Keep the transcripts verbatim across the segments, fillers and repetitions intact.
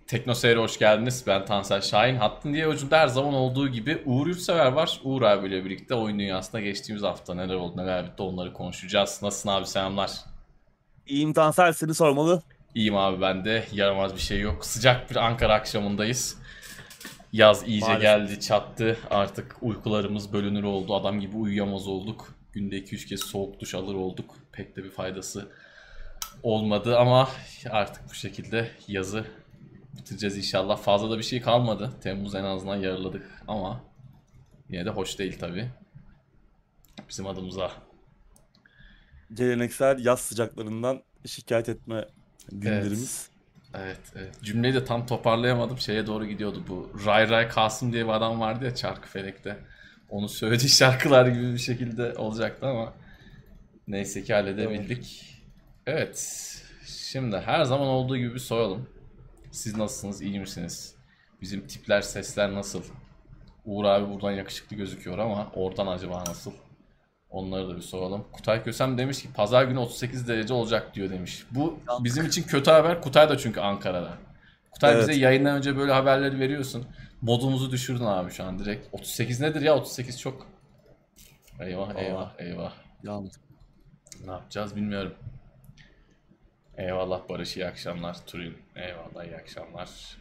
Tekno Seyir'e hoş geldiniz. Ben Tansel Şahin. Hattın diye ucunda her zaman olduğu gibi Uğur Yurtsever var. Uğur abiyle birlikte oyun dünyasında geçtiğimiz hafta neler oldu neler bitti onları konuşacağız. Nasılsın abi, selamlar. İyiyim Tansel, seni sormalı. İyiyim abi, ben de yaramaz bir şey yok. Sıcak bir Ankara akşamındayız. Yaz iyice Maalesef. geldi çattı. Artık uykularımız bölünür oldu. Adam gibi uyuyamaz olduk. Günde iki üç kez soğuk duş alır olduk. Pek de bir faydası olmadı ama artık bu şekilde yazı bitireceğiz inşallah. Fazla da bir şey kalmadı. Temmuz en azından yarıladık ama yine de hoş değil tabii. Bizim adımıza. Geleneksel yaz sıcaklarından şikayet etme Evet. günlerimiz. Evet, evet. Cümleyi de tam toparlayamadım. Şeye doğru gidiyordu bu. Ray Ray Kasım diye bir adam vardı ya Çarkıfelek'te. Onu söylediği şarkılar gibi bir şekilde olacaktı ama neyse ki Doğru. halledebildik. Evet. Şimdi her zaman olduğu gibi bir soralım. Siz nasılsınız? İyi misiniz? Bizim tipler, sesler nasıl? Uğur abi buradan yakışıklı gözüküyor ama oradan acaba nasıl? Onları da bir soralım. Kutay Kösem demiş ki pazar günü otuz sekiz derece olacak diyor demiş. Bu bizim için kötü haber. Kutay da çünkü Ankara'da. Kutay, bize Evet. yayından önce böyle haberleri veriyorsun. Modumuzu düşürdün abi şu an direkt. otuz sekiz nedir ya? otuz sekiz çok. Eyvah Aa, eyvah eyvah. yalnız. Ne yapacağız bilmiyorum. Eyvallah Barış, iyi akşamlar. Turin eyvallah, iyi akşamlar.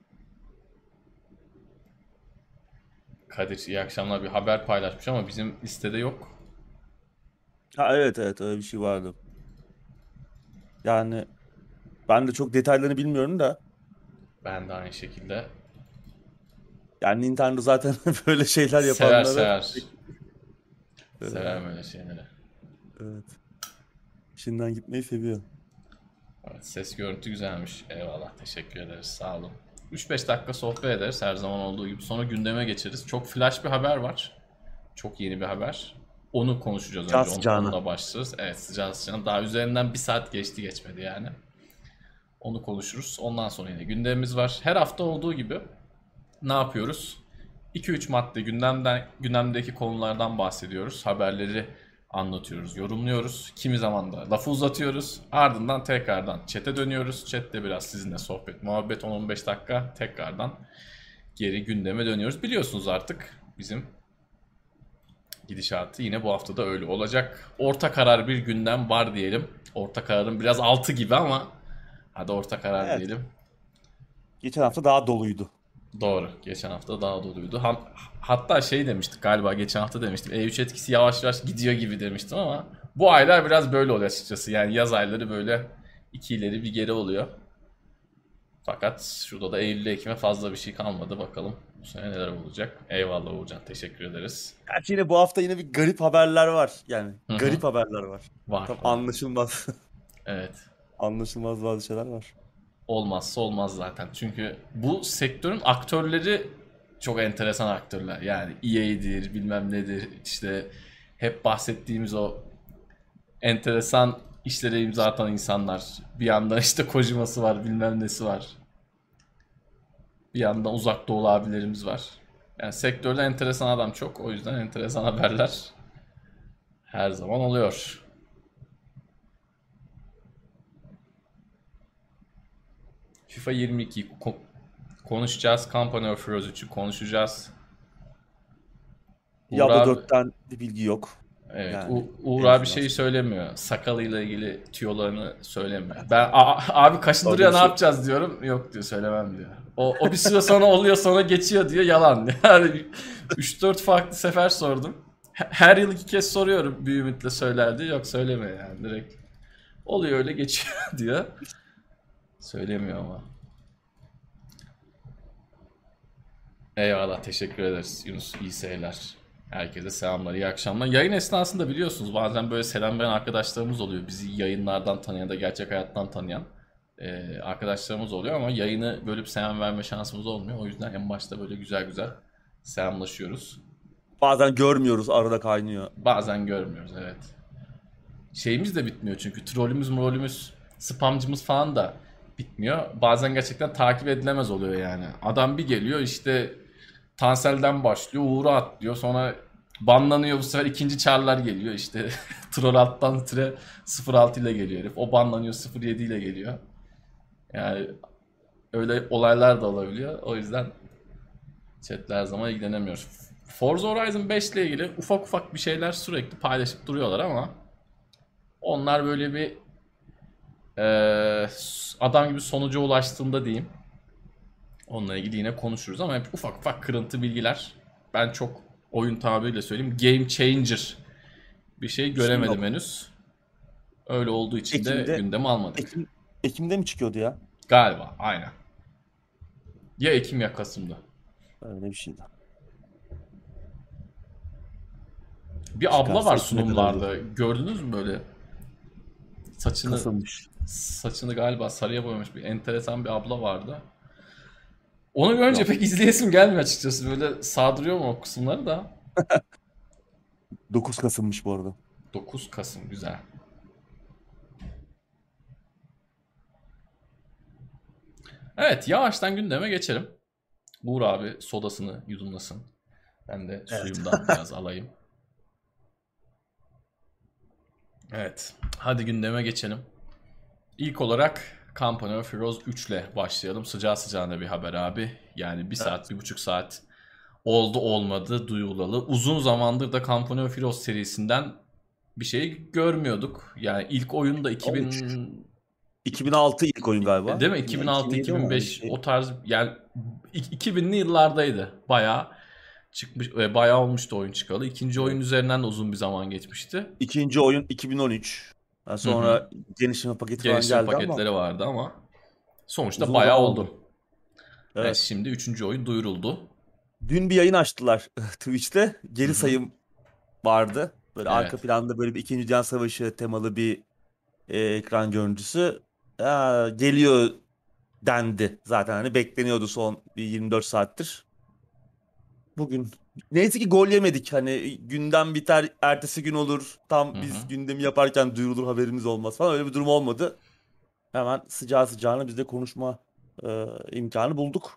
Kadir iyi akşamlar, bir haber paylaşmış ama bizim listede yok. Ha, evet evet öyle bir şey vardı. Yani ben de çok detaylarını bilmiyorum da. Ben de aynı şekilde. Yani Nintendo zaten böyle şeyler Sever yapanlara sever. e, Sever böyle şeyleri. evet, işinden gitmeyi seviyor. Evet, ses görüntü güzelmiş. Eyvallah, teşekkür ederiz, sağ olun. üç beş dakika sohbet ederiz her zaman olduğu gibi. Sonra gündeme geçeriz. Çok flash bir haber var. Çok yeni bir haber. Onu konuşacağız Can önce. Onu, sıcağına. onunla başlarız. Evet, sıcağı sıcağına. Daha üzerinden bir saat geçti geçmedi yani. Onu konuşuruz. Ondan sonra yine gündemimiz var. Her hafta olduğu gibi ne yapıyoruz? iki üç madde gündemden gündemdeki konulardan bahsediyoruz. Haberleri anlatıyoruz, yorumluyoruz. Kimi zaman da lafı uzatıyoruz. Ardından tekrardan chat'e dönüyoruz. Chat'te biraz sizinle sohbet, muhabbet on on beş dakika, tekrardan geri gündeme dönüyoruz. Biliyorsunuz artık bizim gidişatı yine bu hafta da öyle olacak. Orta karar bir gündem var diyelim. Orta kararın biraz altı gibi ama hadi orta karar Evet. diyelim. Geçen hafta daha doluydu. Doğru. Geçen hafta daha doluydu. Ha- hatta şey demiştik galiba, geçen hafta demiştim. E üç etkisi yavaş yavaş gidiyor gibi demiştim ama bu aylar biraz böyle oluyor açıkçası. Yani yaz ayları böyle iki ileri bir geri oluyor. Fakat şurada da Eylül Ekim'e fazla bir şey kalmadı. Bakalım bu sene neler olacak. Eyvallah Uğurcan. Teşekkür ederiz. Gerçi yine bu hafta yine bir garip haberler var. Yani Hı hı. garip haberler var. Var Tam var. anlaşılmaz. Evet. Anlaşılmaz bazı şeyler var. Olmazsa olmaz zaten. Çünkü bu sektörün aktörleri çok enteresan aktörler. Yani E A'dir, bilmem nedir. İşte hep bahsettiğimiz o enteresan işlere imza atan insanlar. Bir yandan işte Kojima'sı var, bilmem nesi var. Bir yandan uzak doğulu abilerimiz var. Yani sektörde enteresan adam çok. O yüzden enteresan haberler her zaman oluyor. FIFA yirmi iki ko- konuşacağız. Company of Heroes üçü konuşacağız. Uğur Diablo abi, dörtten bir bilgi yok. evet, Yani U- Uğur abi henüz şeyi var. söylemiyor. Sakalıyla ilgili tüyolarını söylemiyor. Ben "A- abi kaşın Orada duruyor, bir ne şey. yapacağız" diyorum. Yok diyor, söylemem diyor. O, o bir süre sonra oluyor, sonra geçiyor diyor, yalan. Yani üç dört farklı sefer sordum. He- Her yıl iki kez soruyorum, bir ümitle söylerdi. Yok, söylemiyor yani, direkt. Oluyor öyle, geçiyor diyor. Söylemiyor ama. Eyvallah, teşekkür ederiz Yunus. İyi seyirler. Herkese selamlar, iyi akşamlar. Yayın esnasında biliyorsunuz bazen böyle selam veren arkadaşlarımız oluyor. Bizi yayınlardan tanıyan da gerçek hayattan tanıyan e, arkadaşlarımız oluyor ama yayını bölüp selam verme şansımız olmuyor. O yüzden en başta böyle güzel güzel selamlaşıyoruz. Bazen görmüyoruz, arada kaynıyor. Bazen görmüyoruz, evet. Şeyimiz de bitmiyor çünkü trollümüz, morolümüz, spamcımız falan da bitmiyor. Bazen gerçekten takip edilemez oluyor yani. Adam bir geliyor işte, Tansel'den başlıyor, Uğur'a atlıyor, sonra banlanıyor, bu sefer ikinci çarlar geliyor işte. Troll alttan tire sıfır altı ile geliyor herif. O banlanıyor, sıfır yedi ile geliyor. Yani öyle olaylar da olabiliyor. O yüzden chatle her zaman ilgilenemiyoruz. Forza Horizon beş ile ilgili ufak ufak bir şeyler sürekli paylaşıp duruyorlar ama onlar böyle bir eee, adam gibi sonuca ulaştığında diyeyim. Onunla ilgili yine konuşuruz ama hep ufak ufak kırıntı bilgiler. Ben çok oyun tabiriyle söyleyeyim game changer bir şey Bir şey göremedim yok. henüz. Öyle olduğu için de Ekim'de gündeme almadık. Ekim Ekim'de mi çıkıyordu ya? Galiba aynen. Ya Ekim ya Kasım'da. Öyle bir şeydi. Bir abla Çıkarsa var Ekim'e kadar olur. sunumlarda. Gördünüz mü böyle? Saçını Kasılmış. saçını galiba sarıya boyamış bir enteresan bir abla vardı. Onu görünce Yok. pek izleyesim gelmiyor açıkçası. Böyle sardırıyor mu o kısımları da. dokuz Kasım'mış bu arada. dokuz Kasım güzel. Evet yavaştan gündeme geçelim. Uğur abi sodasını yudumlasın. Ben de Evet. suyumdan biraz alayım. Evet. Hadi gündeme geçelim. İlk olarak Company of Heroes üç ile başlayalım. Sıcağı sıcağına bir haber abi. Yani bir saat, Evet. bir buçuk saat oldu olmadı duyulalı. Uzun zamandır da Company of Heroes serisinden bir şey görmüyorduk. Yani ilk oyun da iki bin on üç. iki bin altı ilk oyun galiba. değil mi? Ya iki bin yedi mi? Öyle bir iki bin altı-iki bin beş şey. o tarz yani iki binli yıllardaydı. Bayağı çıkmış ve bayağı olmuştu oyun çıkalı. İkinci oyun Evet. üzerinden de uzun bir zaman geçmişti. İkinci oyun iki bin on üç. Yani Hı hı. sonra genişleme paketi falan Geliştirme geldi ama paketleri vardı ama sonuçta uzun bayağı zaman oldu. oldu. Evet Evet. şimdi üçüncü oyun duyuruldu. Dün bir yayın açtılar Twitch'te. Hı Geri hı. sayım vardı. Böyle arka Evet. planda böyle bir İkinci Dünya Savaşı temalı bir e, ekran görüntüsü. Aa, geliyor dendi. Zaten hani bekleniyordu son bir yirmi dört saattir. Bugün. Neyse ki gol yemedik. Hani gündem biter, ertesi gün olur. Hı Tam hı. biz gündemi yaparken duyurulur haberimiz olmaz falan. Öyle bir durum olmadı. Hemen sıcağı sıcağına biz de konuşma e, imkanı bulduk.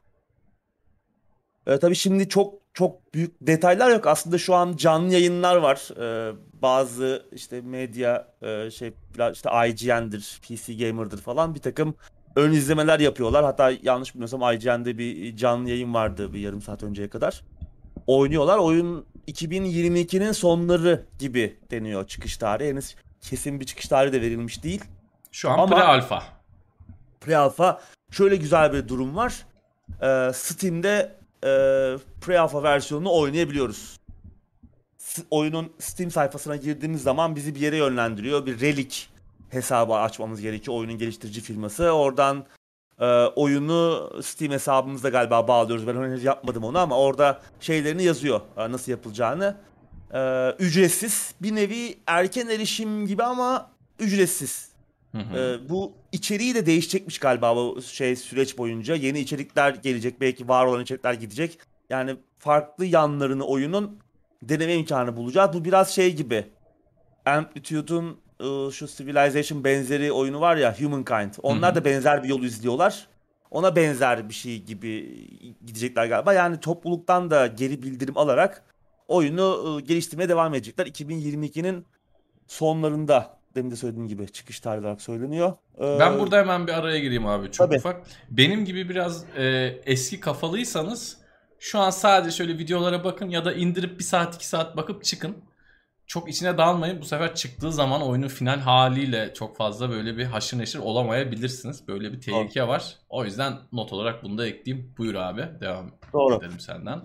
E, tabii şimdi çok çok büyük detaylar yok. Aslında şu an canlı yayınlar var. E, bazı işte medya e, şey biraz işte I G N'dir, P C Gamer'dır falan bir takım ön izlemeler yapıyorlar. Hatta yanlış bilmiyorsam I G N'de bir canlı yayın vardı bir yarım saat önceye kadar. Oynuyorlar. Oyun iki bin yirmi ikinin sonları gibi deniyor çıkış tarihi. Henüz kesin bir çıkış tarihi de verilmiş değil. Şu an Ama pre-alpha. pre-alpha şöyle güzel bir durum var. Ee, Steam'de e, pre-alpha versiyonunu oynayabiliyoruz. S- oyunun Steam sayfasına girdiğimiz zaman bizi bir yere yönlendiriyor. Bir Relic hesabı açmamız gerekiyor. Oyunun geliştirici firması. Oradan e, oyunu Steam hesabımızda galiba bağlıyoruz. Ben henüz yapmadım onu ama orada şeylerini yazıyor. e, Nasıl yapılacağını. E, ücretsiz. Bir nevi erken erişim gibi ama ücretsiz. Hı hı. E, bu içeriği de değişecekmiş galiba bu şey süreç boyunca. Yeni içerikler gelecek. Belki var olan içerikler gidecek. Yani farklı yanlarını oyunun deneme imkanı bulacağız. Bu biraz şey gibi. Amplitude'un e, şu Civilization benzeri oyunu var ya Humankind. Hı Onlar hı. da benzer bir yol izliyorlar. Ona benzer bir şey gibi gidecekler galiba. Yani topluluktan da geri bildirim alarak oyunu e, geliştirmeye devam edecekler. iki bin yirmi ikinin sonlarında demin de söylediğim gibi çıkış tarihi olarak söyleniyor. Ben Ee, burada hemen bir araya gireyim abi çok tabii. ufak. Benim gibi biraz e, eski kafalıysanız şu an sadece şöyle videolara bakın ya da indirip bir saat iki saat bakıp çıkın. Çok içine dalmayın. Bu sefer çıktığı zaman oyunun final haliyle çok fazla böyle bir haşır neşir olamayabilirsiniz. Böyle bir Doğru. tehlike var. O yüzden not olarak bunu da ekleyeyim. Buyur abi. Devam Doğru. edelim senden.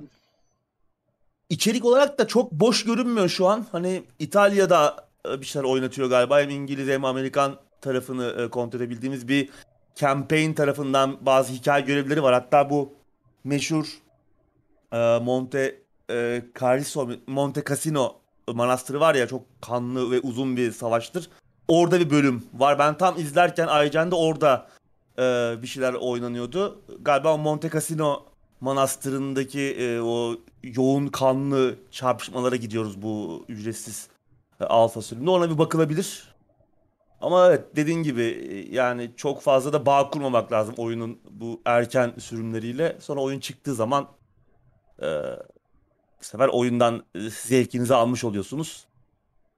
İçerik olarak da çok boş görünmüyor şu an. Hani İtalya'da e, bir şeyler oynatıyor galiba. Hem İngiliz hem Amerikan tarafını e, kontrol edebildiğimiz bir campaign tarafından bazı hikaye görevleri var. Hatta bu meşhur e, Monte e, Carlo, Monte Cassino manastırı var ya çok kanlı ve uzun bir savaştır. Orada bir bölüm var. Ben tam izlerken Aycan'da orada e, bir şeyler oynanıyordu. Galiba Monte Cassino manastırındaki e, o yoğun kanlı çarpışmalara gidiyoruz bu ücretsiz e, alfa sürümünde. Ona bir bakılabilir. Ama evet dediğin gibi e, yani çok fazla da bağ kurmamak lazım oyunun bu erken sürümleriyle. Sonra oyun çıktığı zaman e, bu sefer oyundan e, zevkinizi almış oluyorsunuz.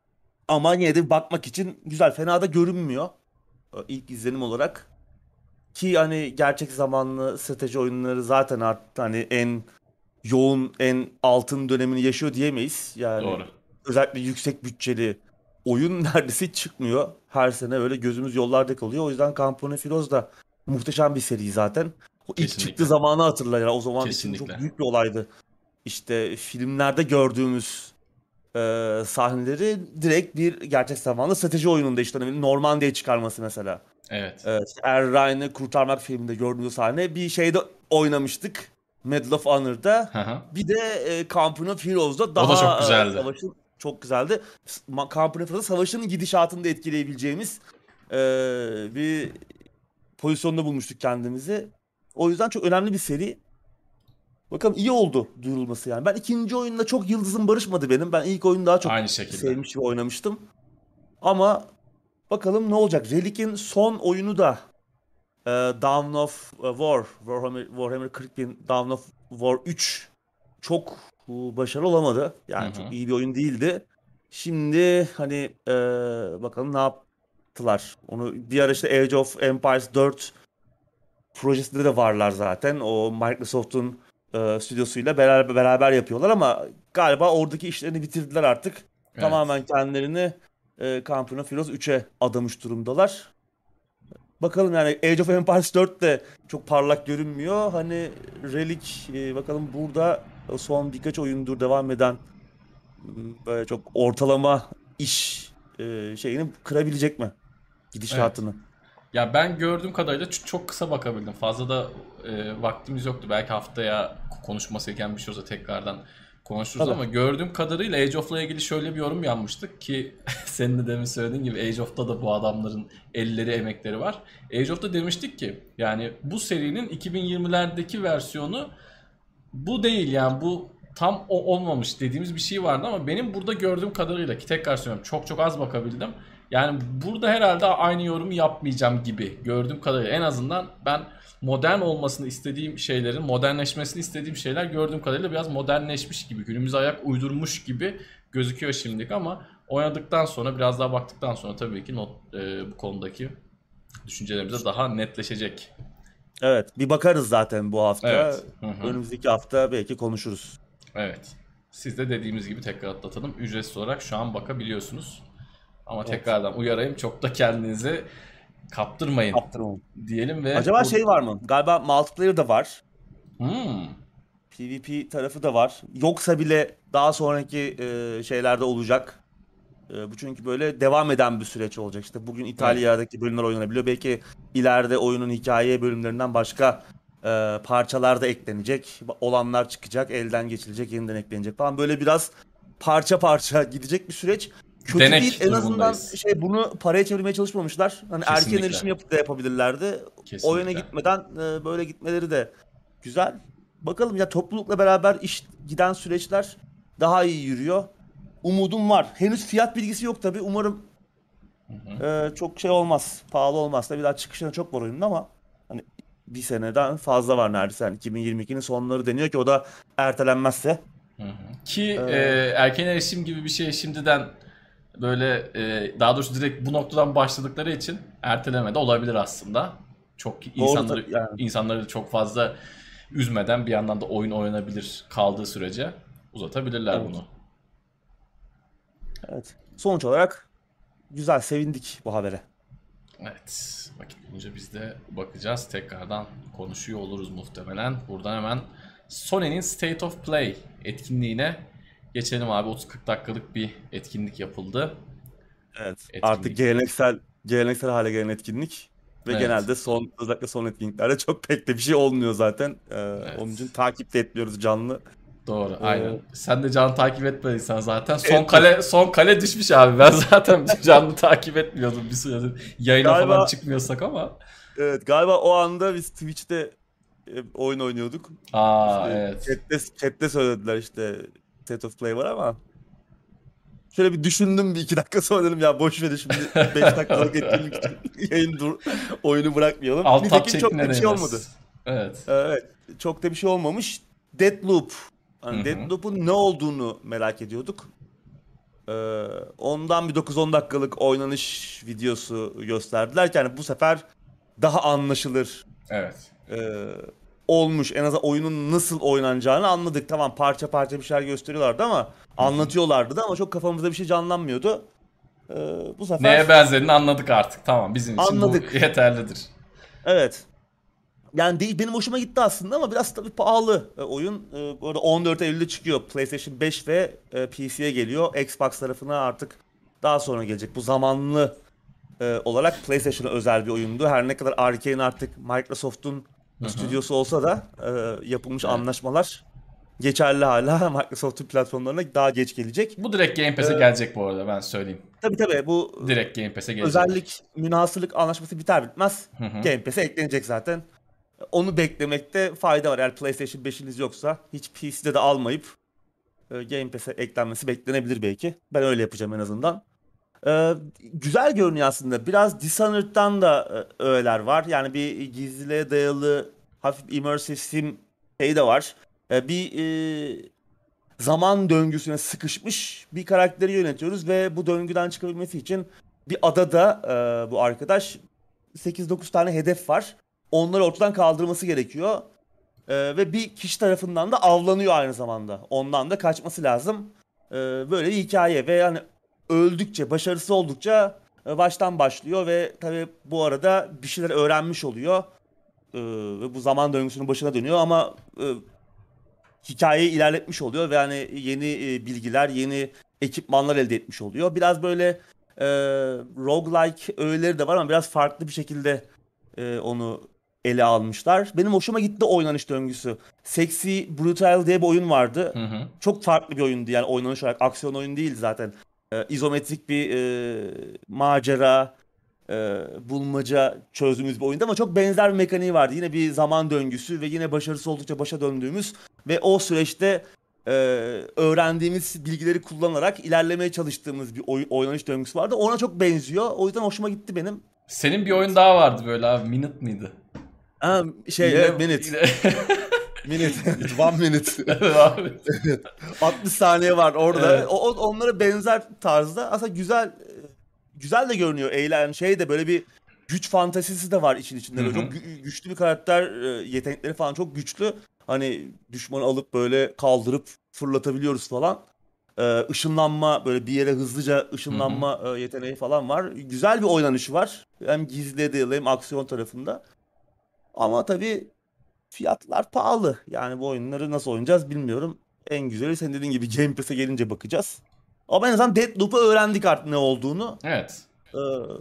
Ama yine de bakmak için güzel. Fena da görünmüyor. E, ilk izlenim olarak. Ki hani gerçek zamanlı strateji oyunları zaten artık hani en yoğun, en altın dönemini yaşıyor diyemeyiz. Yani Doğru. özellikle yüksek bütçeli oyun neredeyse hiç çıkmıyor. Her sene öyle gözümüz yollarda kalıyor. O yüzden Campone Filoz da muhteşem bir seri zaten. O ilk çıktığı Kesinlikle. zamanı hatırla ya. O zaman için çok Kesinlikle. büyük bir olaydı. İşte filmlerde gördüğümüz e, sahneleri direkt bir gerçek zamanlı strateji oyununda işte hani Normandiya çıkarması mesela. Evet. Evet, Er Ryan'ı kurtarmak filminde gördüğümüz sahne bir şeyde oynamıştık. Medal of Honor'da. Hı hı. Bir de e, Company of Heroes'da O da çok daha e, güzeldi. savaşın çok güzeldi. S- Ma- Company of Heroes'da savaşın gidişatını da etkileyebileceğimiz e, bir pozisyonda bulmuştuk kendimizi. O yüzden çok önemli bir seri. Bakalım iyi oldu duyurulması yani. Ben ikinci oyunda çok yıldızım barışmadı benim. Ben ilk oyunu daha çok Aynı şekilde. sevmiş ve oynamıştım. Ama bakalım ne olacak. Relic'in son oyunu da e, Dawn of War, Warhammer, Warhammer kırk bin Dawn of War üç çok e, başarılı olamadı. Hı Yani çok hı. iyi bir oyun değildi. Şimdi hani e, bakalım ne yaptılar. Onu bir ara işte Age of Empires dört projesinde de varlar zaten. O Microsoft'un e, stüdyosuyla beraber beraber yapıyorlar ama galiba oradaki işlerini bitirdiler artık. Evet. Tamamen kendilerini e, Company of Heroes üçe adamış durumdalar. Bakalım yani Age of Empires dört de çok parlak görünmüyor. Hani Relic e, bakalım burada son birkaç oyundur devam eden m, böyle çok ortalama iş e, şeyini kırabilecek mi? Evet. Gidişatını. Ya ben gördüğüm kadarıyla ç- çok kısa bakabildim. Fazla da e, vaktimiz yoktu. Belki haftaya konuşması gereken bir şey olsa tekrardan konuşuruz Tabii. ama gördüğüm kadarıyla Age of'la ilgili şöyle bir yorum yapmıştık ki senin de demin söylediğin gibi Age of'ta da bu adamların elleri emekleri var. Age of'ta demiştik ki yani bu serinin iki bin yirmilerdeki versiyonu bu değil yani bu tam o olmamış dediğimiz bir şey vardı ama benim burada gördüğüm kadarıyla ki tekrar söylüyorum çok çok az bakabildim. Yani burada herhalde aynı yorumu yapmayacağım gibi gördüğüm kadarıyla en azından ben modern olmasını istediğim şeylerin modernleşmesini istediğim şeyler gördüğüm kadarıyla biraz modernleşmiş gibi günümüze ayak uydurmuş gibi gözüküyor şimdilik ama oynadıktan sonra biraz daha baktıktan sonra tabii ki not, e, bu konudaki düşüncelerimiz de daha netleşecek. Evet, bir bakarız zaten bu hafta. Evet. Hı hı. Önümüzdeki hafta belki konuşuruz. Evet. Siz de dediğimiz gibi tekrar atlatalım. Ücretsiz olarak şu an bakabiliyorsunuz. Ama Evet. tekrardan uyarayım çok da kendinizi kaptırmayın Kaptırmam. diyelim ve Acaba bu... şey var mı? Galiba multiplayer da var. Hmm, PvP tarafı da var. Yoksa bile daha sonraki e, şeylerde olacak. E, bu çünkü böyle devam eden bir süreç olacak. İşte bugün evet. İtalya'daki bölümler oynanabiliyor. Belki ileride oyunun hikaye bölümlerinden başka e, parçalar da eklenecek. Olanlar çıkacak, elden geçilecek, yeniden eklenecek falan. Böyle biraz parça parça gidecek bir süreç. Kötü değil. Denek En azından durumundayız. şey bunu paraya çevirmeye çalışmamışlar. Hani erken Kesinlikle. erişim yapıp da yapabilirlerdi. Oyuna Kesinlikle. gitmeden e, böyle gitmeleri de güzel. Bakalım ya toplulukla beraber iş giden süreçler daha iyi yürüyor. Umudum var. Henüz fiyat bilgisi yok tabii. Umarım Hı hı. e, çok şey olmaz. Pahalı olmaz. Tabii daha çıkışına çok var oyunun ama hani bir seneden fazla var neredeyse. Yani iki bin yirmi ikinin sonları deniyor ki o da ertelenmezse. Hı hı. Ki e, E, erken erişim gibi bir şey şimdiden böyle e, daha doğrusu direkt bu noktadan başladıkları için erteleme de olabilir aslında. Çok doğru insanları tabii yani. insanları çok fazla üzmeden bir yandan da oyun oynanabilir kaldığı sürece uzatabilirler Evet. bunu. Evet. Sonuç olarak güzel, sevindik bu habere. Evet, vakit bulunca biz de bakacağız. Tekrardan konuşuyor oluruz muhtemelen. Buradan hemen Sony'nin State of Play etkinliğine geçelim abi. otuz kırk dakikalık bir etkinlik yapıldı. Evet. Artık Etkinlik. geleneksel geleneksel hale gelen etkinlik ve Evet. genelde son özellikle son etkinliklerde çok pek de bir şey olmuyor zaten. Ee, onun için Evet. takip de etmiyoruz canlı. Doğru, Ee, aynen. Sen de canlı takip etmediysen zaten son etmiyoruz. kale son kale düşmüş abi. Ben zaten canlı takip etmiyordum bir süredir. Yayına falan Galiba çıkmıyorsak ama. evet galiba o anda biz Twitch'te e, oyun oynuyorduk. Aa İşte evet. chatte, chatte söylediler işte State of Play var ama şöyle bir düşündüm bir iki dakika sonra dedim ya boş verin şimdi beş dakikalık etkinlik için yayın dur oyunu bırakmayalım. Alt tab Nitekim çok şekline da bir şey olmadı. değmez. Evet. Evet, çok da bir şey olmamış. Deathloop. Hı Hani hı. Deathloop'un ne olduğunu merak ediyorduk. Ee, ondan bir dokuz on dakikalık oynanış videosu gösterdiler ki yani bu sefer daha anlaşılır Evet. e, olmuş. En azından oyunun nasıl oynanacağını anladık. Tamam, parça parça bir şeyler gösteriyorlardı ama anlatıyorlardı da ama çok kafamızda bir şey canlanmıyordu. E, bu sefer Neye benzediğini anladık artık. Tamam, bizim için bu anladık. yeterlidir. Evet. Yani değil, benim hoşuma gitti aslında ama biraz tabii pahalı e, oyun. E, bu arada on dört Eylül'de çıkıyor. PlayStation beş ve e, P C'ye geliyor. Xbox tarafına artık daha sonra gelecek. Bu zamanlı e, olarak PlayStation'a özel bir oyundu. Her ne kadar Arkane artık Microsoft'un Hı hı. stüdyosu olsa da e, yapılmış Evet. anlaşmalar geçerli hala. Microsoft'un platformlarına daha geç gelecek. Bu direkt Game Pass'e E, gelecek bu arada, ben söyleyeyim. tabii tabii bu Direkt Game Pass'e e, gelecek. özellik, münhasırlık anlaşması biter bitmez Hı hı. Game Pass'e eklenecek zaten. Onu beklemekte fayda var. Eğer PlayStation beşiniz yoksa hiç P C'de de almayıp e, Game Pass'e eklenmesi beklenebilir belki. Ben öyle yapacağım en azından. E, güzel görünüyor aslında. Biraz Dishonored'dan da e, öğeler var. Yani bir gizliliğe dayalı hafif immersive sim şey de var. E, bir e, zaman döngüsüne sıkışmış bir karakteri yönetiyoruz ve bu döngüden çıkabilmesi için bir adada e, bu arkadaş sekiz dokuz tane hedef var. Onları ortadan kaldırması gerekiyor. Ee, ve bir kişi tarafından da avlanıyor aynı zamanda. Ondan da kaçması lazım. Ee, böyle bir hikaye ve yani öldükçe, başarısız oldukça e, baştan başlıyor ve tabii bu arada bir şeyler öğrenmiş oluyor. Ee, ve bu zaman döngüsünün başına dönüyor ama e, hikayeyi ilerletmiş oluyor ve yani yeni e, bilgiler, yeni ekipmanlar elde etmiş oluyor. Biraz böyle e, roguelike öğeleri de var ama biraz farklı bir şekilde e, onu ele almışlar. Benim hoşuma gitti oynanış döngüsü. Sexy Brutal diye bir oyun vardı. Hı hı. Çok farklı bir oyundu yani oynanış olarak. Aksiyon oyun değil zaten. E, izometrik bir e, macera, e, bulmaca çözdüğümüz bir oyundu ama çok benzer bir mekaniği vardı. Yine bir zaman döngüsü ve yine başarısız oldukça başa döndüğümüz ve o süreçte e, öğrendiğimiz bilgileri kullanarak ilerlemeye çalıştığımız bir oy- oynanış döngüsü vardı. Ona çok benziyor. O yüzden hoşuma gitti benim. Senin bir oyun daha vardı böyle abi. Minute mıydı? Ha, şey Yine, evet minute. yine... Minute. One minute. Evet abi. altmış saniye var orada. Evet. O, o- onlara benzer tarzda. Aslında güzel e, güzel de görünüyor. Eğlen şey de böyle bir güç fantazisi de var işin içinde. Hı Böyle hı. çok gü- güçlü bir karakter, e, yetenekleri falan çok güçlü. Hani düşmanı alıp böyle kaldırıp fırlatabiliyoruz falan. E, ışınlanma böyle bir yere hızlıca Hı hı. ışınlanma e, yeteneği falan var. Güzel bir oynanışı var. Hem gizli değil hem aksiyon tarafında. Ama tabii fiyatlar pahalı. Yani bu oyunları nasıl oynayacağız bilmiyorum. En güzeli senin dediğin gibi Game Pass'e gelince bakacağız. Ama en azından Deathloop'u öğrendik artık ne olduğunu. Evet. Ee,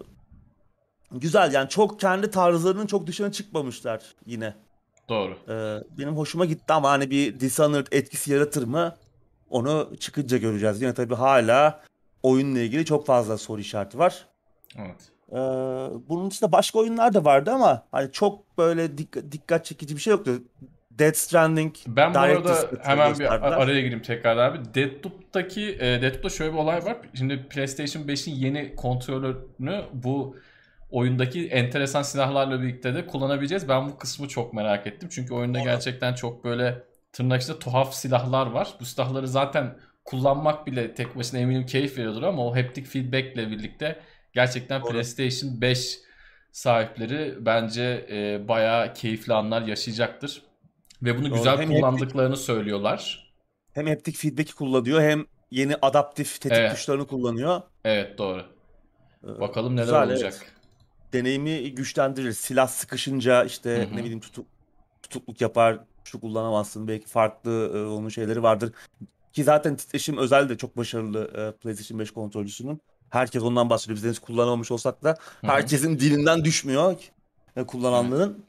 güzel yani çok kendi tarzlarının çok dışına çıkmamışlar yine. Doğru. Ee, benim hoşuma gitti ama hani bir Dishonored etkisi yaratır mı? Onu çıkınca göreceğiz. Yine tabii hala oyunla ilgili çok fazla soru işareti var. Evet. Ee, bunun dışında başka oyunlar da vardı ama hani çok böyle dik- dikkat çekici bir şey yoktu. Death Stranding Ben bu Director's arada Cut'ını hemen bir a- gösterdiler. araya gireyim tekrar abi. Deathloop'taki e, Deathloop'ta şöyle bir olay var. Şimdi PlayStation beşin yeni kontrolörünü bu oyundaki enteresan silahlarla birlikte de kullanabileceğiz. Ben bu kısmı çok merak ettim. Çünkü oyunda Onu, gerçekten çok böyle tırnak içinde tuhaf silahlar var. Bu silahları zaten kullanmak bile tek başına eminim keyif veriyordur ama o haptic feedback'le birlikte gerçekten onu, PlayStation beş sahipleri bence e, bayağı keyifli anlar yaşayacaktır. Ve bunu doğru. güzel Hem haptic, kullandıklarını söylüyorlar. hem haptic feedback'i kullanıyor hem yeni adaptif tetik Evet, tuşlarını kullanıyor. evet doğru. Ee, Bakalım neler güzel evet. olacak. Deneyimi güçlendirir. Silah sıkışınca Hı işte ne hı. bileyim tutu- tutukluk yapar. Şu kullanamazsın. Belki farklı e, onun şeyleri vardır. Ki zaten titreşim özel de çok başarılı e, PlayStation beş kontrolcüsünün. Herkes ondan bahsediyor. Biz henüz kullanamamış olsak da Hı hı. herkesin dilinden düşmüyor e, Evet. kullananların.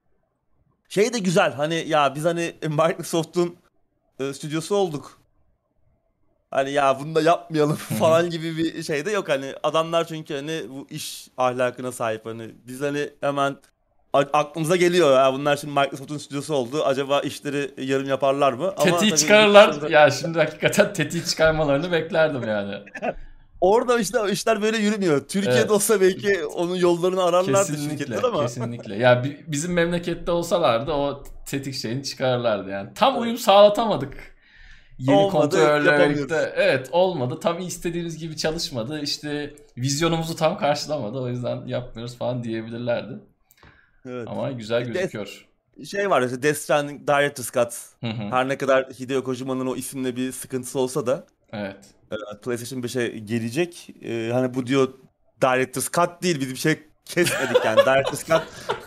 Şey de güzel hani ya biz hani Microsoft'un e, stüdyosu olduk. Hani ya bunu da yapmayalım Hı hı. falan gibi bir şey de yok hani adamlar çünkü hani bu iş ahlakına sahip hani biz hani hemen a- aklımıza geliyor ya bunlar şimdi Microsoft'un stüdyosu oldu acaba işleri yarım yaparlar mı ama Tetiği tabii yurt çıkarırlar. dışında Ya şimdi hakikaten tetiği çıkarmalarını beklerdim yani. orada işte o işler böyle yürümüyor. Türkiye'de Evet. olsa belki onun yollarını ararlardı şirketler Kesinlikle, ama kesinlikle. Ya bi- bizim memlekette olsalardı o tetik şeyini çıkarırlardı yani. Tam e, uyum sağlatamadık. Yeni olmadı kontrolörle yapamıyoruz. birlikte. Evet, olmadı. Tam istediğimiz gibi çalışmadı. İşte vizyonumuzu tam karşılamadı. O yüzden yapmıyoruz falan diyebilirlerdi. Evet. Ama güzel Bir de gözüküyor. şey var işte Death Stranding Director's Cut. Hı hı. Her ne kadar Hideo Kojima'nın o isimle bir sıkıntısı olsa da Evet. e, PlayStation beşe gelecek. E, hani bu diyor Director's Cut değil, biz bir şey kesmedik yani. Director's Cut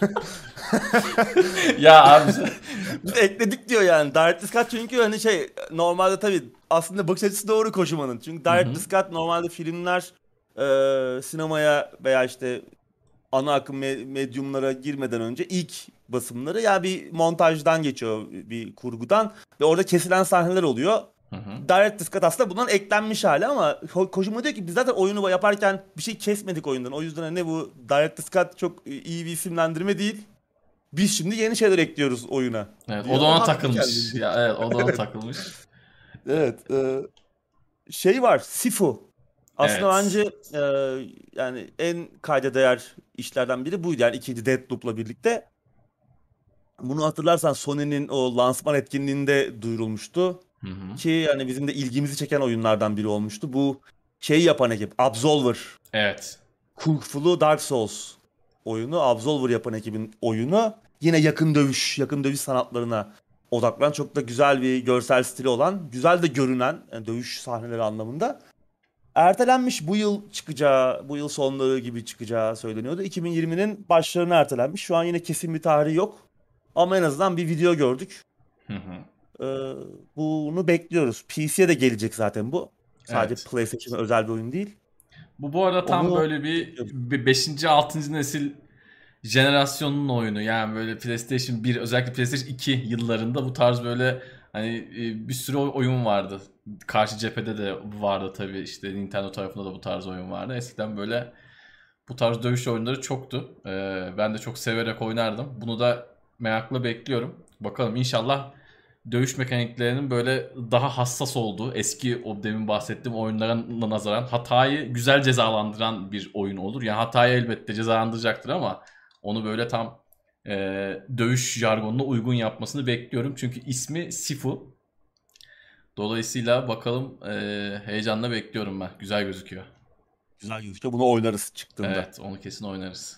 Ya abi. biz ekledik diyor yani. Director's Cut çünkü hani şey normalde tabii aslında bakış açısı doğru Kojima'nın. Çünkü Hı hı. Director's Cut normalde filmler e, sinemaya veya işte ana akım me- medyumlara girmeden önce ilk basımları ya bir montajdan geçiyor, bir kurgudan ve orada kesilen sahneler oluyor. Hı hı. Director's Cut aslında bundan eklenmiş hali ama Ko- Kojima diyor ki biz zaten oyunu yaparken bir şey kesmedik oyundan. O yüzden ne bu Director's Cut çok iyi bir isimlendirme değil. Biz şimdi yeni şeyler ekliyoruz oyuna Evet, o diyor. da O ona haklı takılmış. kendince. Ya evet, o da ona Evet. takılmış. Evet. e, şey var, Sifu. Aslında Evet. bence e, yani en kayda değer işlerden biri buydu. Yani ikinci Deathloop'la birlikte. Bunu hatırlarsan Sony'nin o lansman etkinliğinde duyurulmuştu. Hı hı. Ki yani bizim de ilgimizi çeken oyunlardan biri olmuştu. Bu şeyi yapan ekip Absolver. Evet. Kung Fu'lu Dark Souls oyunu. Absolver yapan ekibin oyunu. Yine yakın dövüş, yakın dövüş sanatlarına odaklanan çok da güzel bir görsel stili olan, güzel de görünen yani dövüş sahneleri anlamında. Ertelenmiş, bu yıl çıkacağı, bu yıl sonları gibi çıkacağı söyleniyordu. iki bin yirminin başlarına ertelenmiş. Şu an yine kesin bir tarihi yok. Ama en azından bir video gördük. Hı hı. Ee, bunu bekliyoruz. P C'ye de gelecek zaten bu. Sadece Evet. PlayStation'a özel bir oyun değil. Bu bu arada tam Onu böyle bir bekliyoruz. beşinci altıncı nesil jenerasyonun oyunu. Yani böyle PlayStation bir, özellikle PlayStation iki yıllarında bu tarz böyle hani e, bir sürü oy- oyun vardı. Karşı cephede de vardı tabii, işte Nintendo tarafında da bu tarz oyun vardı. Eskiden böyle bu tarz dövüş oyunları çoktu. Ee, ben de çok severek oynardım. Bunu da merakla bekliyorum. Bakalım, inşallah dövüş mekaniklerinin böyle daha hassas olduğu, eski o demin bahsettiğim oyunlara nazaran hatayı güzel cezalandıran bir oyun olur. Yani hatayı elbette cezalandıracaktır ama onu böyle tam e, dövüş jargonuna uygun yapmasını bekliyorum. Çünkü ismi Sifu. Dolayısıyla bakalım, e, heyecanla bekliyorum ben. Güzel gözüküyor. Güzel gözüküyor. Bunu oynarız çıktığında. Evet, onu kesin oynarız.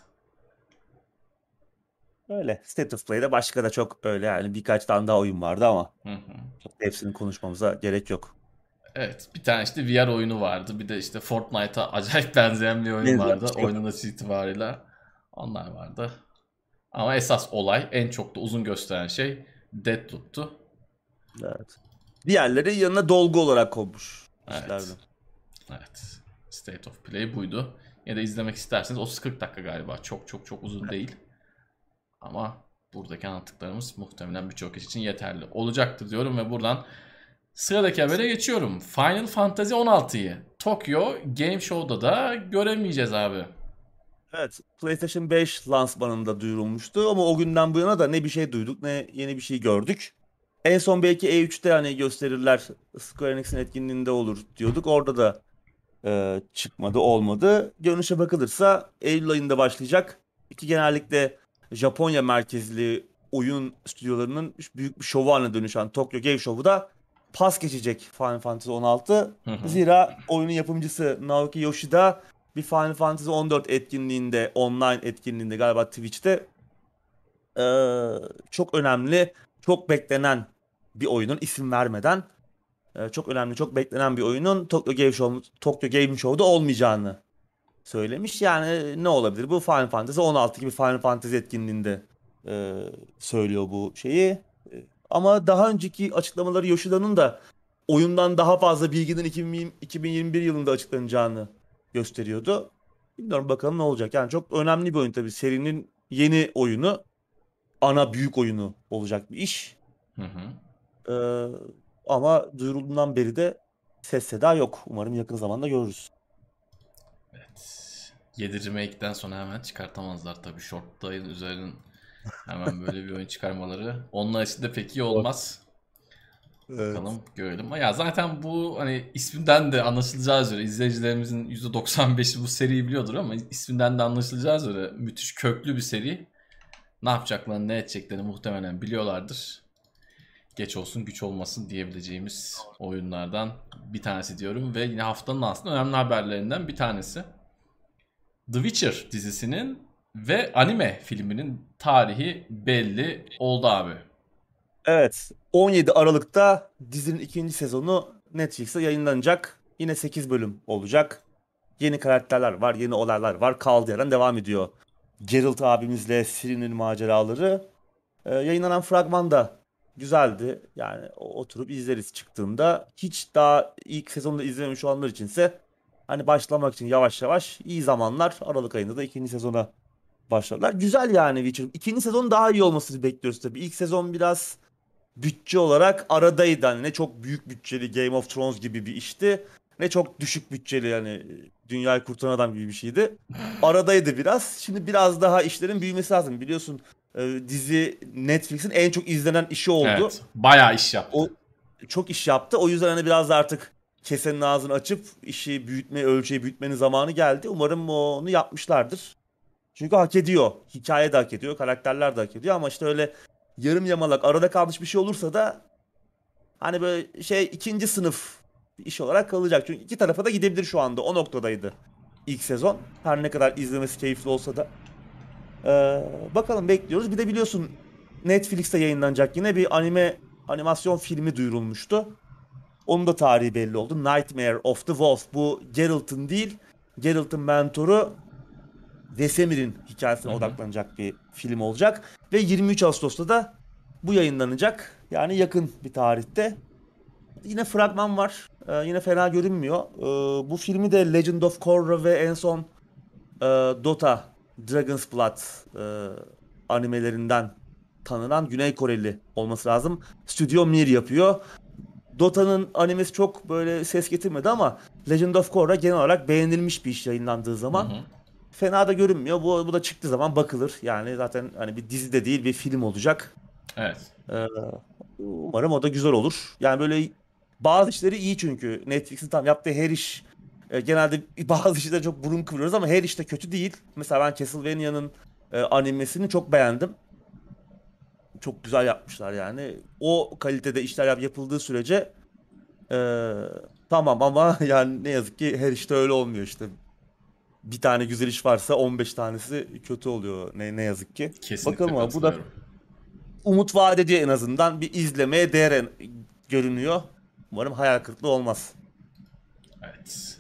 Öyle. State of Play'de başka da çok öyle yani birkaç tane daha oyun vardı ama Hı hı. çok da hepsini konuşmamıza gerek yok. Evet, bir tane işte V R oyunu vardı. Bir de işte Fortnite'a acayip benzeyen bir oyun Benzer bir vardı. şey. Oyunun açı itibariyle. Onlar vardı. Ama esas olay, en çok da uzun gösteren şey Deathloop'tu. Evet. Diğerleri yanına dolgu olarak konmuş Evet. işlerden. Evet. State of Play buydu. Ya da izlemek isterseniz otuz kırk dakika galiba. Çok çok çok uzun değil. Ama buradaki anlattıklarımız muhtemelen birçok kişi için yeterli olacaktır diyorum ve buradan sıradaki habere geçiyorum. Final Fantasy on altıyı Tokyo Game Show'da da göremeyeceğiz abi. Evet, PlayStation beş lansmanında duyurulmuştu ama o günden bu yana da ne bir şey duyduk ne yeni bir şey gördük. En son belki E üçte hani gösterirler, Square Enix'in etkinliğinde olur diyorduk. Orada da e, çıkmadı, olmadı. Görünüşe bakılırsa Eylül ayında başlayacak. İki genellikle Japonya merkezli oyun stüdyolarının büyük bir şovu haline dönüşen Tokyo Game Show'u da pas geçecek Final Fantasy on altı. Hı hı. Zira oyunun yapımcısı Naoki Yoshida bir Final Fantasy on dört etkinliğinde, online etkinliğinde galiba Twitch'te e, çok önemli, çok beklenen bir oyunun isim vermeden e, çok önemli, çok beklenen bir oyunun Tokyo Game Show, Tokyo Game Show'da olmayacağını söylemiş. Yani ne olabilir? Bu Final Fantasy on altı gibi Final Fantasy etkinliğinde e, söylüyor bu şeyi. E, ama daha önceki açıklamaları Yoshida'nın da oyundan daha fazla bilginin iki bin yirmi iki bin yirmi bir yılında açıklanacağını gösteriyordu. Bilmiyorum, bakalım ne olacak. Yani çok önemli bir oyun tabii. Serinin yeni oyunu, ana büyük oyunu olacak bir iş. Hı hı. Ee, ama duyurulduğundan beri de ses seda yok. Umarım yakın zamanda görürüz. Evet. yedi Remake'den sonra hemen çıkartamazlar tabii. Short'tayın üzerinin hemen böyle bir oyun çıkarmaları. Onlar için de pek iyi Doğru. olmaz. Evet. Bakalım, görelim. Ya zaten bu hani isminden de anlaşılacağı üzere izleyicilerimizin yüzde doksan beşi bu seriyi biliyordur ama isminden de anlaşılacağı üzere müthiş köklü bir seri. Ne yapacaklarını, ne edeceklerini muhtemelen biliyorlardır. Geç olsun güç olmasın diyebileceğimiz oyunlardan bir tanesi diyorum ve yine haftanın aslında önemli haberlerinden bir tanesi. The Witcher dizisinin Ve anime filminin tarihi belli oldu abi. Evet, on yedi Aralık'ta dizinin ikinci sezonu Netflix'te yayınlanacak. Yine sekiz bölüm olacak. Yeni karakterler var, yeni olaylar var. Kaldığı yerden devam ediyor. Geralt abimizle Ciri'nin maceraları. Ee, yayınlanan fragman da güzeldi. Yani o- oturup izleriz çıktığında. Hiç daha ilk sezonu da izlememiş olanlar içinse hani başlamak için yavaş yavaş iyi zamanlar. Aralık ayında da ikinci sezona başladılar. Güzel yani Witcher. İkinci sezon daha iyi olmasını bekliyoruz tabii. İlk sezon biraz bütçe olarak aradaydı. Hani ne çok büyük bütçeli Game of Thrones gibi bir işti. Ne çok düşük bütçeli yani Dünyayı Kurtaran Adam gibi bir şeydi. Aradaydı biraz. Şimdi biraz daha işlerin büyümesi lazım. Biliyorsun e, dizi Netflix'in en çok izlenen işi oldu. Evet. Bayağı iş O yaptı. çok iş yaptı. O yüzden hani biraz da artık kesenin ağzını açıp işi büyütme, ölçeği büyütmenin zamanı geldi. Umarım onu yapmışlardır. Çünkü hak ediyor. Hikaye de hak ediyor, karakterler de hak ediyor ama işte öyle yarım yamalak arada kalmış bir şey olursa da hani böyle şey ikinci sınıf bir iş olarak kalacak. Çünkü iki tarafa da gidebilir şu anda. O noktadaydı ilk sezon. Her ne kadar izlemesi keyifli olsa da. Ee, bakalım bekliyoruz. Bir de biliyorsun Netflix'te yayınlanacak yine bir anime animasyon filmi duyurulmuştu. Onun da tarihi belli oldu. Nightmare of the Wolf. Bu Geralt'ın değil, Geralt'ın mentoru Vesemir'in hikayesine Hı hı. odaklanacak bir film olacak. Ve yirmi üç Ağustos'ta da bu yayınlanacak. Yani yakın bir tarihte. Yine fragman var. Ee, yine fena görünmüyor. Ee, bu filmi de Legend of Korra ve en son e, Dota, Dragon's Blood e, animelerinden tanınan Güney Koreli olması lazım. Stüdyo Mir yapıyor. Dota'nın animesi çok böyle ses getirmedi ama Legend of Korra genel olarak beğenilmiş bir iş yayınlandığı Hı zaman. hı. Fena da görünmüyor. Bu, bu da çıktığı zaman bakılır. Yani zaten hani bir dizi de değil bir film olacak. Evet. Ee, umarım o da güzel olur. Yani böyle bazı işleri iyi çünkü. Netflix'in tam yaptığı her iş e, genelde bazı işlere çok burun kıvırıyoruz ama her işte kötü değil. Mesela ben Castlevania'nın e, animesini çok beğendim. Çok güzel yapmışlar yani. O kalitede işler yap, yapıldığı sürece e, tamam ama yani ne yazık ki her işte öyle olmuyor işte. Bir tane güzel iş varsa on beş tanesi kötü oluyor ne ne yazık ki. Kesinlikle Bakalım ama bu da katılıyorum. umut vaat ediyor en azından. Bir izlemeye değer en- görünüyor. Umarım hayal kırıklığı olmaz. Evet.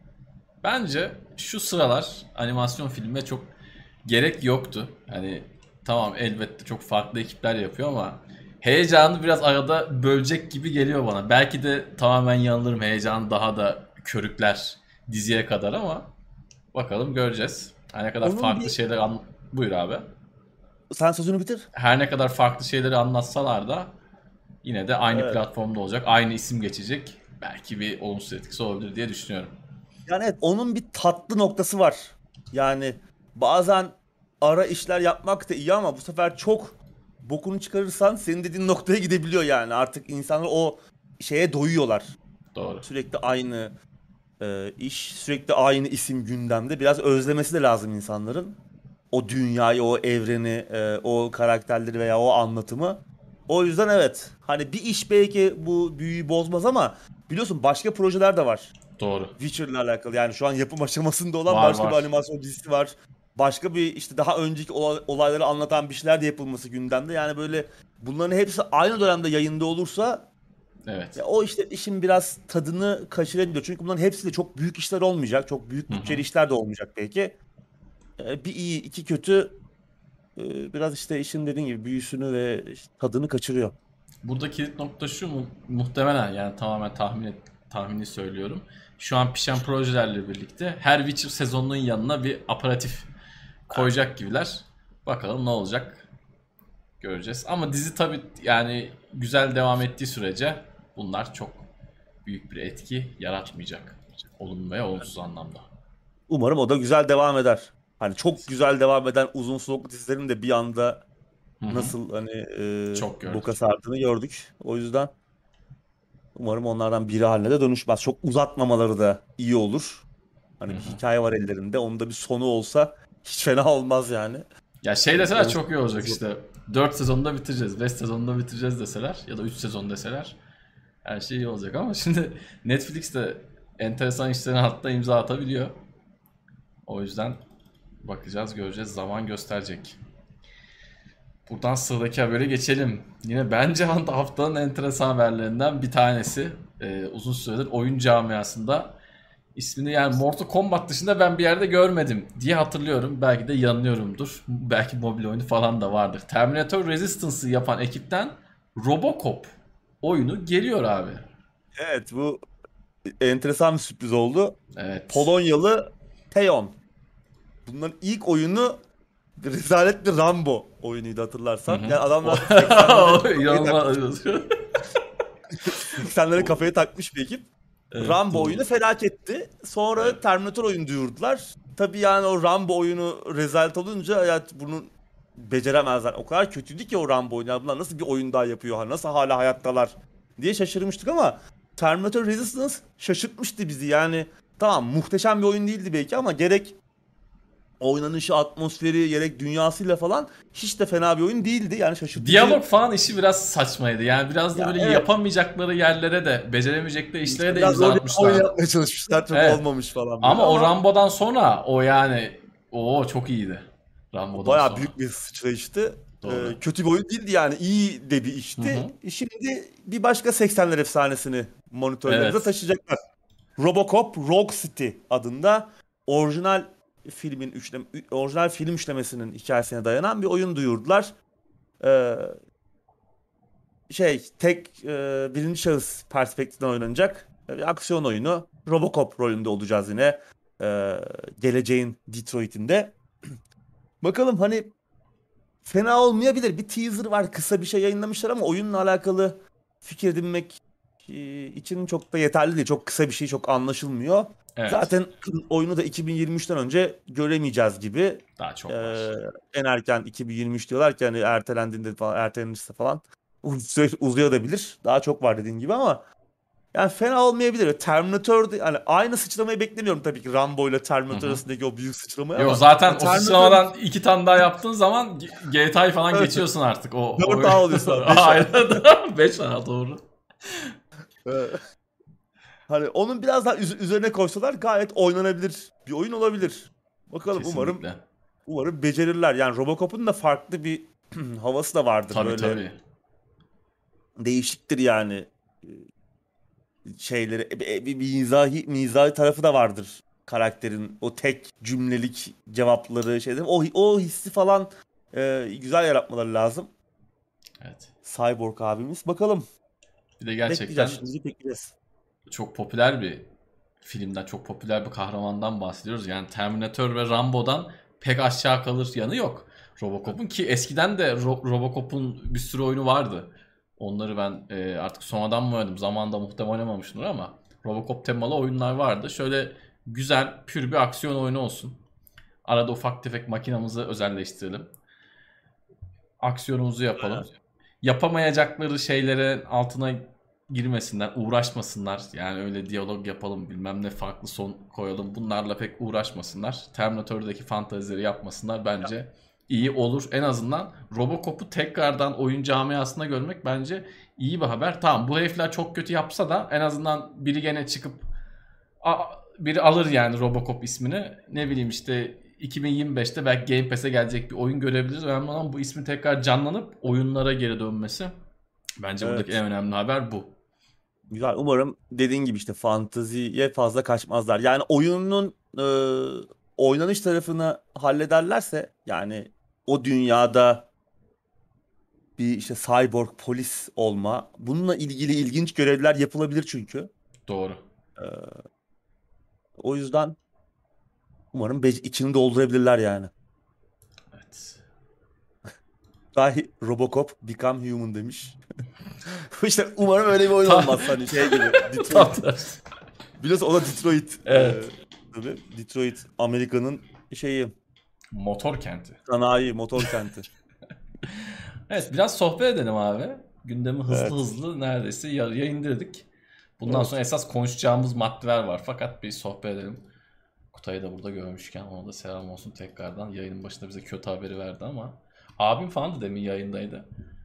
Bence şu sıralar animasyon filme çok gerek yoktu. Hani tamam elbette çok farklı ekipler yapıyor ama heyecanı biraz arada bölecek gibi geliyor bana. Belki de tamamen yanılırım, heyecanı daha da körükler diziye kadar ama bakalım göreceğiz. Her ne kadar Onun farklı bir şeyler an... Buyur abi. sen sözünü bitir. Her ne kadar farklı şeyleri anlatsalar da yine de aynı Evet. platformda olacak, aynı isim geçecek. Belki bir olumsuz etkisi olabilir diye düşünüyorum. Yani evet onun bir tatlı noktası var. Yani bazen ara işler yapmak da iyi ama bu sefer çok bokunu çıkarırsan senin dediğin noktaya gidebiliyor yani. Artık insanlar o şeye doyuyorlar. Doğru. Sürekli aynı e, iş, sürekli aynı isim gündemde. Biraz özlemesi de lazım insanların. O dünyayı, o evreni, e, o karakterleri veya o anlatımı. O yüzden evet. Hani bir iş belki bu büyüyü bozmaz ama biliyorsun başka projeler de var. Doğru. Witcher'la alakalı. Yani şu an yapım aşamasında olan Var başka bir var. animasyon dizisi var. Başka bir işte daha önceki olay- olayları anlatan bir şeyler de yapılması gündemde. Yani böyle bunların hepsi aynı dönemde yayında olursa Evet. ya o işte işin biraz tadını kaçırabiliyor. Çünkü bunların hepsi de çok büyük işler olmayacak. Çok büyük Hı hı. bütçeli işler de olmayacak belki. Ee, Bir iyi, iki kötü e, biraz işte işin dediğin gibi büyüsünü ve işte tadını kaçırıyor. Burada kilit nokta şu mu, muhtemelen yani tamamen tahmin et, tahmini söylüyorum. Şu an pişen projelerle birlikte her Witcher sezonunun yanına bir aparatif koyacak gibiler. Bakalım ne olacak, göreceğiz. Ama dizi tabii yani güzel devam ettiği sürece bunlar çok büyük bir etki yaratmayacak. Olumlu veya olumsuz anlamda. Umarım o da güzel devam eder. Hani çok güzel devam eden uzun soluklu dizilerin de bir anda Hı hı. nasıl hani e, Çok boka gördük. sardığını gördük. O yüzden umarım onlardan biri haline de dönüşmez. Çok uzatmamaları da iyi olur. Hı Hani bir hı. hikaye var ellerinde. Onun da bir sonu olsa hiç fena olmaz yani. Ya şey Çünkü deseler on çok iyi olacak işte. Dört sezonda bitireceğiz, beş sezonda bitireceğiz deseler ya da üç sezon deseler her şey iyi olacak ama şimdi Netflix de enteresan işlerin altına imza atabiliyor. O yüzden Bakacağız, göreceğiz. Zaman gösterecek. Buradan sıradaki habere geçelim. Yine bence haftanın enteresan haberlerinden bir tanesi. Ee, uzun süredir oyun camiasında ismini yani Mortal Kombat dışında ben bir yerde görmedim diye hatırlıyorum. Belki de yanılıyorumdur. Belki mobil oyunu falan da vardır. Terminator Resistance'ı yapan ekipten Robocop oyunu geliyor abi. Evet, bu enteresan bir sürpriz oldu. Evet. Polonyalı Teon. Bunların ilk oyunu rezalet bir Rambo oyunuydu, hatırlarsan. Hı hı. Yani adamlar seksenlere İnanılmaz. seksenlere kafaya takmış bir ekip. Evet, Rambo doğru. oyunu felaketti. Sonra Evet. Terminator oyunu duyurdular. Tabii yani o Rambo oyunu rezalet olunca ya bunu beceremezler. O kadar kötüydü ki o Rambo oyunu. Ya bunlar nasıl bir oyun daha yapıyor? Nasıl hala hayattalar diye şaşırmıştık ama Terminator Resistance şaşırtmıştı bizi. Yani tamam, muhteşem bir oyun değildi belki ama gerek oynanışı, atmosferi, gerek dünyasıyla falan hiç de fena bir oyun değildi. Yani şaşırtıcı. Diyalog falan işi biraz saçmaydı. Yani biraz da Ya böyle evet. yapamayacakları yerlere de, beceremeyecekleri işlere de Biraz imza öyle oyun atmışlar. yapmaya çalışmışlar. Çok Evet. olmamış falan. böyle Ama o Rambo'dan sonra o yani o çok iyiydi. Rambo'dan bayağı sonra. büyük bir sıçrayıştı. Ee, Doğru. kötü bir oyun değildi yani. İyi de bir Hı işti. hı. Şimdi bir başka seksenler efsanesini monitörlerimize Evet. taşıyacaklar. Robocop Rogue City adında orijinal filmin üçlem orijinal film üçlemesinin hikayesine dayanan bir oyun duyurdular. Ee, şey tek e, birinci şahıs perspektiften oynanacak bir aksiyon oyunu. Robocop rolünde olacağız yine. Ee, geleceğin Detroit'inde. Bakalım, hani fena olmayabilir. Bir teaser var, kısa bir şey yayınlamışlar ama oyunla alakalı fikir edinmek e, için çok da yeterli değil. Çok kısa bir şey, çok anlaşılmıyor. Evet. Zaten oyunu da iki bin yirmi üçten önce göremeyeceğiz gibi. Daha çok Ee, var. en erken iki bin yirmi üç diyorlar ki hani ertelendiğinde falan, ertelenirse falan uz- uzuyor da bilir. Daha çok var dediğin gibi ama yani fena olmayabilir. Terminator hani aynı sıçramayı beklemiyorum tabii ki Rambo ile Hı Terminator hı. arasındaki o büyük sıçramayı Yo ama zaten yani o Terminator sıçramadan iki tane daha yaptığın zaman G T A'yı falan geçiyorsun artık. O, o... dört A oluyorsun, beş A. Aynen. beş A doğru. Hani onun biraz daha üz- üzerine koysalar gayet oynanabilir bir oyun olabilir. Bakalım, umarım Kesinlikle. umarım becerirler. Yani Robocop'un da farklı bir havası da vardır, Tabii böyle tabii. değişiktir yani. Şeyleri bir, bir mizahi mizahi tarafı da vardır karakterin, o tek cümlelik cevapları şeyler, o o hissi falan e, güzel yaratmaları lazım. Evet. Cyborg abimiz, bakalım, Bir de bekleyeceğiz, gerçekten şimdi bekleyeceğiz. çok popüler bir filmden, çok popüler bir kahramandan bahsediyoruz. Yani Terminator ve Rambo'dan pek aşağı kalır yanı yok. Robocop'un ki eskiden de Ro- Robocop'un bir sürü oyunu vardı. Onları ben e, artık sonradan mı oynadım? Zamanında muhtemelen oynamamışımdır ama Robocop temalı oyunlar vardı. Şöyle güzel, pür bir aksiyon oyunu olsun. Arada ufak tefek makinamızı özelleştirelim. Aksiyonumuzu yapalım. Yapamayacakları şeylere altına girmesinler, uğraşmasınlar. Yani öyle diyalog yapalım, bilmem ne farklı son koyalım. Bunlarla pek uğraşmasınlar. Terminator'daki fantazileri yapmasınlar bence iyi olur. En azından Robocop'u tekrardan oyun camiasında görmek bence iyi bir haber. Tamam, bu herifler çok kötü yapsa da en azından biri gene çıkıp a- biri alır yani Robocop ismini. Ne bileyim işte iki bin yirmi beşte belki Game Pass'e gelecek bir oyun görebiliriz. Önemli olan bu ismin tekrar canlanıp oyunlara geri dönmesi. Bence buradaki Evet, en önemli haber bu. güzel, umarım dediğin gibi işte fanteziye fazla kaçmazlar. Yani oyunun e, oynanış tarafını hallederlerse, yani o dünyada bir işte cyborg polis olma, bununla ilgili ilginç görevler yapılabilir çünkü. Doğru. Ee, o yüzden umarım bec- içini doldurabilirler yani. Evet. Dahi Robocop Become Human demiş. İşte umarım öyle bir oyun Ta olmaz, hani şey gibi tam Detroit. tersi. Biliyorsun o da Detroit. Ee, Evet. tabii Detroit Amerika'nın şeyi, Motor kenti. sanayi, motor kenti. Evet, biraz sohbet edelim abi. Gündemi hızlı Evet. hızlı neredeyse yarıya indirdik. Bundan sonra Evet. esas konuşacağımız maddeler var. Fakat bir sohbet edelim. Kutay'ı da burada görmüşken ona da selam olsun tekrardan. Yayının başında bize kötü haberi verdi ama abim falan da demin yayındaydı.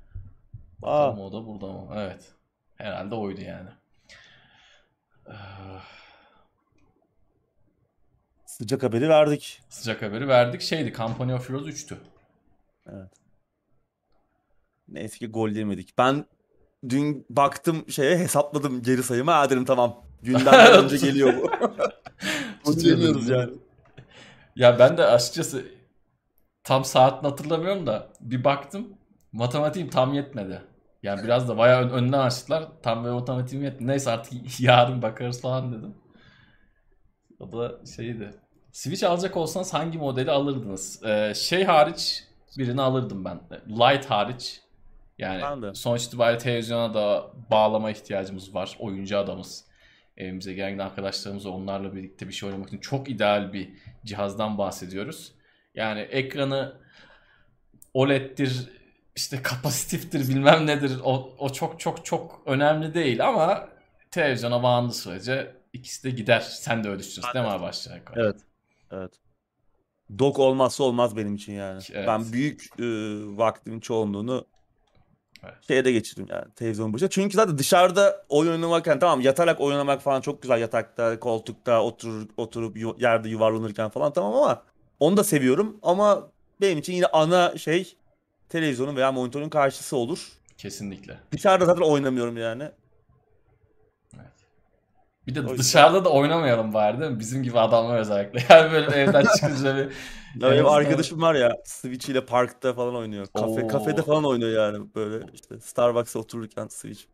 Aa, Bakalım o da burada mı? Evet. Herhalde oydu yani. Ah, Sıcak haberi verdik. Sıcak haberi verdik. Şeydi, Company of Heroes üçtü. Evet. Neyse ki gol yemedik. Ben dün baktım şeye, hesapladım geri sayımı. Ha dedim tamam. Gündemden önce geliyor bu. Bunu Tutuyordun yeniyoruz değil mi? yani. Ya ben de açıkçası tam saatini hatırlamıyorum da bir baktım, matematiğim tam yetmedi. Yani biraz da bayağı ön- önden açtılar. Tam böyle matematiğim yetmedi. Neyse artık yarın bakarız falan dedim. O da şeydi. Switch alacak olsanız hangi modeli alırdınız? Ee, şey hariç birini alırdım ben. Lite hariç. Yani Ben de. sonuç itibariyle televizyona da bağlama ihtiyacımız var. Oyuncu adamız. Evimize gelen arkadaşlarımız, onlarla birlikte bir şey oynamak için çok ideal bir cihazdan bahsediyoruz. Yani ekranı O L E D'dir, işte kapasitiftir, bilmem nedir. O, o çok çok çok önemli değil ama televizyona bağlandığı sürece ikisi de gider. Sen de öyle düşünüyorsun değil mi abi, aşağı yukarı? Evet. Evet. Dock olmazsa olmaz benim için yani. Ben Evet. büyük e, vaktimin çoğunluğunu Evet. şeyde geçirdim yani, televizyon başında. Çünkü zaten dışarıda oyun oynamak, tamam, yatarak oynamak falan çok güzel, yatakta, koltukta oturur, oturup yu- yerde yuvarlanırken falan tamam, ama onu da seviyorum, ama benim için yine ana şey televizyonun veya monitörün karşısı olur. Kesinlikle. Dışarıda zaten oynamıyorum yani. Evet. Bir O de yüzden dışarıda da oynamayalım bari değil mi? Bizim gibi adamlar özellikle. Yani böyle evden çıkınca bir ya en benim azından... arkadaşım var ya, Switch ile parkta falan oynuyor. Kafe kafede Oo, falan oynuyor yani, böyle işte Starbucks'a otururken Switch.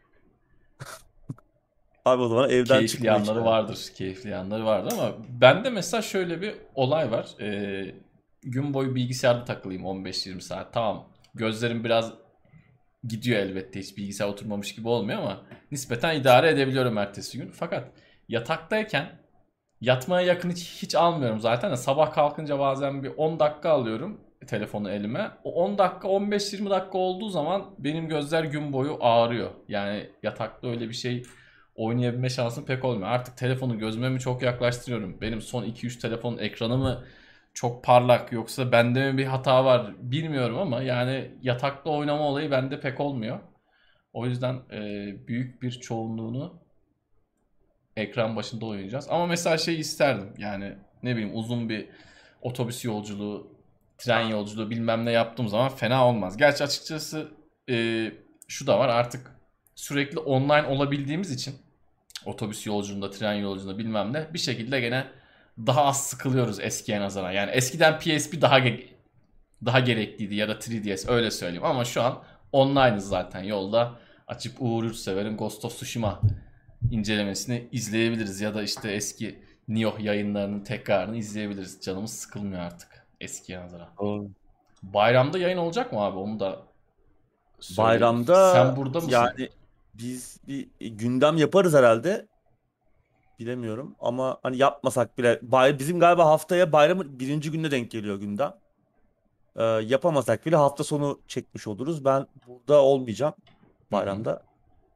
Abi o zaman evden keyifli çıkma hiç yanları yani. vardır. Keyifli yanları vardır ama bende mesela şöyle bir olay var. Ee, gün boyu bilgisayarda takılayım on beş yirmi saat. Tamam. Gözlerim biraz gidiyor elbette, hiç bilgisayar oturmamış gibi olmuyor ama nispeten idare edebiliyorum ertesi gün. Fakat yataktayken yatmaya yakın hiç, hiç almıyorum zaten de sabah kalkınca bazen bir on dakika alıyorum telefonu elime. O on dakika on beş yirmi dakika olduğu zaman benim gözler gün boyu ağrıyor. Yani yatakta öyle bir şey oynayabilme şansım pek olmuyor. Artık telefonu gözüme mi çok yaklaştırıyorum? Benim son iki üç telefonun ekranı mı çok parlak, yoksa bende mi bir hata var bilmiyorum ama yani yatakta oynama olayı bende pek olmuyor. O yüzden e, büyük bir çoğunluğunu ekran başında oynayacağız. Ama mesela şey isterdim yani, ne bileyim, uzun bir otobüs yolculuğu, tren yolculuğu bilmem ne yaptığım zaman fena olmaz. Gerçi açıkçası e, şu da var, artık sürekli online olabildiğimiz için otobüs yolculuğunda, tren yolculuğunda bilmem ne, bir şekilde gene daha az sıkılıyoruz eskiye nazaran. Yani eskiden P S P daha ge- daha gerekliydi ya da üç D S, öyle söyleyeyim, ama şu an online'ız zaten, yolda açıp Uğur Yurtsever'in Ghost of Tsushima incelemesini izleyebiliriz ya da işte eski Nioh yayınlarının tekrarını izleyebiliriz. Canımız sıkılmıyor artık eskiye nazaran. Doğru. Bayramda yayın olacak mı abi? Onu da söyleyeyim. Bayramda Sen burada mısın? yani biz bir gündem yaparız herhalde. Bilemiyorum ama hani yapmasak bile, bay, bizim galiba haftaya bayramın birinci gününe denk geliyor gündem. Ee, yapamasak bile hafta sonu çekmiş oluruz. Ben burada olmayacağım Hı hı. bayramda.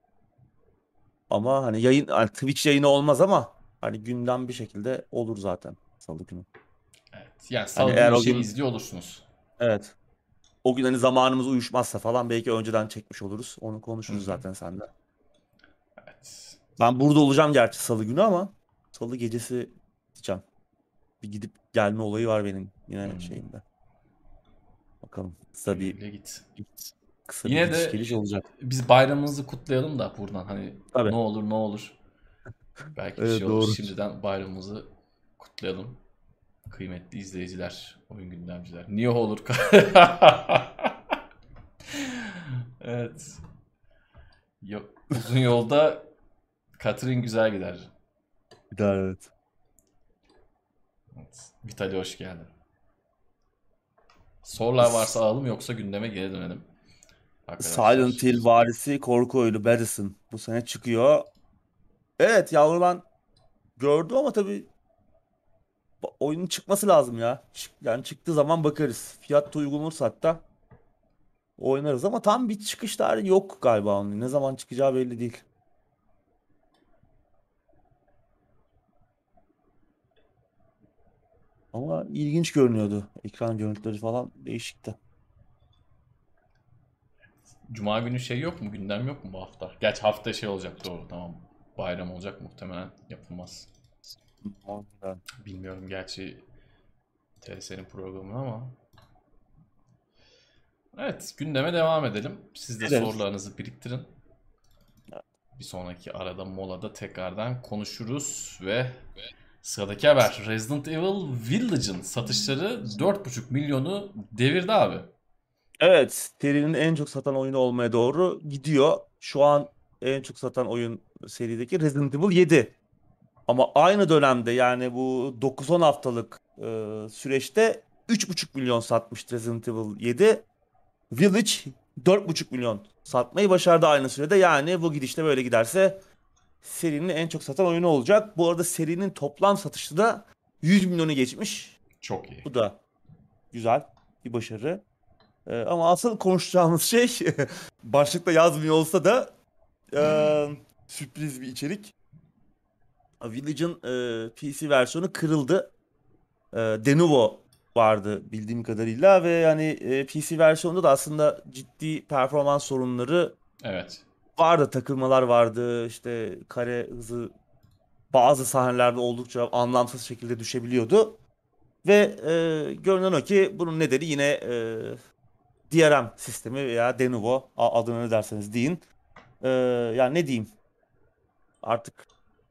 Ama hani yayın, hani Twitch yayını olmaz ama hani gündem bir şekilde olur zaten Salı günü. Evet. Yani Hani salı günü eğer bir o şey gün, izliyor olursunuz. evet, o gün hani zamanımız uyuşmazsa falan belki önceden çekmiş oluruz. Onu Hı konuşuruz hı. zaten seninle. Evet. Ben burada olacağım gerçi Salı günü, ama Salı gecesi gideceğim. Bir gidip gelme olayı var benim Hı. yine şeyimde. Bakalım. Kısa Güle bir güle git. kısa bir Yine gidiş de geliş olacak. biz bayramımızı kutlayalım da buradan, hani Tabii. ne olur ne olur. Belki bir Evet, şey olur. doğru. Şimdiden bayramımızı kutlayalım. Kıymetli izleyiciler, oyun gündemciler. Niye olur? Evet. Yok, uzun yolda Katrin güzel gider. Bir daha, evet. Evet. Vitali hoş geldin. Sorular varsa alalım, yoksa gündeme geri dönelim. Silent Arkadaşlar. Hill varisi korku oyunu Badison bu sene çıkıyor. Evet yavrum, ben gördüm ama tabii ba- oyunun çıkması lazım ya. Çık- Yani çıktığı zaman bakarız. Fiyat da uygun olursa hatta oynarız, ama tam bir çıkış tarihi yok galiba onun. Ne zaman çıkacağı belli değil. Ama ilginç görünüyordu. Ekran görüntüleri falan değişikti. Cuma günü şey yok mu? Gündem yok mu bu hafta? Gerçi hafta şey olacak, doğru, tamam. Bayram olacak muhtemelen, yapılmaz. Ondan. Bilmiyorum gerçi T R S'nin programı ama. Evet, gündeme devam edelim. Siz de Edelim. sorularınızı biriktirin. Bir sonraki arada molada tekrardan konuşuruz ve sıradaki haber. Resident Evil Village'ın satışları dört buçuk milyonu devirdi abi. Evet, serinin en çok satan oyunu olmaya doğru gidiyor. Şu an en çok satan oyun serideki Resident Evil yedi. Ama aynı dönemde, yani bu dokuz on haftalık e, süreçte üç buçuk milyon satmıştı Resident Evil yedi. Village dört buçuk milyon satmayı başardı aynı sürede. Yani bu gidişle böyle giderse serinin en çok satan oyunu olacak. Bu arada serinin toplam satışı da yüz milyonu geçmiş. Çok iyi. Bu da güzel bir başarı. Ee, ama asıl konuşacağımız şey başlıkta yazmıyor olsa da e, sürpriz bir içerik. Village'ın e, P C versiyonu kırıldı. E, Denuvo vardı bildiğim kadarıyla ve yani e, P C versiyonunda da aslında ciddi performans sorunları Evet. vardı. Takılmalar vardı. İşte kare hızı bazı sahnelerde oldukça anlamsız şekilde düşebiliyordu. Ve e, görünen o ki bunun nedeni yine e, D R M sistemi veya Denuvo, a- adına ne derseniz deyin. E, yani ne diyeyim? Artık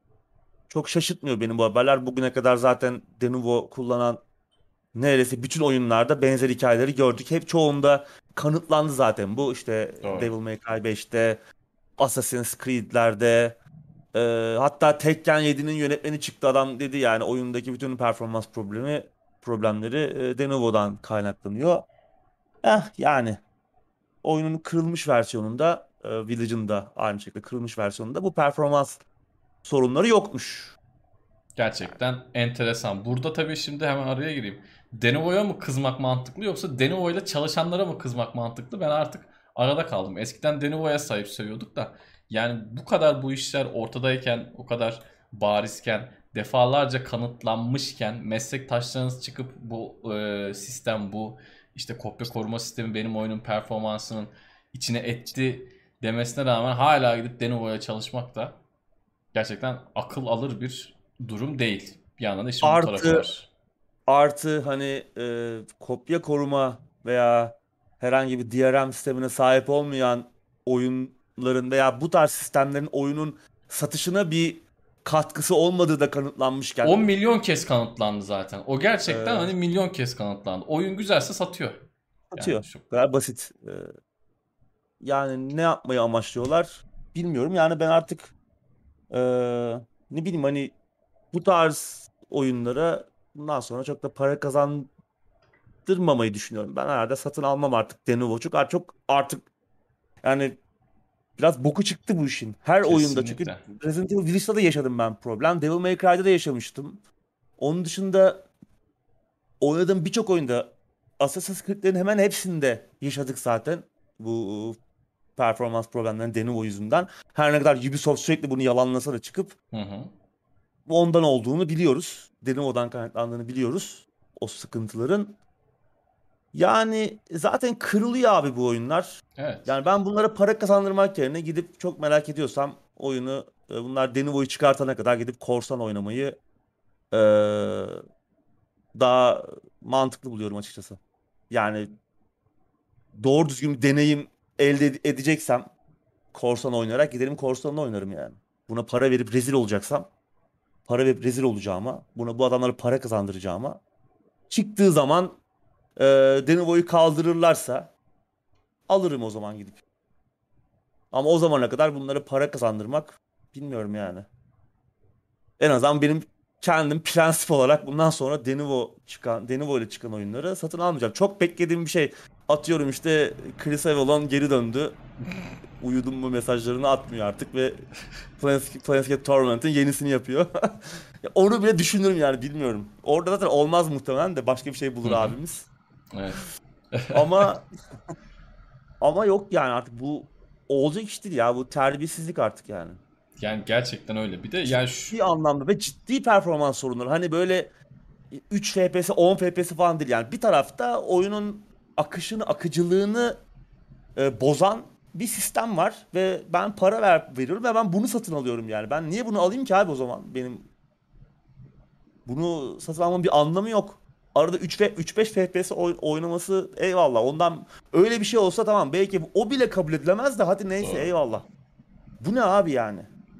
çok şaşırtmıyor benim bu haberler. Bugüne kadar zaten Denuvo kullanan neredeyse bütün oyunlarda benzer hikayeleri gördük. Hep çoğunda kanıtlandı zaten bu. İşte Doğru. Devil May Cry beşte, Assassin's Creed'lerde, e, hatta Tekken yedinin yönetmeni çıktı, adam dedi yani oyundaki bütün performans problemi problemleri e, Denuvo'dan kaynaklanıyor. Eh yani oyunun kırılmış versiyonunda, e, Village'ın da aynı şekilde kırılmış versiyonunda bu performans sorunları yokmuş. Gerçekten enteresan. Burada tabii şimdi hemen araya gireyim. Denuvo'ya mı kızmak mantıklı yoksa Denuvo ile çalışanlara mı kızmak mantıklı? Ben artık arada kaldım. Eskiden Denuvo'ya sahip seviyorduk da yani bu kadar bu işler ortadayken, o kadar barizken, defalarca kanıtlanmışken meslektaşlarınız çıkıp bu e, sistem, bu işte kopya koruma sistemi benim oyunun performansının içine etti demesine rağmen hala gidip Denuvo'ya çalışmak da gerçekten akıl alır bir durum değil. Bir yandan da işin bu tarafı Artı var. artı hani e, kopya koruma veya herhangi bir D R M sistemine sahip olmayan oyunların veya bu tarz sistemlerin oyunun satışına bir katkısı olmadığı da kanıtlanmışken on milyon kez kanıtlandı zaten. O gerçekten e, hani milyon kez kanıtlandı. Oyun güzelse satıyor. Yani satıyor. şu Bu kadar basit. E, yani ne yapmayı amaçlıyorlar bilmiyorum. Yani ben artık e, ne bileyim hani bu tarz oyunlara bundan sonra çok da para kazandırmamayı düşünüyorum. Ben herhalde satın almam artık Denuvo. Çok artık, çok artık yani biraz boku çıktı bu işin. Her oyunda, çünkü kesinlikle. Resident Evil Village'da da yaşadım ben problem. Devil May Cry'da da yaşamıştım. Onun dışında oynadığım birçok oyunda, Assassin's Creed'lerin hemen hepsinde yaşadık zaten. Bu performans problemlerini Denuvo yüzünden. Her ne kadar Ubisoft sürekli bunu yalanlasa da çıkıp Hı hı. ondan olduğunu biliyoruz. Denuvo'dan kaynaklandığını biliyoruz. O sıkıntıların. Yani zaten kırılıyor abi bu oyunlar. Evet. Yani ben bunlara para kazandırmak yerine gidip, çok merak ediyorsam oyunu, e, bunlar Denuvo'yu çıkartana kadar gidip korsan oynamayı e, daha mantıklı buluyorum açıkçası. Yani doğru düzgün bir deneyim elde ede- edeceksem korsan oynayarak giderim korsanla oynarım yani. Buna para verip rezil olacaksam, para verip rezil olacağıma, buna bu adamlara para kazandıracağıma, çıktığı zaman e, Denuvo'yu kaldırırlarsa alırım o zaman gidip. Ama o zamana kadar bunlara para kazandırmak bilmiyorum yani. En azından benim kendim prensip olarak bundan sonra Denuvo çıkan, Denuvo ile çıkan oyunları satın almayacağım. Çok beklediğim bir şey. Atıyorum işte Chris Avellone geri döndü. Uyudum mu mesajlarını atmıyor artık ve Planescape, Planescape Torment'in yenisini yapıyor. Ya onu bile düşünürüm yani, bilmiyorum. Orada zaten olmaz muhtemelen de, başka bir şey Hı bulur hı. abimiz. Evet. Ama ama yok yani, artık bu olacak iş değil ya. Bu terbiyesizlik artık yani. Yani gerçekten öyle. Bir de yani şu... Ciddi anlamda ve ciddi performans sorunları. Hani böyle üç F P S, on F P S falan değil yani. Bir tarafta oyunun akışını, akıcılığını e, bozan bir sistem var ve ben para ver, veriyorum ve ben bunu satın alıyorum yani. Ben niye bunu alayım ki abi o zaman? Benim Bunu satın almanın bir anlamı yok. Arada üç ve üç beş F P S oy- oynaması eyvallah. Ondan öyle bir şey olsa tamam. Belki o bile kabul edilemez de hadi neyse Doğru. eyvallah. Bu ne abi yani?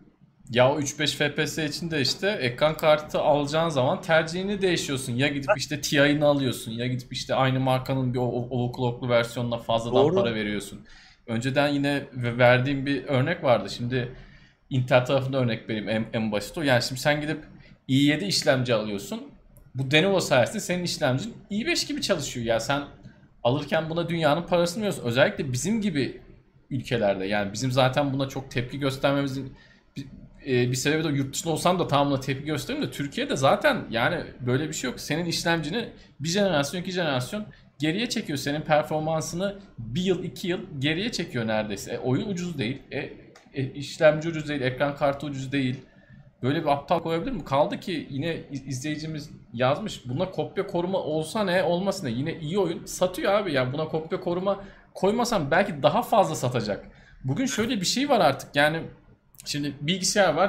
Ya o üç beş F P S için de işte ekran kartı alacağın zaman tercihini değişiyorsun. Ya gidip işte T I'ni alıyorsun ya gidip işte aynı markanın bir o- o- overclocklu versiyonuna fazladan Doğru. para veriyorsun. Önceden yine ve- verdiğim bir örnek vardı. Şimdi Intel tarafında örnek vereyim en, en basit o. Yani şimdi sen gidip i yedi işlemci alıyorsun. Bu Lenovo sayesinde senin işlemcin i beş gibi çalışıyor. Ya sen alırken buna dünyanın parasını veriyorsun. Özellikle bizim gibi ülkelerde, yani bizim zaten buna çok tepki göstermemizin bir, e, bir sebebi de, yurt dışında olsam da tamamına tepki gösteririm de Türkiye'de zaten yani böyle bir şey yok. Senin işlemcini bir jenerasyon iki jenerasyon geriye çekiyor. Senin performansını bir yıl iki yıl geriye çekiyor neredeyse. E, oyun ucuz değil. E, e, işlemci ucuz değil. Ekran kartı ucuz değil. Böyle bir aptal koyabilir mi? Kaldı ki yine izleyicimiz yazmış. Buna kopya koruma olsa ne, olmasın ne. Yine iyi oyun satıyor abi. Yani buna kopya koruma koymasam belki daha fazla satacak. Bugün şöyle bir şey var artık. Yani şimdi bilgisayar var,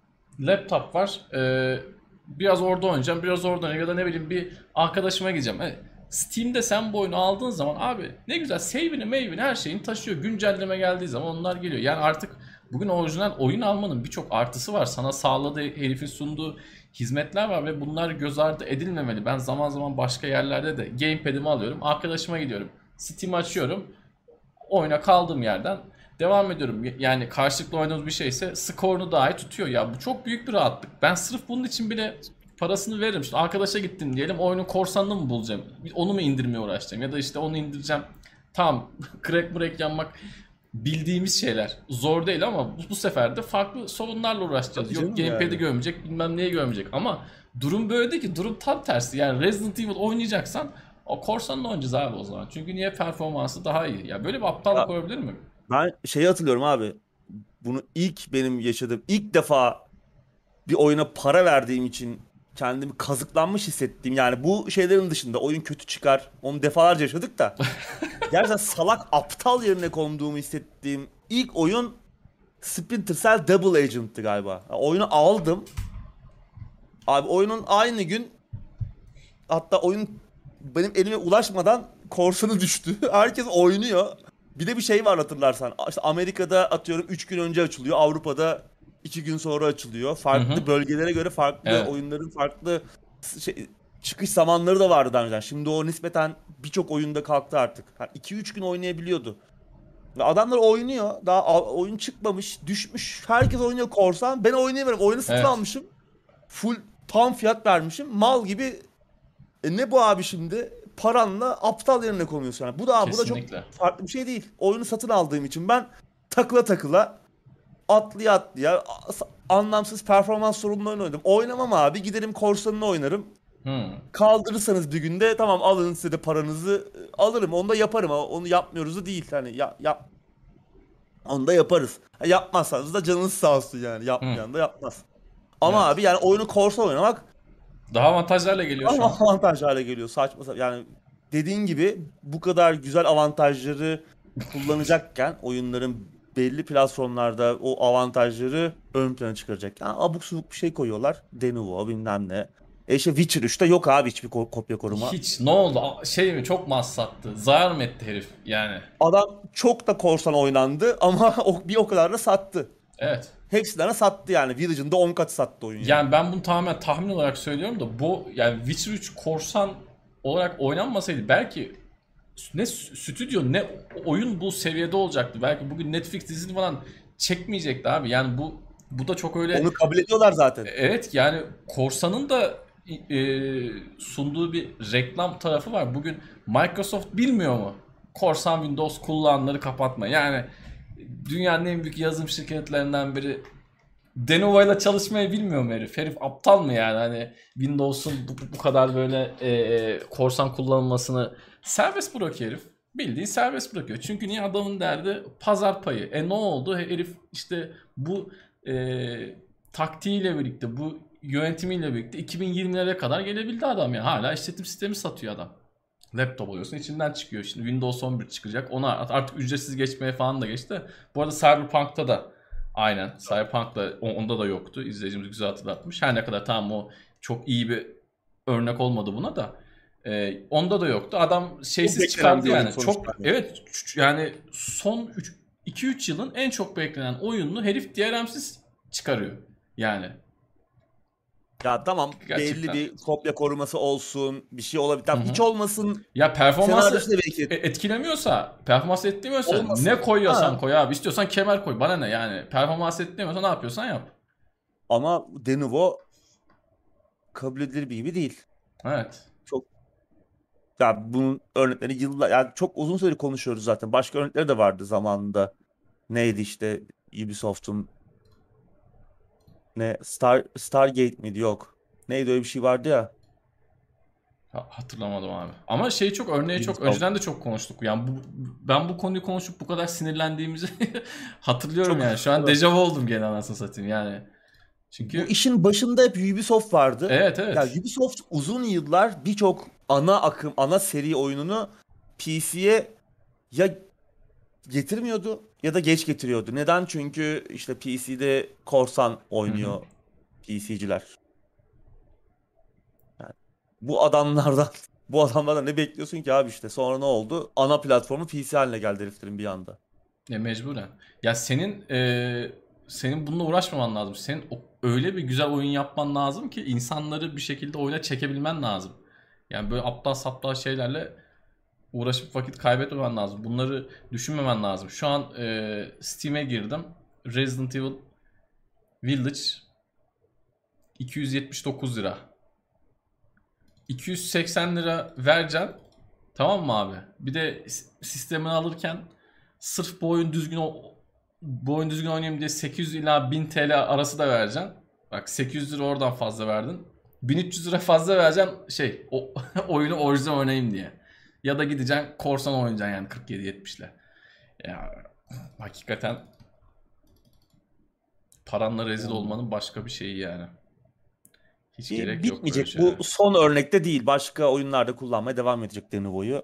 laptop var. Ee, biraz orada oynayacağım, biraz orada oynayacağım. Ya da ne bileyim bir arkadaşıma gideceğim. E, Steam'de sen bu oyunu aldığın zaman abi ne güzel save'ini, mave'ini, her şeyini taşıyor. Güncelleme geldiği zaman onlar geliyor. Yani artık bugün orijinal oyun almanın birçok artısı var. Sana sağladığı, herifin sunduğu hizmetler var ve bunlar göz ardı edilmemeli. Ben zaman zaman başka yerlerde de gamepad'imi alıyorum. Arkadaşıma gidiyorum. Steam açıyorum. Oyuna kaldığım yerden devam ediyorum. Yani karşılıklı oynadığımız bir şeyse skorunu dahi tutuyor. Ya bu çok büyük bir rahatlık. Ben sırf bunun için bile parasını veririm. İşte arkadaşa gittim diyelim, oyunun korsanını mı bulacağım? Onu mu indirmeye uğraşacağım? Ya da işte onu indireceğim. Tamam, crack break yanmak bildiğimiz şeyler. Zor değil ama bu, bu sefer de farklı sorunlarla uğraşacağız. Tabii Yok canım gamepad'i yani. gömecek, bilmem neyi gömecek. Ama durum böyle değil ki. Durum tam tersi. Yani Resident Evil oynayacaksan o korsanla oynayacağız abi o zaman. Çünkü niye, performansı daha iyi. Ya böyle bir aptallık Ya olabilir mi? ben şeyi hatırlıyorum abi. Bunu ilk benim yaşadığım ilk defa bir oyuna para verdiğim için kendimi kazıklanmış hissettiğim, yani bu şeylerin dışında oyun kötü çıkar onu defalarca yaşadık da gerçekten salak aptal yerine konduğumu hissettiğim ilk oyun Splinter Cell Double Agent'tı galiba. Yani oyunu aldım. Abi oyunun aynı gün, hatta oyun benim elime ulaşmadan korsanı düştü. Herkes oynuyor. Bir de bir şey var hatırlarsan. İşte Amerika'da atıyorum üç gün önce açılıyor. Avrupa'da iki gün sonra açılıyor. Hı hı. Farklı bölgelere göre farklı Evet. oyunların farklı şey, çıkış zamanları da vardı daha önceden. Şimdi o nispeten birçok oyunda kalktı artık. iki üç gün oynayabiliyordu. Ve adamlar oynuyor. Daha a- oyun çıkmamış, düşmüş. Herkes oynuyor korsan. Ben oynayamıyorum. Oyunu satın Evet. almışım. Full tam fiyat vermişim. Mal gibi. E ne bu abi şimdi? Paranla aptal yerine konuyorsun. Yani bu da bu da çok Kesinlikle. farklı bir şey değil. Oyunu satın aldığım için ben takıla takıla, atlıya atlıya, a- anlamsız performans sorunlarını oynadım. Oynamam abi. Giderim korsanını oynarım. Hmm. Kaldırırsanız bir günde tamam, alın size de paranızı, e, alırım. Onu da yaparım ama onu yapmıyoruz da değil. Hani ya, yap, onu da yaparız. Ha, yapmazsanız da canınız sağ olsun yani. Hmm. Yapmayan da yapmaz. Ama Evet. abi yani oyunu korsan oynamak Daha avantajlarla geliyor şu ama an. avantaj hale geliyor. Saçma sapan. Yani dediğin gibi bu kadar güzel avantajları kullanacakken oyunların belli platformlarda o avantajları ön plana çıkaracak. Yani abuk subuk bir şey koyuyorlar. Denuvo bilmem ne. E işte Witcher üçte yok abi hiçbir ko- kopya koruma. Hiç. Ne oldu? A- Şey mi? Çok mu az sattı? Zarar mı etti herif? Yani. Adam çok da korsan oynandı ama o, bir o kadar da sattı. Evet. Hepsinden de sattı yani. Village'ın da on katı sattı oyun yani. Yani ben bunu tamamen tahmin olarak söylüyorum da bu, yani Witcher üç korsan olarak oynanmasaydı belki ne stüdyo ne oyun bu seviyede olacaktı. Belki bugün Netflix dizini falan çekmeyecekti abi. Yani bu bu da çok öyle. Onu kabul ediyorlar zaten. Evet, yani korsanın da e, sunduğu bir reklam tarafı var. Bugün Microsoft bilmiyor mu? Korsan Windows kullananları kapatma. Yani dünyanın en büyük yazılım şirketlerinden biri Lenovo ile çalışmayı bilmiyor mu herif? Herif aptal mı yani? Hani Windows'un bu, bu kadar böyle e, e, korsan kullanılmasını serbest bırakıyor herif. Bildiği serbest bırakıyor. Çünkü niye, adamın derdi pazar payı. E ne oldu? Herif işte bu e, taktiğiyle birlikte, bu yönetimiyle birlikte iki bin yirmilere kadar gelebildi adam ya. Hala işletim sistemi satıyor adam. Laptop alıyorsun, içinden çıkıyor. Şimdi Windows on bir çıkacak. Ona artık ücretsiz geçmeye falan da geçti. Bu arada Cyberpunk'ta da aynen. Cyberpunk'la onda da yoktu. İzleyicimiz güzel hatırlatmış. Her ne kadar tamam o çok iyi bir örnek olmadı buna da. Ee, onda da yoktu. Adam şeysiz beklenen çıkardı bir oyun yani. sonuçta. Çok evet yani son iki üç yılın en çok beklenen oyununu herif D R M'siz çıkarıyor. Yani Ya tamam, gerçekten. belli bir kopya koruması olsun, bir şey olabilir. Hı Tamam, hı. hiç olmasın. Ya performansı Senaryosu da belki e- etkilemiyorsa, performans etkilemiyorsa olmasın. ne koyuyorsan Ha. koy abi. İstiyorsan kemer koy. Bana ne yani. Performans etkilemiyorsa ne yapıyorsan yap. Ama Denuvo kabul edilir bir gibi değil. Evet. Çok, ya bunun örnekleri yıllar, yani çok uzun süre konuşuyoruz zaten. Başka örnekleri de vardı zamanında. Neydi işte Ubisoft'un ne Star Stargate miydi? Yok. Neydi, öyle bir şey vardı ya. Ha- Hatırlamadım abi. Ama şey çok örneği çok Ubisoft. önceden de çok konuştuk. Yani bu, ben bu konuyu konuşup bu kadar sinirlendiğimizi hatırlıyorum Çok yani. Şu an dejavu oldum gene anasını satayım yani. Çünkü bu işin başında hep Ubisoft vardı. evet Ya evet. Ubisoft uzun yıllar birçok ana akım, ana seri oyununu P C'ye ya getirmiyordu ya da geç getiriyordu. Neden? Çünkü işte P C'de korsan Hı hı. oynuyor P C'ciler. Yani bu adamlardan bu adamlardan ne bekliyorsun ki abi işte? Sonra ne oldu? Ana platformu P C haline geldi heriflerin bir anda. Ya mecburen. Ya senin e, senin bununla uğraşmaman lazım. Senin o- öyle bir güzel oyun yapman lazım ki insanları bir şekilde oyuna çekebilmen lazım. Yani böyle aptal saptal şeylerle uğraşıp vakit kaybetmemen lazım. Bunları düşünmemen lazım. Şu an e, Steam'e girdim. Resident Evil Village iki yüz yetmiş dokuz lira. iki yüz seksen lira vereceksin. Tamam mı abi? Bir de sistemini alırken sırf bu oyun düzgün bu oyun düzgün oynayayım diye sekiz yüz ila bin T L arası da vereceksin. Bak sekiz yüz lira oradan fazla verdin. bin üç yüz lira fazla vereceksin şey o oyunu orijinal oynayayım diye. Ya da gideceksin korsan oynayacaksın yani kırk yedi yetmişle. Ya hakikaten paranla rezil olmanın başka bir şeyi yani. Hiç Bir gerek yok böyle bitmeyecek. şeylere. Bu son örnekte değil. Başka oyunlarda kullanmaya devam edecek Denuvo'yu.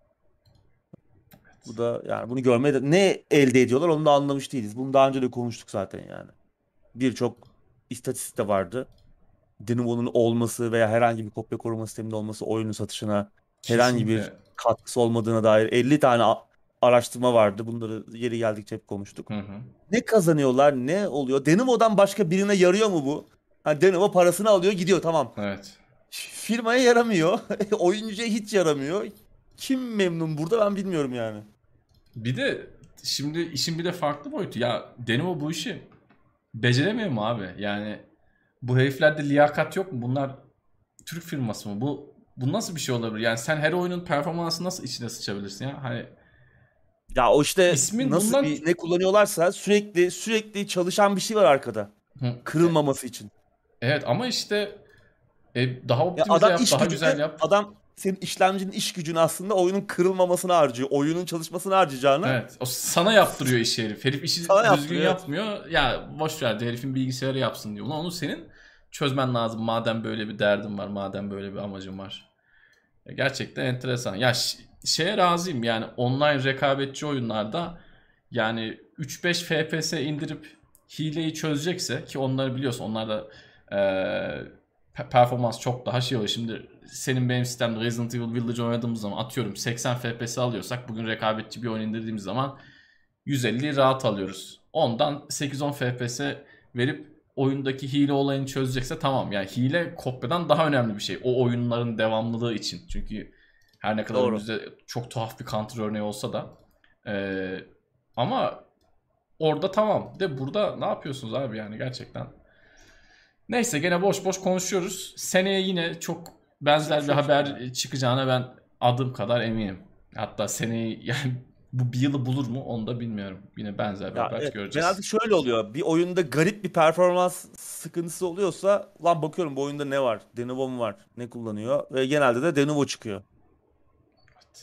Bu da yani bunu görmeye de ne elde ediyorlar onu da anlamış değiliz. Bunu daha önce de konuştuk zaten yani. Birçok istatistik de vardı. Denuvo'nun olması veya herhangi bir kopya koruma sisteminde olması oyunun satışına herhangi bir Kesinlikle. katkısı olmadığına dair elli tane a- araştırma vardı. Bunları yeri geldikçe hep konuştuk. Hı hı. Ne kazanıyorlar, ne oluyor? Denuvo'dan başka birine yarıyor mu bu? Ha, Denuvo parasını alıyor, gidiyor, tamam. Evet. Firmaya yaramıyor. Oyuncuya hiç yaramıyor. Kim memnun burada ben bilmiyorum yani. Bir de şimdi işin bir de farklı boyutu. Ya Denimo bu işi beceremiyor mu abi? Yani bu heriflerde liyakat yok mu? Bunlar Türk firması mı? Bu bu nasıl bir şey olabilir? Yani sen her oyunun performansını nasıl içine sıçabilirsin ya? Hani Ya o işte ismin nasıl bundan bir ne kullanıyorlarsa sürekli sürekli çalışan bir şey var arkada. Hı. Kırılmaması için. Evet ama işte e, daha Ya optimize adam yap, iş daha güzel gücünü, yap. adam senin işlemcinin iş gücünü aslında oyunun kırılmamasına harcıyor. Oyunun çalışmasına harcayacağına Evet. O sana yaptırıyor işi herif. Herif sana işi düzgün yaptırıyor. Evet. yapmıyor. Ya boş ver de herifin bilgisayarı yapsın diyor. Ulan onu senin çözmen lazım madem böyle bir derdin var, madem böyle bir amacın var. Ya gerçekten enteresan. Ya ş- şeye razıyım yani online rekabetçi oyunlarda yani üç beş F P S indirip hileyi çözecekse ki onları biliyorsun onlarda eee, pe- performans çok daha şey oluyor. Şimdi senin benim sistemde Resident Evil Village oynadığımız zaman atıyorum seksen F P S alıyorsak bugün rekabetçi bir oyun indirdiğimiz zaman yüz elli rahat alıyoruz. Ondan sekiz on F P S verip oyundaki hile olayını çözecekse tamam. Yani hile kopyadan daha önemli bir şey. O oyunların devamlılığı için. Çünkü her ne kadar Doğru. önümüzde çok tuhaf bir counter örneği olsa da eee, ama orada tamam. De burada ne yapıyorsunuz abi yani gerçekten. Neyse gene boş boş konuşuyoruz. Seneye yine çok benzer bir Çok haber çıkacağına ben adım kadar eminim. Hatta seneyi yani bu bir yılı bulur mu onu da bilmiyorum. Yine benzer bir Ya haber evet, genelde göreceğiz. şöyle oluyor. Bir oyunda garip bir performans sıkıntısı oluyorsa ulan bakıyorum bu oyunda ne var? Denuvo mu var? Ne kullanıyor? Ve genelde de Denuvo çıkıyor. Evet.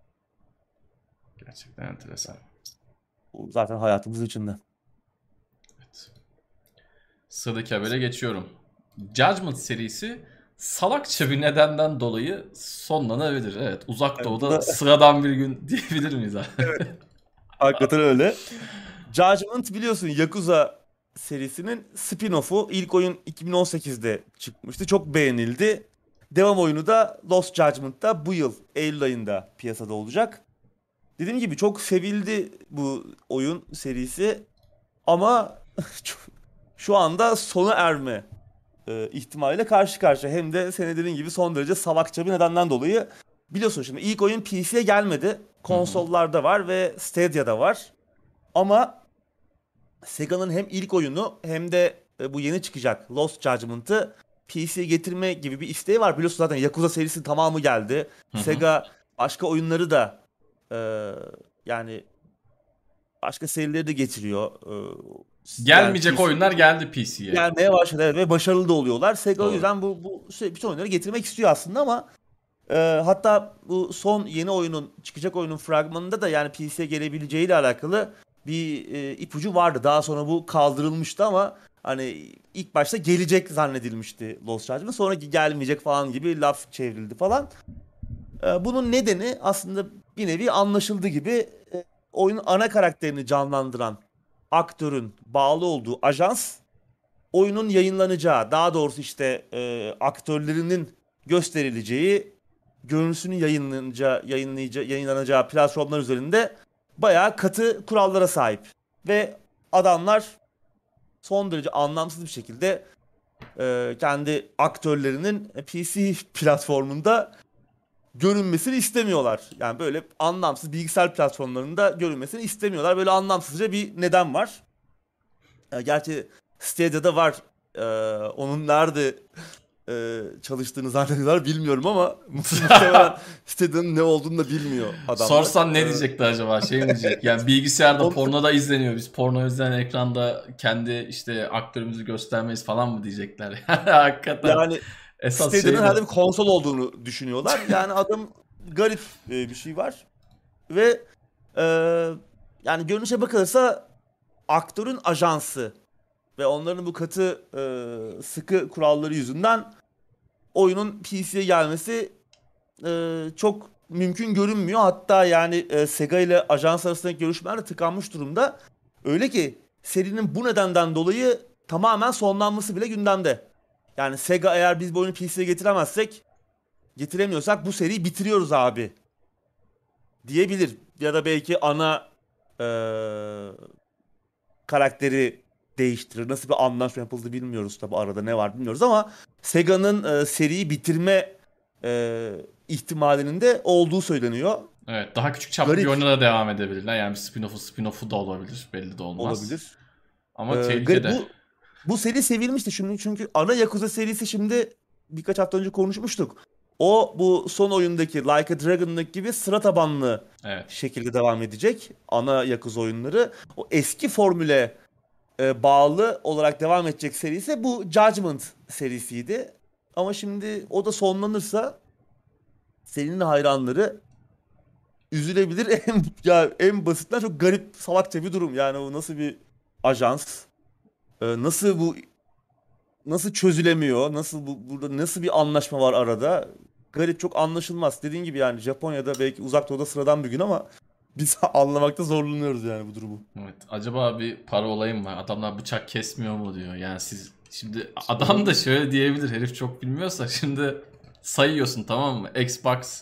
Gerçekten enteresan. Bu zaten hayatımız içinde. Evet. Sıradaki habere geçiyorum. Judgment serisi salakça bir nedenden dolayı sonlanabilir. Evet, Uzak Evet, bu Doğu'da da sıradan bir gün diyebilir miyiz abi? hakikaten öyle. Judgment biliyorsun Yakuza serisinin spin-off'u. İlk oyun iki bin on sekizde çıkmıştı. Çok beğenildi. Devam oyunu da Lost Judgment'ta bu yıl Eylül ayında piyasada olacak. Dediğim gibi çok sevildi bu oyun serisi ama şu anda sona erme e, ihtimaliyle karşı karşıya. Hem de senin dediğin gibi son derece salakça bir nedenden dolayı. Biliyorsun şimdi ilk oyun P C'ye gelmedi. Konsollarda var ve Stadia'da var. Ama Sega'nın hem ilk oyunu hem de e, bu yeni çıkacak Lost Judgment'ı P C'ye getirme gibi bir isteği var. Biliyorsun zaten Yakuza serisinin tamamı geldi. Hı hı. Sega başka oyunları da e, yani başka serileri de getiriyor. E, Gelmeyecek yani P C oyunlar geldi P C'ye. gelmeye başladı evet, ve başarılı da oluyorlar. Sega o Doğru. yüzden bu bu şey, bütün oyunları getirmek istiyor aslında ama e, hatta bu son yeni oyunun çıkacak oyunun fragmanında da yani P C'ye gelebileceğiyle alakalı bir e, ipucu vardı. Daha sonra bu kaldırılmıştı ama hani ilk başta gelecek zannedilmişti Lost Judgment. Sonra gelmeyecek falan gibi laf çevrildi falan. E, bunun nedeni aslında bir nevi anlaşıldı gibi e, oyunun ana karakterini canlandıran aktörün bağlı olduğu ajans oyunun yayınlanacağı, daha doğrusu işte e, aktörlerinin gösterileceği, görüntüsünün yayınlanacağı, yayınlayacağı, yayınlanacağı platformlar üzerinde bayağı katı kurallara sahip. Ve adamlar son derece anlamsız bir şekilde e, kendi aktörlerinin P C platformunda görünmesini istemiyorlar. Yani böyle anlamsız bilgisayar platformlarında görünmesini istemiyorlar. Böyle anlamsızca bir neden var. E, gerçi Stadia'da var. E, onun nerede e, çalıştığını zannediyorlar bilmiyorum ama muhtemelen Stadia'nın ne olduğunu da bilmiyor adamlar. Sorsan ne E, diyecekti acaba? Şey mi diyecek? Yani bilgisayarda Onu- porno da izleniyor. Biz porno izleyen ekranda kendi işte aktörümüzü göstermeyiz falan mı diyecekler? Hakikaten. Yani Esas şey Stadia'nın herhalde de. bir konsol olduğunu düşünüyorlar. Yani adam garip e, bir şey var. Ve e, yani görünüşe bakılırsa aktörün ajansı ve onların bu katı e, sıkı kuralları yüzünden oyunun P C'ye gelmesi e, çok mümkün görünmüyor. Hatta yani e, Sega ile ajans arasındaki görüşmeler de tıkanmış durumda. Öyle ki serinin bu nedenden dolayı tamamen sonlanması bile gündemde. Yani Sega eğer biz bu oyunu P C'ye getiremezsek, getiremiyorsak bu seriyi bitiriyoruz abi diyebilir. Ya da belki ana e, karakteri değiştirir. Nasıl bir anlaşma yapıldı bilmiyoruz tabi, arada ne var bilmiyoruz ama Sega'nın e, seriyi bitirme e, ihtimalinin de olduğu söyleniyor. Evet, daha küçük çaplı bir Garip oyuna da devam edebilirler. Yani bir spin-off'u spin-off'u da olabilir. Belli de olmaz. olabilir. E, Ama garip tehlikede. bu bu seri sevilmişti şimdi çünkü ana Yakuza serisi şimdi birkaç hafta önce konuşmuştuk. O bu son oyundaki Like a Dragon'daki gibi sıra tabanlı Evet. şekilde devam edecek ana Yakuza oyunları. O eski formüle e, bağlı olarak devam edecek seri ise bu Judgment serisiydi. Ama şimdi o da sonlanırsa serinin hayranları üzülebilir. En ya en basitten çok garip salakça bir durum. Yani o nasıl bir ajans? E, nasıl bu nasıl çözülemiyor? Nasıl bu burada nasıl bir anlaşma var arada? Garip, çok anlaşılmaz. Dediğin gibi yani Japonya'da belki Uzak Doğu'da sıradan bir gün ama biz anlamakta zorlanıyoruz yani bu durumu. Evet. Acaba bir para olayı mı var? Adamlar bıçak kesmiyor mu diyor. Yani siz şimdi adam da şöyle diyebilir. Herif çok bilmiyorsa şimdi sayıyorsun, tamam mı? Xbox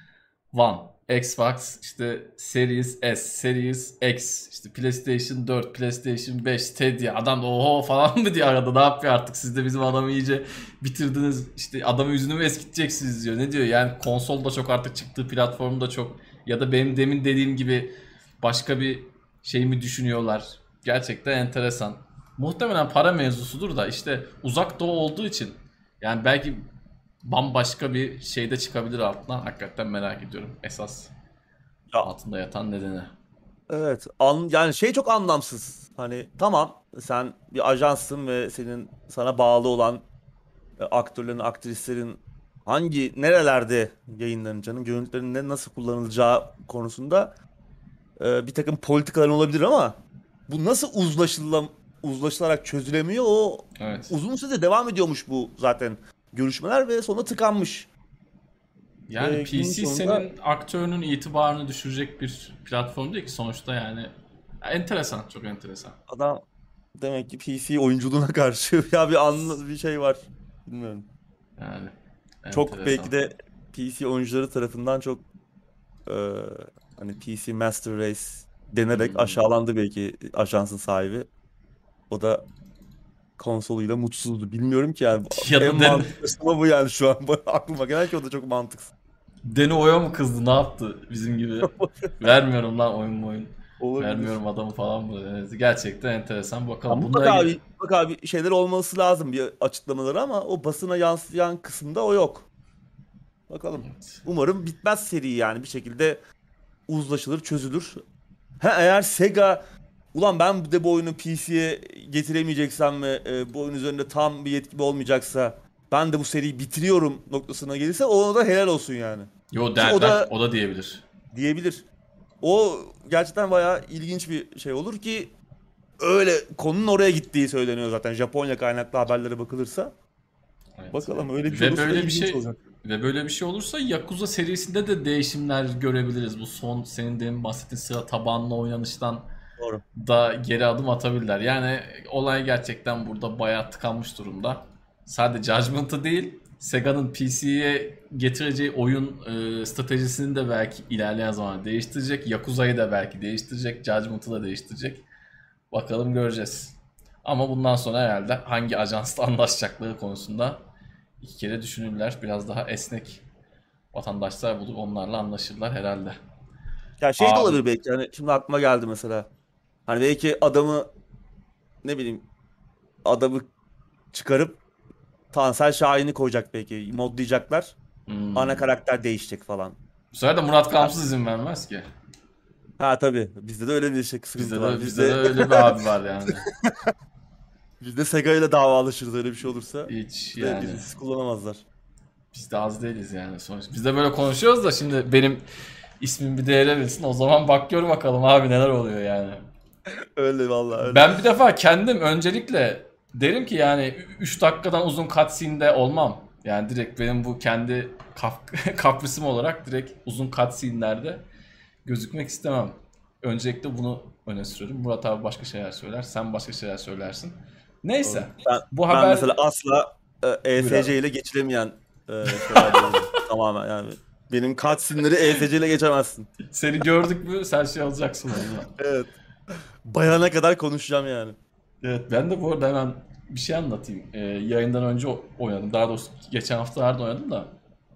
One, Xbox işte Series S, Series X, işte PlayStation dört, PlayStation beş, Stadia. Adam da oho falan mı diyor arada, ne yapıyor artık, siz de bizim adamı iyice bitirdiniz. İşte adamın yüzünü mü eskiteceksiniz diyor. Ne diyor yani, konsol da çok artık, çıktığı platform da çok, ya da benim demin dediğim gibi başka bir şey mi düşünüyorlar? Gerçekten enteresan. Muhtemelen para mevzusudur da işte uzak doğu olduğu için yani belki bambaşka bir şeyde çıkabilir altından. Hakikaten merak ediyorum esas Ya altında yatan nedeni. evet, an, yani şey çok anlamsız. Hani tamam, sen bir ajanssın ve senin sana bağlı olan e, aktörlerin, aktrislerin hangi nerelerde yayınlanacağını, görüntülerin ne nasıl kullanılacağı konusunda e, bir takım politikaların olabilir ama bu nasıl uzlaşılam uzlaşılarak çözülemiyor? O Evet. uzun süre devam ediyormuş bu zaten görüşmeler ve sonra tıkanmış. Yani Ve P günün C sonunda senin aktörünün itibarını düşürecek bir platform değil ki sonuçta yani. Ya enteresan, çok enteresan. adam Demek ki P C oyunculuğuna karşı ya bir anlı bir şey var. Bilmiyorum. Yani Çok enteresan. belki de P C oyuncuları tarafından çok e, hani P C Master Race denerek Hmm. aşağılandı belki ajansın sahibi. O da konsoluyla mutsuzdu. Bilmiyorum ki yani Ya en da Den mantıklı açıklama bu yani şu an aklıma gelen ki o da çok mantıksız. Deni Oya mı kızdı? Ne yaptı bizim gibi? Vermiyorum lan oyun oyun. Olabilir. Vermiyorum adamı falan mı dedi. Gerçekten enteresan. Ya Bakalım bununla mutlaka ilgili. bir, mutlaka bir şeyler olması lazım bir açıklamaları ama o basına yansıyan kısımda o yok. Bakalım. Evet. Umarım bitmez seri yani bir şekilde uzlaşılır, çözülür. Ha eğer Sega ulan ben de bu oyunu P C'ye getiremeyeceksem ve e, bu oyun üzerinde tam bir yetkim olmayacaksa ben de bu seriyi bitiriyorum noktasına gelirse ona da helal olsun yani. Yo Ki o der, belki da o da diyebilir. diyebilir. O gerçekten bayağı ilginç bir şey olur ki öyle konunun oraya gittiği söyleniyor zaten Japonya kaynaklı haberlere bakılırsa. Evet. Bakalım öyle bir şey Ve olursa da böyle bir ilginç şey olacak. ve böyle bir şey olursa Yakuza serisinde de değişimler görebiliriz. Bu son senin demin bahsettiğin sıra tabanlı oynanıştan Doğru. da geri adım atabilirler. Yani olay gerçekten burada bayağı tıkanmış durumda. Sadece Judgment'ı değil, Sega'nın P C'ye getireceği oyun e, stratejisini de belki ilerleyen zaman değiştirecek. Yakuza'yı da belki değiştirecek. Judgment'ı da değiştirecek. Bakalım göreceğiz. Ama bundan sonra herhalde hangi ajansla anlaşacakları konusunda iki kere düşünürler. Biraz daha esnek vatandaşlar bulup onlarla anlaşırlar herhalde. Ya şey de Abi. olabilir belki hani şimdi aklıma geldi mesela. Hani belki adamı ne bileyim adamı çıkarıp Tansel Şahin'i koyacak belki. Modlayacaklar. Ana Hmm. karakter değişecek falan. Bu sefer de Murat Ha, Kamsız izin vermez ki. ha tabii. Bizde de öyle bir şey, sıkıntı Bizde var. de bizde de Bizde öyle bir abi var yani. bizde Sega ile davalaşırız öyle bir şey olursa. Hiç Bizde yani. izinsiz kullanamazlar. Biz de az değiliz yani sonuç. Biz de böyle konuşuyoruz da şimdi benim ismim bir değere bilsin. O zaman bak gör bakalım abi neler oluyor yani. Öyle vallahi öyle. Ben bir defa kendim öncelikle derim ki yani üç dakikadan uzun cutscene'de olmam. Yani direkt benim bu kendi kaf- kaprisim olarak direkt uzun cutscene'lerde gözükmek istemem. Öncelikle bunu öne sürerim. Murat abi başka şeyler söyler. Sen başka şeyler söylersin. Doğru. Neyse. Ben Bu ben haber... mesela asla e, Buyur abi. E S C ile geçilemeyen e, şeyler değilim. Tamamen yani. Benim cutscene'leri E S C ile geçemezsin. Seni gördük mü sen şey alacaksın onunla. Evet. Bayana kadar konuşacağım yani. Evet ben de bu arada hemen bir şey anlatayım. Ee, yayından önce o- oynadım. Daha doğrusu geçen haftalarda oynadım da.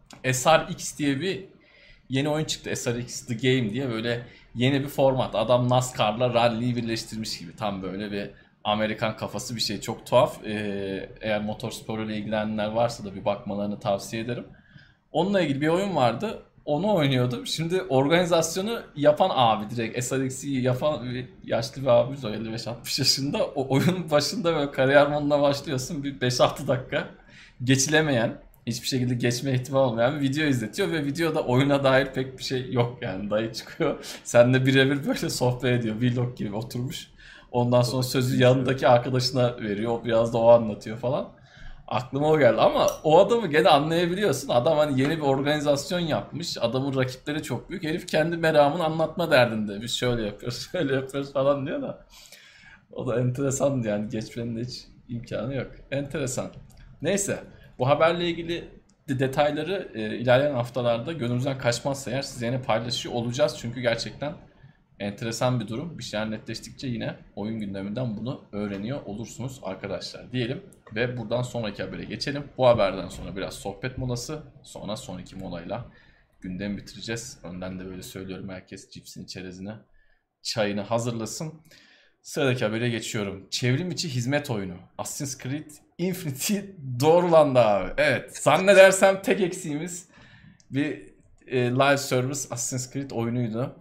S R X diye bir yeni oyun çıktı. S R X The Game diye böyle yeni bir format. Adam NASCAR'la rally'yi birleştirmiş gibi. Tam böyle bir Amerikan kafası bir şey. Çok tuhaf. Ee, eğer motorsporuyla ilgilenenler varsa da bir bakmalarını tavsiye ederim. Onunla ilgili bir oyun vardı. Onu oynuyordum. Şimdi organizasyonu yapan abi direkt S R X'i yapan bir yaşlı bir abimiz o elli beş altmış yaşında. O oyunun başında böyle kariyer moduna başlıyorsun. Bir beş altı dakika geçilemeyen, hiçbir şekilde geçme ihtimali olmayan bir video izletiyor ve videoda oyuna dair pek bir şey yok yani. Dayı çıkıyor. Seninle birebir böyle sohbet ediyor. Vlog gibi oturmuş. Ondan sonra Çok sözü ilginç, evet. yanındaki arkadaşına veriyor. O biraz da o anlatıyor falan. Aklıma o geldi ama o adamı gene anlayabiliyorsun. Adam hani yeni bir organizasyon yapmış. Adamın rakipleri çok büyük. Herif kendi meramını anlatma derdinde. Biz şöyle yapıyoruz, şöyle yapıyoruz falan diyor da. O da enteresandı yani. Geçmenin de hiç imkanı yok. Enteresan. Neyse. Bu haberle ilgili de detayları e, ilerleyen haftalarda gönlümüzden kaçmazsa eğer size yine paylaşıyor olacağız. Çünkü gerçekten enteresan bir durum. Bir şeyler netleştikçe yine oyun gündeminden bunu öğreniyor olursunuz arkadaşlar diyelim. Ve buradan sonraki habere geçelim. Bu haberden sonra biraz sohbet molası. Sonra sonraki molayla gündemi bitireceğiz. Önden de böyle söylüyorum, herkes cipsini, çerezini, çayını hazırlasın. Sıradaki habere geçiyorum. Çevrim içi hizmet oyunu. Assassin's Creed Infinity doğrulandı abi. Evet. Zannedersem tek eksiğimiz bir e, live service Assassin's Creed oyunuydu.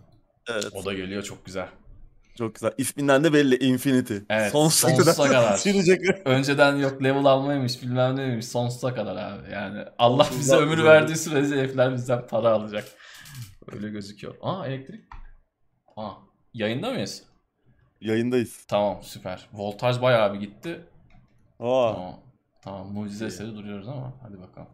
O Evet. da geliyor, çok güzel. Çok güzel. İsminden de belli. Infinity. Evet, Sonsuza kadar sonsuza kadar. sürecek. Önceden yok level almaymış bilmem neymiş, sonsuza kadar abi. Yani Allah bize Sonsuzluğa ömür uzanacak. verdiği sürece herifler bizden para alacak. Öyle gözüküyor. Aa, elektrik. Aa, yayında mıyız? Yayındayız. Tamam, süper. Voltaj bayağı bir gitti. Aa. Tamam. Tamam, mucize İyi. eseri duruyoruz ama hadi bakalım.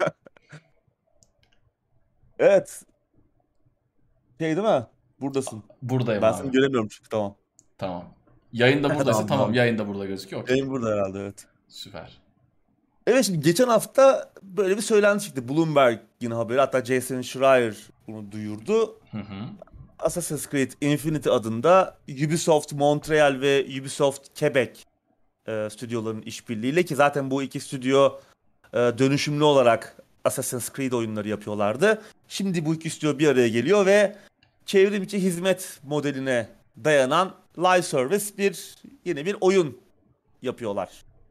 Evet. Şey değil mi? Buradasın. Buradayım Ben seni abi. göremiyorum çünkü tamam. Tamam. Yayında buradaysa Tamam, tamam, tamam. yayında burada gözüküyor. Okey. Benim burada herhalde, evet. Süper. Evet, şimdi geçen hafta böyle bir söylenti çıktı. Bloomberg'in haberi, hatta Jason Schreier bunu duyurdu. Hı hı. Assassin's Creed Infinity adında Ubisoft Montreal ve Ubisoft Quebec e, stüdyoların işbirliğiyle, ki zaten bu iki stüdyo e, dönüşümlü olarak Assassin's Creed oyunları yapıyorlardı. Şimdi bu iki stüdyo bir araya geliyor ve çevrim içi hizmet modeline dayanan live service bir yeni bir oyun yapıyorlar.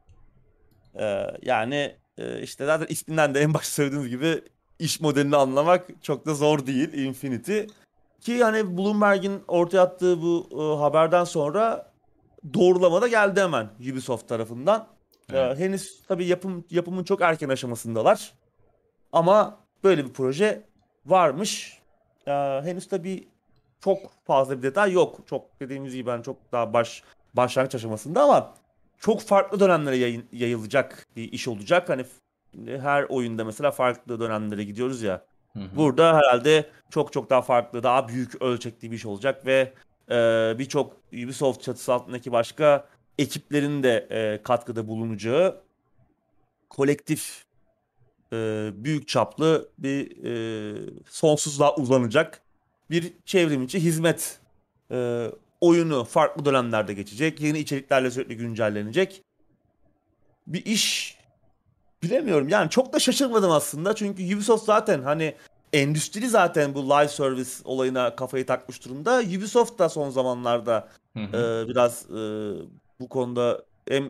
E, yani e, işte zaten isminden de en başta söylediğiniz gibi iş modelini anlamak çok da zor değil Infinity. Ki hani Bloomberg'in ortaya attığı bu e, haberden sonra doğrulama da geldi hemen Ubisoft tarafından. E, Evet. henüz tabii yapım yapımın çok erken aşamasındalar. Ama böyle bir proje varmış. E, henüz tabii çok fazla bir detay yok. Çok dediğimiz gibi ben çok daha baş başlangıç aşamasında, ama çok farklı dönemlere yayın- yayılacak bir iş olacak. Hani f- her oyunda mesela farklı dönemlere gidiyoruz ya. Hı hı. Burada herhalde çok çok daha farklı, daha büyük ölçekli bir iş olacak ve e, birçok Ubisoft çatısı altındaki başka ekiplerin de e, katkıda bulunacağı kolektif, e, büyük çaplı bir e, sonsuzluğa uzanacak bir çevrim içi hizmet e, oyunu, farklı dönemlerde geçecek, yeni içeriklerle sürekli güncellenecek bir iş. Bilemiyorum yani, çok da şaşırmadım aslında, çünkü Ubisoft zaten hani endüstri zaten bu live service olayına kafayı takmış durumda. Ubisoft da son zamanlarda Hı e, hı. biraz e, bu konuda hem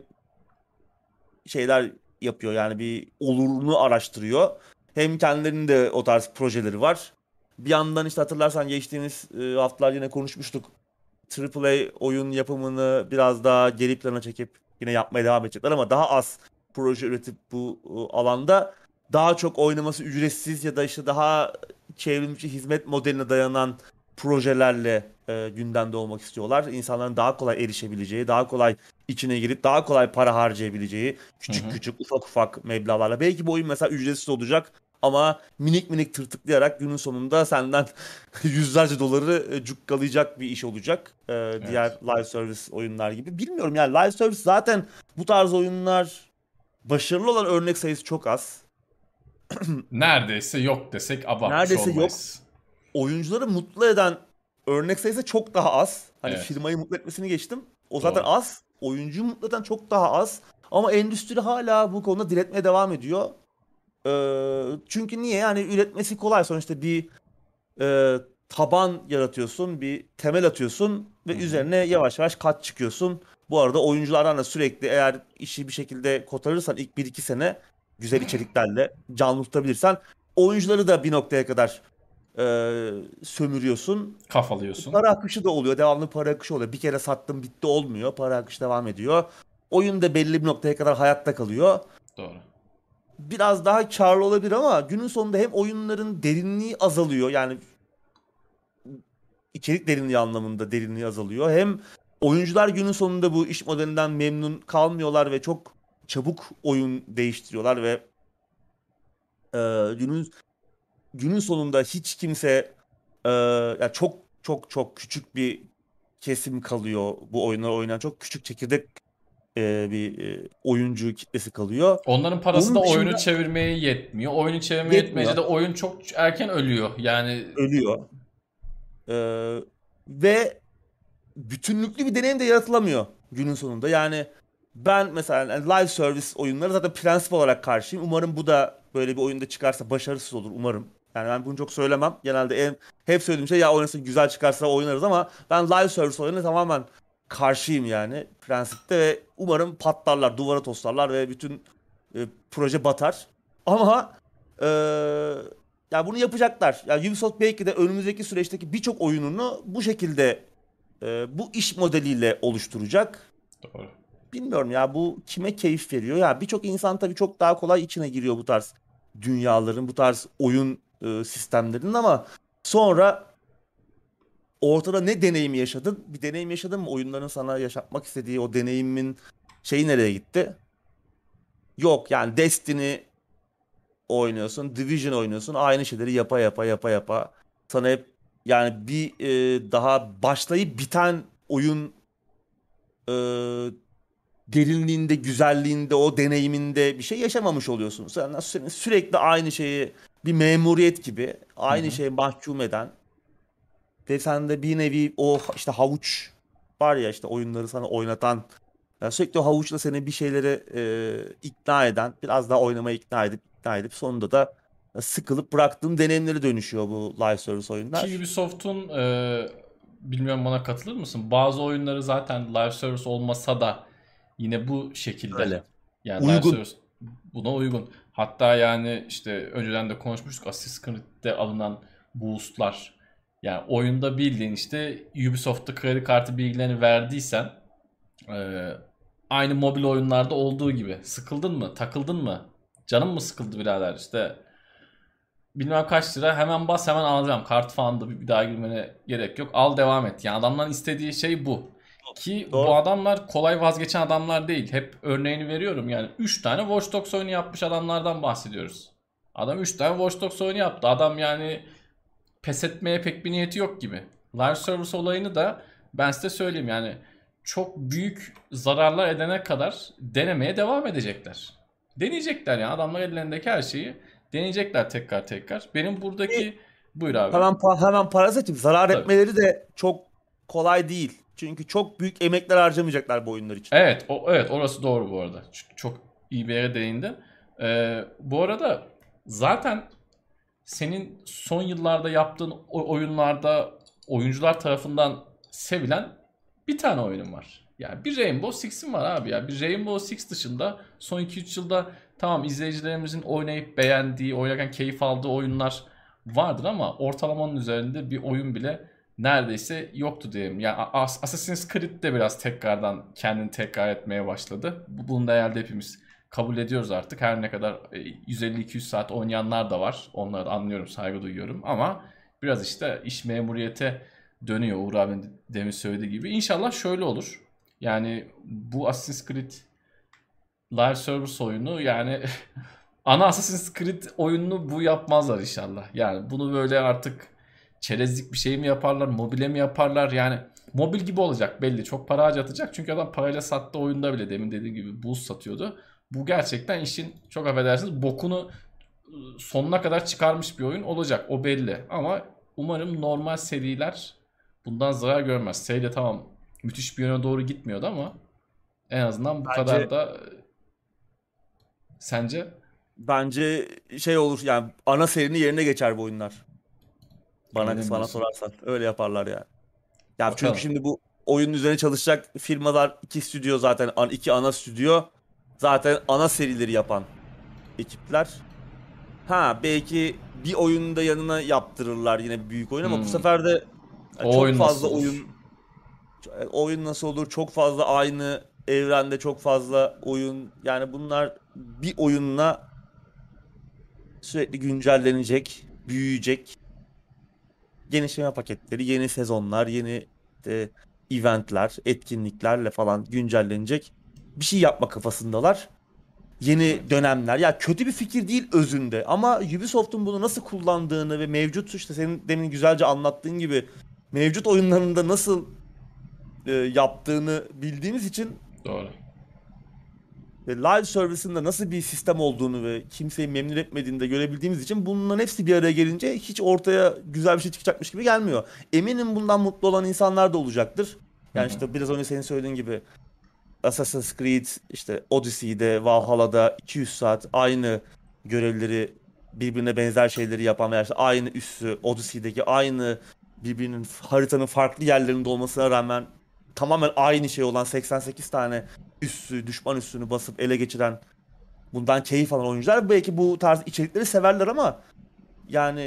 şeyler yapıyor, yani bir olurunu araştırıyor. Hem kendilerinin de o tarz projeleri var. Bir yandan işte hatırlarsan geçtiğimiz e, haftalar yine konuşmuştuk. Triple A oyun yapımını biraz daha geri plana çekip yine yapmaya devam edecekler, ama daha az proje üretip bu e, alanda daha çok oynaması ücretsiz ya da işte daha çevrimçi hizmet modeline dayanan projelerle e, gündemde olmak istiyorlar. İnsanların daha kolay erişebileceği, daha kolay içine girip daha kolay para harcayabileceği Hı küçük hı. küçük ufak ufak meblağlarla. Belki bu oyun mesela ücretsiz olacak, ama minik minik tırtıklayarak günün sonunda senden yüzlerce doları e, cukkalayacak bir iş olacak. Ee, diğer Evet. live service oyunlar gibi. Bilmiyorum yani, live service zaten bu tarz oyunlar başarılı olan örnek sayısı çok az. Neredeyse yok desek abartmış Neredeyse yok. olmayız. Oyuncuları mutlu eden örnek sayısı çok daha az. Hani Evet. firmayı mutlu etmesini geçtim. O zaten Doğru. az. Oyuncuyu mutlu eden çok daha az. Ama endüstri hala bu konuda diretmeye devam ediyor. Ee, çünkü niye? Yani üretmesi kolay. Sonuçta bir e, taban yaratıyorsun, bir temel atıyorsun Hı ve hı. üzerine yavaş yavaş kat çıkıyorsun. Bu arada oyunculardan da sürekli, eğer işi bir şekilde kotarırsan ilk bir iki sene güzel içeriklerle canlı tutabilirsen, oyuncuları da bir noktaya kadar e, sömürüyorsun. Kafalıyorsun. Para akışı da oluyor, devamlı para akışı oluyor. Bir kere sattım bitti olmuyor, para akışı devam ediyor. Oyun da belli bir noktaya kadar hayatta kalıyor. Doğru. Biraz daha karlı olabilir, ama günün sonunda hem oyunların derinliği azalıyor. Yani içerik derinliği anlamında derinliği azalıyor. Hem oyuncular günün sonunda bu iş modelinden memnun kalmıyorlar ve çok çabuk oyun değiştiriyorlar ve e, günün günün sonunda hiç kimse, e, yani çok çok çok küçük bir kesim kalıyor, bu oyunları oynayan çok küçük çekirdek e, bir e, oyuncu kitlesi kalıyor. Onların parası da Onun oyunu dışında çevirmeye yetmiyor. Oyunu çevirmeye yetmeyince yetmiyor, de oyun çok erken ölüyor. Yani ölüyor. E, ve bütünlüklü bir deneyim de yaratılamıyor günün sonunda. Yani ben mesela yani live service oyunları zaten prensip olarak karşıyım. Umarım bu da böyle bir oyunda çıkarsa başarısız olur umarım. Yani ben bunu çok söylemem. Genelde en, hep söylediğim şey, ya oynasın güzel çıkarsa oynarız, ama ben live service oyununa tamamen karşıyım yani prensipte, ve umarım patlarlar, duvara toslarlar ve bütün e, proje batar. Ama e, ya bunu yapacaklar. Ya Ubisoft belki de önümüzdeki süreçteki birçok oyununu bu şekilde, e, bu iş modeliyle oluşturacak. doğru. Bilmiyorum ya, bu kime keyif veriyor? Ya birçok insan tabii çok daha kolay içine giriyor bu tarz dünyaların, bu tarz oyun e, sistemlerinin, ama sonra ortada ne deneyimi yaşadın? Bir deneyim yaşadın mı? Oyunların sana yaşatmak istediği o deneyimin şeyi nereye gitti? Yok yani, Destiny oynuyorsun, Division oynuyorsun, aynı şeyleri yapa yapa yapa yapa. Sana hep yani bir e, daha başlayıp biten oyun e, derinliğinde, güzelliğinde, o deneyiminde bir şey yaşamamış oluyorsun. Sen seni sürekli aynı şeyi, bir memuriyet gibi Hı aynı hı. şeye mahkum eden ve sen de bir nevi o işte havuç var ya, işte oyunları sana oynatan, yani sürekli o havuçla seni bir şeylere e, ikna eden, biraz daha oynamaya ikna edip ikna edip sonunda da sıkılıp bıraktığın deneyimlere dönüşüyor bu live service Ki oyunlar. Ubisoft'un e, bilmiyorum bana katılır mısın? Bazı oyunları zaten live service olmasa da yine bu şekilde. Öyle. Yani live Uygun. service buna uygun. Hatta yani işte önceden de konuşmuştuk, Assassin's Creed'de alınan boostlar. Yani oyunda bildiğin işte Ubisoft'ta kredi kartı bilgilerini verdiysen e, aynı mobil oyunlarda olduğu gibi. Sıkıldın mı? Takıldın mı? Canım mı sıkıldı birader? İşte bilmem kaç lira, hemen bas, hemen alacağım. Kart falan da bir bir daha girmene gerek yok. Al, devam et. Yani adamların istediği şey bu. Ki bu Doğru. adamlar kolay vazgeçen adamlar değil. Hep örneğini veriyorum yani. Üç tane Watch Dogs oyunu yapmış adamlardan bahsediyoruz. Adam üç tane Watch Dogs oyunu yaptı. Adam yani pes etmeye pek bir niyeti yok gibi. Live service olayını da ben size söyleyeyim yani, çok büyük zararlar edene kadar denemeye devam edecekler. Deneyecekler yani, adamlar ellerindeki her şeyi deneyecekler tekrar tekrar. Benim E, buradaki, buyur abi. Hemen pa- hemen parası açıp zarar Tabii. etmeleri de çok kolay değil. Çünkü çok büyük emekler harcamayacaklar bu oyunlar için. Evet, o, evet orası doğru bu arada. Çünkü çok iyi bir yere değindi. Ee, bu arada zaten senin son yıllarda yaptığın o oyunlarda oyuncular tarafından sevilen bir tane oyunun var. Yani bir Rainbow Six'in var abi ya. Bir Rainbow Six dışında son iki üç yılda tamam izleyicilerimizin oynayıp beğendiği, oynarken keyif aldığı oyunlar vardır ama ortalamanın üzerinde bir oyun bile neredeyse yoktu diyelim. Yani Assassin's Creed de biraz tekrardan kendini tekrar etmeye başladı. Bunu da herhalde hepimiz kabul ediyoruz artık. Her ne kadar yüz elli iki yüz saat oynayanlar da var. Onları da anlıyorum, saygı duyuyorum. Ama biraz işte iş memuriyete dönüyor, Uğur abinin demin söylediği gibi. İnşallah şöyle olur. Yani bu Assassin's Creed Live Service oyunu yani ana Assassin's Creed oyununu bu yapmazlar inşallah. Yani bunu böyle artık çerezlik bir şey mi yaparlar, mobile mi yaparlar? Yani mobil gibi olacak belli. Çok para harcatacak. Çünkü adam parayla sattığı oyunda bile demin dediğim gibi boost satıyordu. Bu gerçekten işin, çok affedersiniz, bokunu ıı, sonuna kadar çıkarmış bir oyun olacak. O belli. Ama umarım normal seriler bundan zarar görmez. Seri de tamam müthiş bir yöne doğru gitmiyordu ama en azından bu kadar Bence da, sence? bence şey olur yani, ana serinin yerine geçer bu oyunlar. Bana Öyle mi bana diyorsun? sorarsan öyle yaparlar yani. Ya çünkü Bakalım. şimdi bu oyunun üzerine çalışacak firmalar, iki stüdyo zaten, an- iki ana stüdyo zaten ana serileri yapan ekipler. Ha belki bir oyunu da yanına yaptırırlar, yine bir büyük oyun, ama bu Hmm. sefer de ya O çok oyun nasıl fazla olur? oyun oyun nasıl olur? Çok fazla aynı evrende çok fazla oyun. Yani bunlar bir oyunla sürekli güncellenecek, büyüyecek. Genişleme paketleri, yeni sezonlar, yeni işte eventler, etkinliklerle falan güncellenecek bir şey yapma kafasındalar. Yeni Evet. dönemler. Ya kötü bir fikir değil özünde, ama Ubisoft'un bunu nasıl kullandığını ve mevcut, işte senin demin güzelce anlattığın gibi mevcut oyunlarında nasıl e, yaptığını bildiğimiz için Doğru. ve live service'ın da nasıl bir sistem olduğunu ve kimseyi memnun etmediğini de görebildiğimiz için bunların hepsi bir araya gelince hiç ortaya güzel bir şey çıkacakmış gibi gelmiyor. Eminim bundan mutlu olan insanlar da olacaktır. Hı Yani hı. işte biraz önce senin söylediğin gibi Assassin's Creed, işte Odyssey'de, Valhalla'da iki yüz saat aynı görevleri, birbirine benzer şeyleri yapan veya işte aynı üssü, Odyssey'deki aynı birbirinin haritanın farklı yerlerinde olmasına rağmen tamamen aynı şey olan seksen sekiz tane üssü, düşman üssünü basıp ele geçiren, bundan keyif alan oyuncular belki bu tarz içerikleri severler, ama yani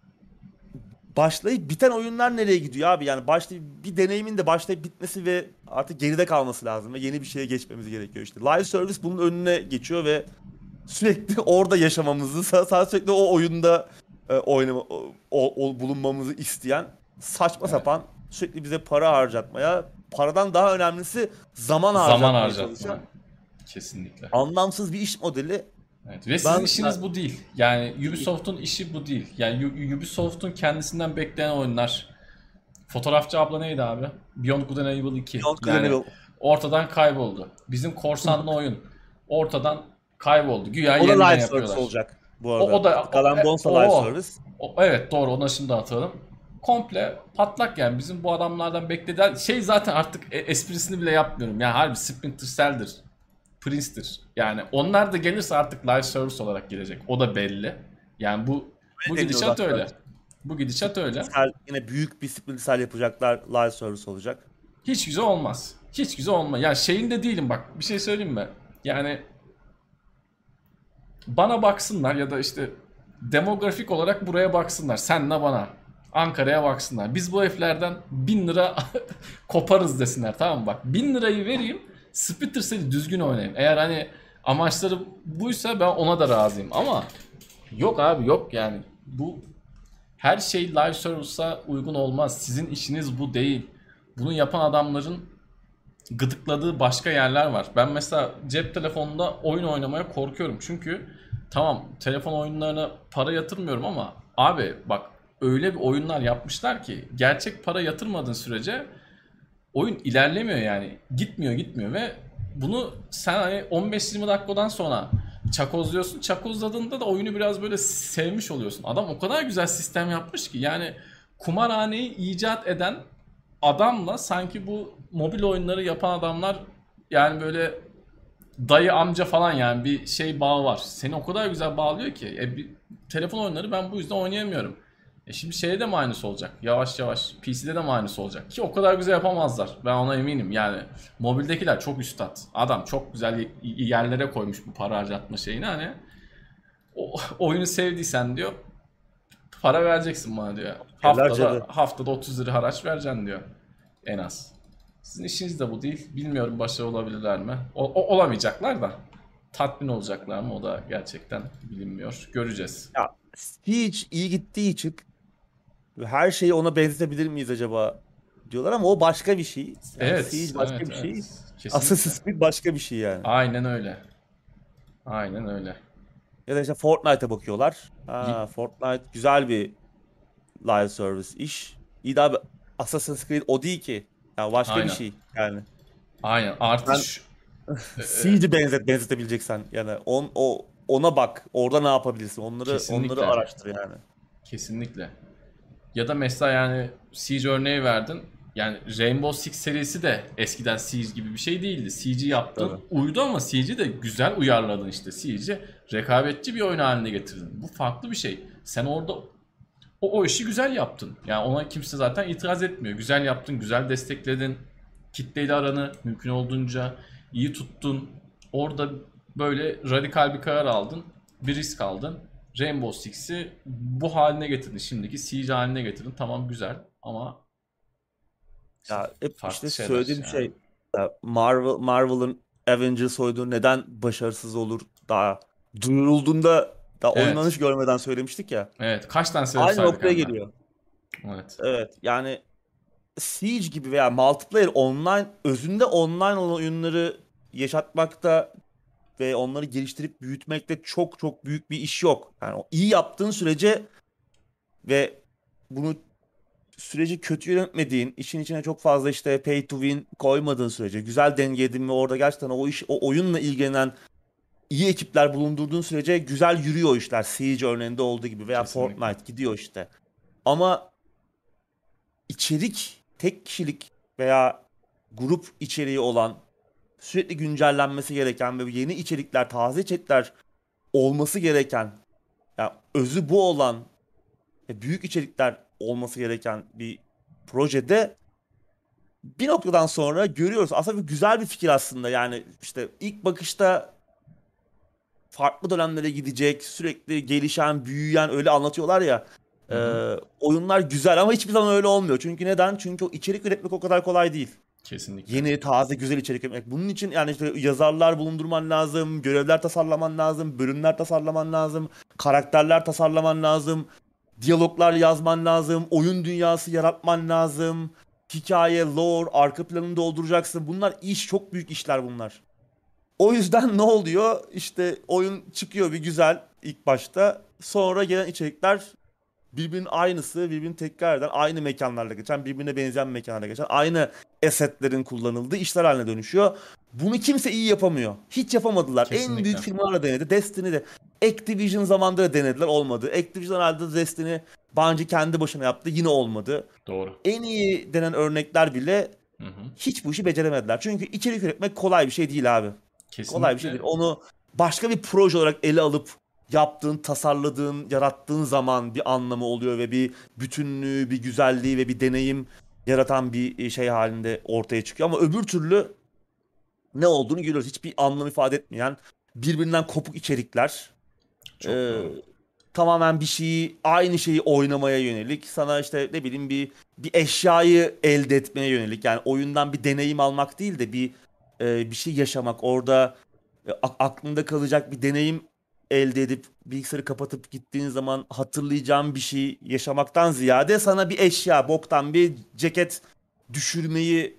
başlayıp biten oyunlar nereye gidiyor abi? Yani başlayıp bir deneyimin de başlayıp bitmesi ve artık geride kalması lazım ve yeni bir şeye geçmemiz gerekiyor işte. Live service bunun önüne geçiyor ve sürekli orada yaşamamızı, sa- sa- sürekli o oyunda e, oynama, o, o- bulunmamızı isteyen saçma Evet. sapan, sürekli bize para harcatmaya, paradan daha önemlisi zaman Zaman harcatmaya harcatma. çalışan Kesinlikle. anlamsız bir iş modeli. Evet. Ve sizin Ben işiniz bu değil. Yani değil. Ubisoft'un işi bu değil. Yani U- Ubisoft'un kendisinden beklenen oyunlar. Fotoğrafçı abla neydi abi? Beyond Good and Evil iki. Beyond Good and Yani Evil. ortadan kayboldu. Bizim korsanlı oyun ortadan kayboldu. Güya O da yeniden live yapıyorlar. service olacak bu O, arada. o da Kalan o, Bonsa o, live o. service. O- evet doğru, ona şimdi atalım. Komple patlak yani, bizim bu adamlardan beklediği şey zaten artık e- esprisini bile yapmıyorum. Yani harbi Splinter Cell'dir, Prince'tir. Yani onlar da gelirse artık live service olarak gelecek. O da belli. Yani bu bu deniyor gidişat zaten. öyle. Bu gidişat öyle. Cell, yine büyük bir Splinter Cell yapacaklar. Live service olacak. Hiç güzel olmaz. Hiç güzel olmaz. Ya şeyinde değilim bak. Bir şey söyleyeyim mi? Yani bana baksınlar ya da işte demografik olarak buraya baksınlar. Senle bana. Ankara'ya baksınlar. Biz bu heriflerden bin lira koparız desinler, tamam mı? Bak bin lirayı vereyim, Splinter Cell'i düzgün oynayayım. Eğer hani amaçları buysa ben ona da razıyım ama yok abi, yok yani. Bu her şey live service'a uygun olmaz. Sizin işiniz bu değil. Bunu yapan adamların gıdıkladığı başka yerler var. Ben mesela cep telefonunda oyun oynamaya korkuyorum. Çünkü tamam, telefon oyunlarına para yatırmıyorum ama abi bak, öyle bir oyunlar yapmışlar ki gerçek para yatırmadığın sürece oyun ilerlemiyor yani. Gitmiyor gitmiyor ve bunu sen hani on beş yirmi dakikadan sonra çakozluyorsun. Çakozladığında da oyunu biraz böyle sevmiş oluyorsun. Adam o kadar güzel sistem yapmış ki yani, kumarhaneyi icat eden adamla sanki bu mobil oyunları yapan adamlar yani böyle dayı amca falan, yani bir şey bağı var. Seni o kadar güzel bağlıyor ki. E, bir, telefon oyunları ben bu yüzden oynayamıyorum. E şimdi şeyde de mi aynısı olacak? Yavaş yavaş P C'de de mi aynısı olacak? Ki o kadar güzel yapamazlar. Ben ona eminim. Yani mobildekiler çok üstad. Adam çok güzel yerlere koymuş bu para harcatma şeyini, hani. O, oyunu sevdiysen diyor, para vereceksin bana diyor. Haftada, haftada otuz lira haraç vereceksin diyor. En az. Sizin işiniz de bu değil. Bilmiyorum başarılı olabilirler mi? O, o- olamayacaklar da. Tatmin olacaklar mı? O da gerçekten bilinmiyor. Göreceğiz. Ya Siege iyi gittiği için her şeyi ona benzetebilir miyiz acaba diyorlar ama o başka bir şey. Yani Evet, Siege başka evet, bir şey. evet. Assassin's Kesinlikle. Creed başka bir şey yani. Aynen öyle. Aynen öyle. Ya da işte Fortnite'a bakıyorlar. Ha, Y- Fortnite güzel bir live service iş. İyi de abi Assassin's Creed o değil ki. Yani başka bir Aynen. şey yani. Aynen. Artı Ben şu- e, e, Siege'i benzet benzetebileceksen yani on o ona bak. Orada ne yapabilirsin? Onları onları kesinlikle. araştır yani. Kesinlikle. Ya da mesela yani Siege örneği verdin. Yani Rainbow Six serisi de eskiden Siege gibi bir şey değildi. Siege'i yaptın, Tabii. uydu ama Siege'i de güzel uyarladın işte. Siege'i rekabetçi bir oyun haline getirdin. Bu farklı bir şey. Sen orada o, o işi güzel yaptın. Yani ona kimse zaten itiraz etmiyor. Güzel yaptın, güzel destekledin. Kitleyle aranı mümkün olduğunca iyi tuttun. Orada böyle radikal bir karar aldın. Bir risk aldın. Rainbow Six'i bu haline getirdin. Şimdiki Siege haline getirdin. Tamam güzel ama işte Ya hep farklı işte şeyler söylediğim yani. şey ya Marvel Marvel'ın Avengers oyunu neden başarısız olur daha duyurulduğunda da Evet. oynanış görmeden söylemiştik ya. Evet. Kaç tane sebep Aynı saydık noktaya hem de. geliyor. Evet. Evet yani Siege gibi veya multiplayer online özünde online olan oyunları yaşatmakta ve onları geliştirip büyütmekte çok çok büyük bir iş yok. Yani o iyi yaptığın sürece ve bunu süreci kötü yönetmediğin, işin içine çok fazla işte pay to win koymadığın sürece, güzel dengeledin ve orada gerçekten o iş, o oyunla ilgilenen iyi ekipler bulundurduğun sürece güzel yürüyor o işler. Siege örneğinde olduğu gibi veya Kesinlikle. Fortnite gidiyor işte. Ama içerik, tek kişilik veya grup içeriği olan, sürekli güncellenmesi gereken ve yeni içerikler, taze içerikler olması gereken, yani özü bu olan ve büyük içerikler olması gereken bir projede bir noktadan sonra görüyoruz. Aslında bir güzel bir fikir aslında. Yani işte ilk bakışta farklı dönemlere gidecek, sürekli gelişen, büyüyen öyle anlatıyorlar ya. Hı E, hı. oyunlar güzel ama hiçbir zaman öyle olmuyor. Çünkü neden? Çünkü o içerik üretmek o kadar kolay değil. Kesinlikle. Yeni, taze, güzel içerik üretmek. Bunun için yani işte yazarlar bulundurman lazım, görevler tasarlaman lazım, bölümler tasarlaman lazım, karakterler tasarlaman lazım, diyaloglar yazman lazım, oyun dünyası yaratman lazım, hikaye, lore, arka planını dolduracaksın. Bunlar iş, çok büyük işler bunlar. O yüzden ne oluyor? İşte oyun çıkıyor bir güzel ilk başta. Sonra gelen içerikler birbirinin aynısı, birbirini tekrar eden, aynı mekanlarla geçen, birbirine benzeyen mekanlarla geçen, aynı assetlerin kullanıldığı işler haline dönüşüyor. Bunu kimse iyi yapamıyor. Hiç yapamadılar. En büyük Kesinlikle. firmalarla denedi. Destiny'de. Activision zamanında da denediler, olmadı. Activision herhalde Destiny Bungie kendi başına yaptı, yine olmadı. Doğru. En iyi denen örnekler bile Hı hı. hiç bu işi beceremediler. Çünkü içerik üretmek kolay bir şey değil abi. Kolay bir şey değil. Kesinlikle. Onu başka bir proje olarak ele alıp yaptığın, tasarladığın, yarattığın zaman bir anlamı oluyor ve bir bütünlüğü, bir güzelliği ve bir deneyim yaratan bir şey halinde ortaya çıkıyor. Ama öbür türlü ne olduğunu görüyoruz. Hiçbir anlam ifade etmeyen, birbirinden kopuk içerikler. Çok Ee, doğru. Tamamen bir şeyi, aynı şeyi oynamaya yönelik. Sana işte ne bileyim bir bir eşyayı elde etmeye yönelik. Yani oyundan bir deneyim almak değil de bir e, bir şey yaşamak. Orada e, a- aklında kalacak bir deneyim elde edip bilgisayarı kapatıp gittiğin zaman hatırlayacağın bir şey yaşamaktan ziyade sana bir eşya, boktan bir ceket düşürmeyi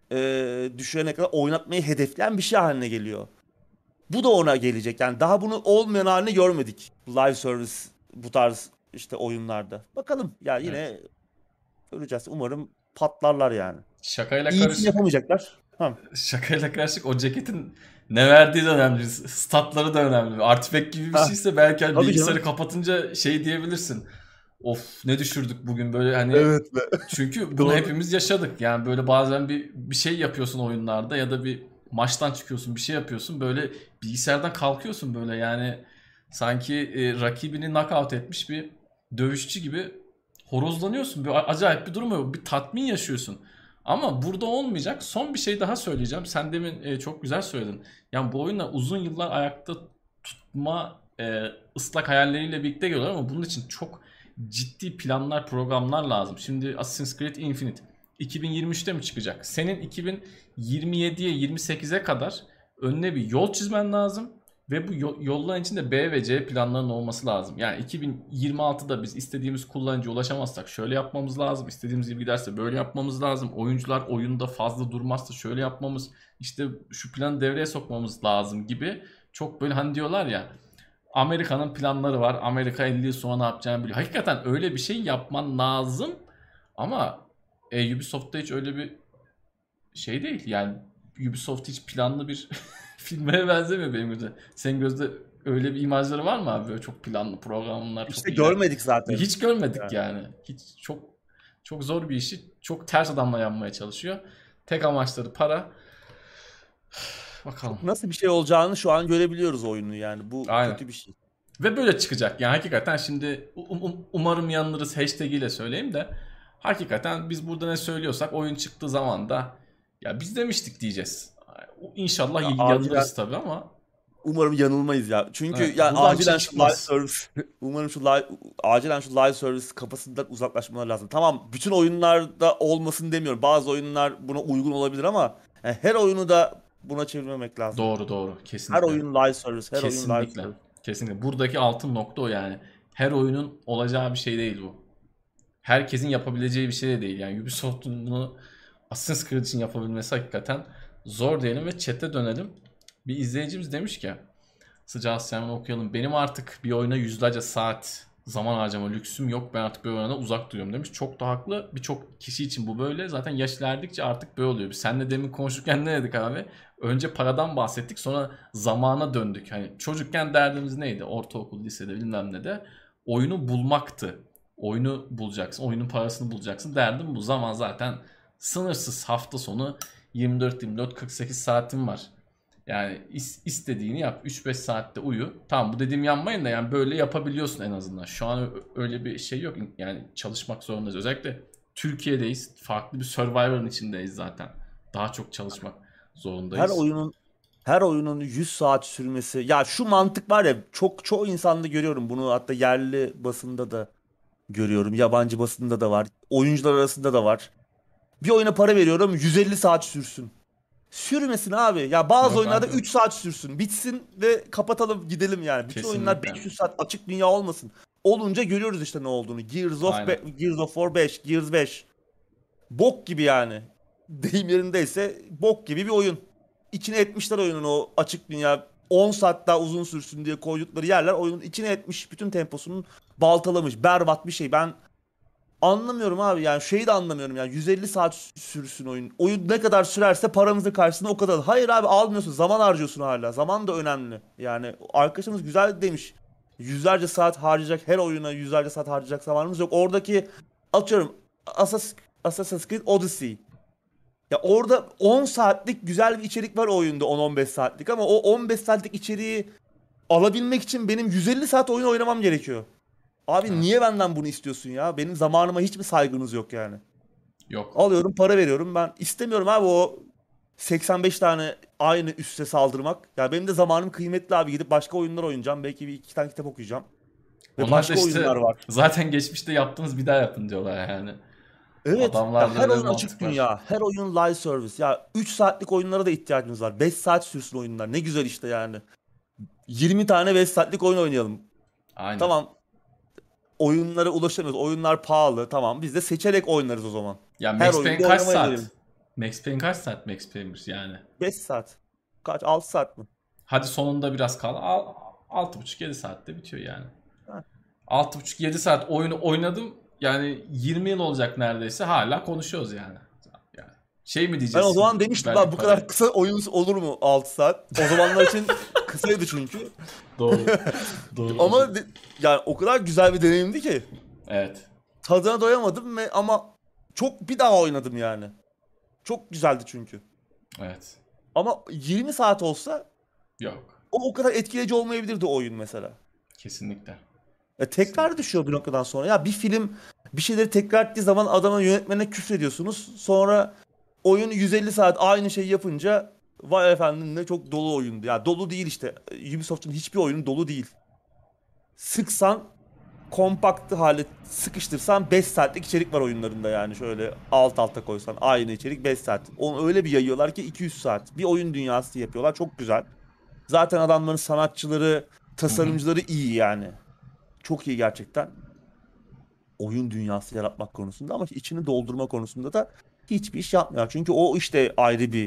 e, düşürene kadar oynatmayı hedefleyen bir şey haline geliyor. Bu da ona gelecek. Yani daha bunu olmayan halini görmedik. Live service bu tarz işte oyunlarda. Bakalım ya, Evet. yine göreceğiz. Umarım patlarlar yani. Şakayla İyisini karışık yapamayacaklar. Tamam. şakayla karışık o ceketin ne verdiği de önemli. Statları da önemli. Artifact gibi bir Ha, şeyse belki hani tabii bilgisayarı canım. kapatınca şey diyebilirsin. Of ne düşürdük bugün böyle hani, Evet be. çünkü bunu Doğru. hepimiz yaşadık. Yani böyle bazen bir bir şey yapıyorsun oyunlarda ya da bir maçtan çıkıyorsun, bir şey yapıyorsun, böyle bilgisayardan kalkıyorsun böyle yani sanki e, rakibini knockout etmiş bir dövüşçü gibi horozlanıyorsun. Bir acayip bir durum oluyor. Bir tatmin yaşıyorsun. Ama burada olmayacak. Son bir şey daha söyleyeceğim. Sen demin e, çok güzel söyledin. Yani bu oyunlar uzun yıllar ayakta tutma e, ıslak hayalleriyle birlikte geliyorlar ama bunun için çok ciddi planlar, programlar lazım. Şimdi Assassin's Creed Infinite iki bin yirmi üçte mi çıkacak? Senin iki bin yirmi yediye yirmi sekize kadar önüne bir yol çizmen lazım ve bu yolların içinde B ve C planlarının olması lazım. Yani iki bin yirmi altıda biz istediğimiz kullanıcıya ulaşamazsak şöyle yapmamız lazım. İstediğimiz gibi giderse böyle yapmamız lazım. Oyuncular oyunda fazla durmazsa şöyle yapmamız, işte şu planı devreye sokmamız lazım gibi, çok böyle hani diyorlar ya, Amerika'nın planları var. Amerika elli yıl sonra ne yapacağını biliyor. Hakikaten öyle bir şey yapman lazım. Ama e, Ubisoft'ta hiç öyle bir şey değil. Yani Ubisoft hiç planlı bir filme benzemiyor benim gözümde. Senin gözde öyle bir imajları var mı abi? Böyle çok planlı programlar, çok İşte iler. görmedik zaten. Hiç görmedik Yani. yani. Hiç çok çok zor bir işi çok ters adamla yapmaya çalışıyor. Tek amaçları para. Bakalım. Çok nasıl bir şey olacağını şu an görebiliyoruz oyunu yani. Bu Aynen. kötü bir şey. Ve böyle çıkacak. Yani hakikaten şimdi um- um- umarım yanılırız hashtag ile söyleyeyim de, hakikaten biz burada ne söylüyorsak oyun çıktığı zaman da ya biz demiştik diyeceğiz. İnşallah Ya, y- acilen yanılırız tabii ama umarım yanılmayız ya. Çünkü evet, yani buradan bir şey acilen şu live çıkmaz. service umarım şu live acilen şu live service kafasından uzaklaşmaları lazım. Tamam, bütün oyunlarda olmasın demiyorum. Bazı oyunlar buna uygun olabilir ama yani her oyunu da buna çevirmemek lazım. Doğru doğru, Her kesinlikle. oyun live service, her oyun live Kesinlikle. service. Kesinlikle. Buradaki altın nokta o yani. Her oyunun olacağı bir şey değil bu. Herkesin yapabileceği bir şey de değil. Yani Ubisoft'un bunu Assassin's Creed için yapabilmesi hakikaten zor diyelim ve chat'e dönelim. Bir izleyicimiz demiş ki, sıcağı hemen okuyalım. Benim artık bir oyuna yüzlerce saat zaman harcama lüksüm yok. Ben artık bir oyuna uzak duruyorum demiş. Çok da haklı. Birçok kişi için bu böyle. Zaten yaş ilerledikçe artık böyle oluyor. Biz seninle demin konuşurken ne dedik abi? Önce paradan bahsettik, sonra zamana döndük. Hani çocukken derdimiz neydi? Ortaokul, lisede bilmem ne de. Oyunu bulmaktı. Oyunu bulacaksın. Oyunun parasını bulacaksın. Derdim bu. Zaman zaten sınırsız. Hafta sonu yirmi dört yirmi dört kırk sekiz saatim var. Yani is- istediğini yap. üç beş saatte uyu. Tamam, bu dediğim yanmayın da yani böyle yapabiliyorsun en azından. Şu an ö- öyle bir şey yok. Yani çalışmak zorundayız. Özellikle Türkiye'deyiz. Farklı bir Survivor'ın içindeyiz zaten. Daha çok çalışmak Her zorundayız. oyunun her oyunun yüz saat sürmesi. Ya şu mantık var ya, çok çoğu insanda görüyorum bunu, hatta yerli basında da görüyorum. Yabancı basında da var. Oyuncular arasında da var. Bir oyuna para veriyorum, yüz elli saat sürsün. Sürmesin abi. Ya bazı Yok oyunlarda abi. üç saat sürsün. Bitsin ve kapatalım gidelim yani. Bütün oyunlar Kesinlikle. beş yüz saat açık dünya olmasın. Olunca görüyoruz işte ne olduğunu. Gears of Aynen. Be- Gears of War beş, Gears beş. Bok gibi yani. Deyim yerindeyse bok gibi bir oyun. İçine etmişler oyunun o açık dünya on saat daha uzun sürsün diye koydukları yerler oyunun içine etmiş, bütün temposunu baltalamış. Berbat bir şey. Ben anlamıyorum abi, yani şeyi de anlamıyorum, yani yüz elli saat sürsün oyun. Oyun ne kadar sürerse paramızın karşısında o kadar. Hayır abi, almıyorsun, zaman harcıyorsun hala. Zaman da önemli. Yani arkadaşımız güzel demiş. Yüzlerce saat harcayacak, her oyuna yüzlerce saat harcayacak zamanımız yok. Oradaki atıyorum Assassin's, Assassin's Creed Odyssey. Ya orada on saatlik güzel bir içerik var o oyunda, on on beş saatlik, ama o on beş saatlik içeriği alabilmek için benim yüz elli saat oyun oynamam gerekiyor. Abi Evet. niye benden bunu istiyorsun ya? Benim zamanıma hiçbir saygınız yok yani. Yok. Alıyorum, para veriyorum, ben istemiyorum abi o seksen beş tane aynı üste saldırmak. Ya benim de zamanım kıymetli abi, gidip başka oyunlar oynayacağım. Belki bir iki tane kitap okuyacağım. Ve Onlar da başka oyunlar işte var. zaten geçmişte yaptığınız bir daha yapın diyorlar yani. Evet ya, Adamlarda her öyle bir oyun açık mantık var. dünya, her oyun live service. Ya üç saatlik oyunlara da ihtiyacımız var. beş saat sürsün oyunlar. Ne güzel işte yani. yirmi tane beş saatlik oyun oynayalım. Aynen. Tamam, oyunlara ulaşamıyoruz. Oyunlar pahalı. Tamam, biz de seçerek oynarız o zaman. Ya Her Max Payne oyunda kaç oynamaya saat? gelelim. Max Payne kaç saat Max Payne'miş yani? beş saat. Kaç? altı saat mi? Hadi sonunda biraz kal. Al, altı buçuk yedi saatte bitiyor yani. Ha. altı buçuk yedi saat oyunu oynadım. Yani yirmi yıl olacak neredeyse. Hala konuşuyoruz yani. Yani şey mi Ben o diyeceğiz zaman şimdi? demiştim, Belki lan bu kadar parayı. kısa oyun olur mu altı saat? O zamanlar için kısaydı çünkü. Doğru. Doğru. Ama de- yani o kadar güzel bir deneyimdi ki. Evet. Tadına doyamadım ve ama çok bir daha oynadım yani. Çok güzeldi çünkü. Evet. Ama yirmi saat olsa Yok. o o kadar etkileyici olmayabilirdi o oyun mesela. Kesinlikle. E, tekrar Kesinlikle. düşüyor bir noktadan sonra. Ya bir film bir şeyleri tekrar ettiği zaman adama, yönetmene küfrediyorsunuz. Sonra oyun yüz elli saat aynı şeyi yapınca vay efendim ne çok dolu oyundu. Ya dolu değil işte. Ubisoft'un hiçbir oyunu dolu değil. Sıksan, kompakt hale sıkıştırsan beş saatlik içerik var oyunlarında yani. Şöyle alt alta koysan aynı içerik beş saat. Onu öyle bir yayıyorlar ki iki yüz saat. Bir oyun dünyası yapıyorlar. Çok güzel. Zaten adamların sanatçıları, Hı hı. tasarımcıları iyi yani. Çok iyi gerçekten. Oyun dünyası yaratmak konusunda, ama içini doldurma konusunda da hiçbir iş yapmıyor. Çünkü o işte ayrı bir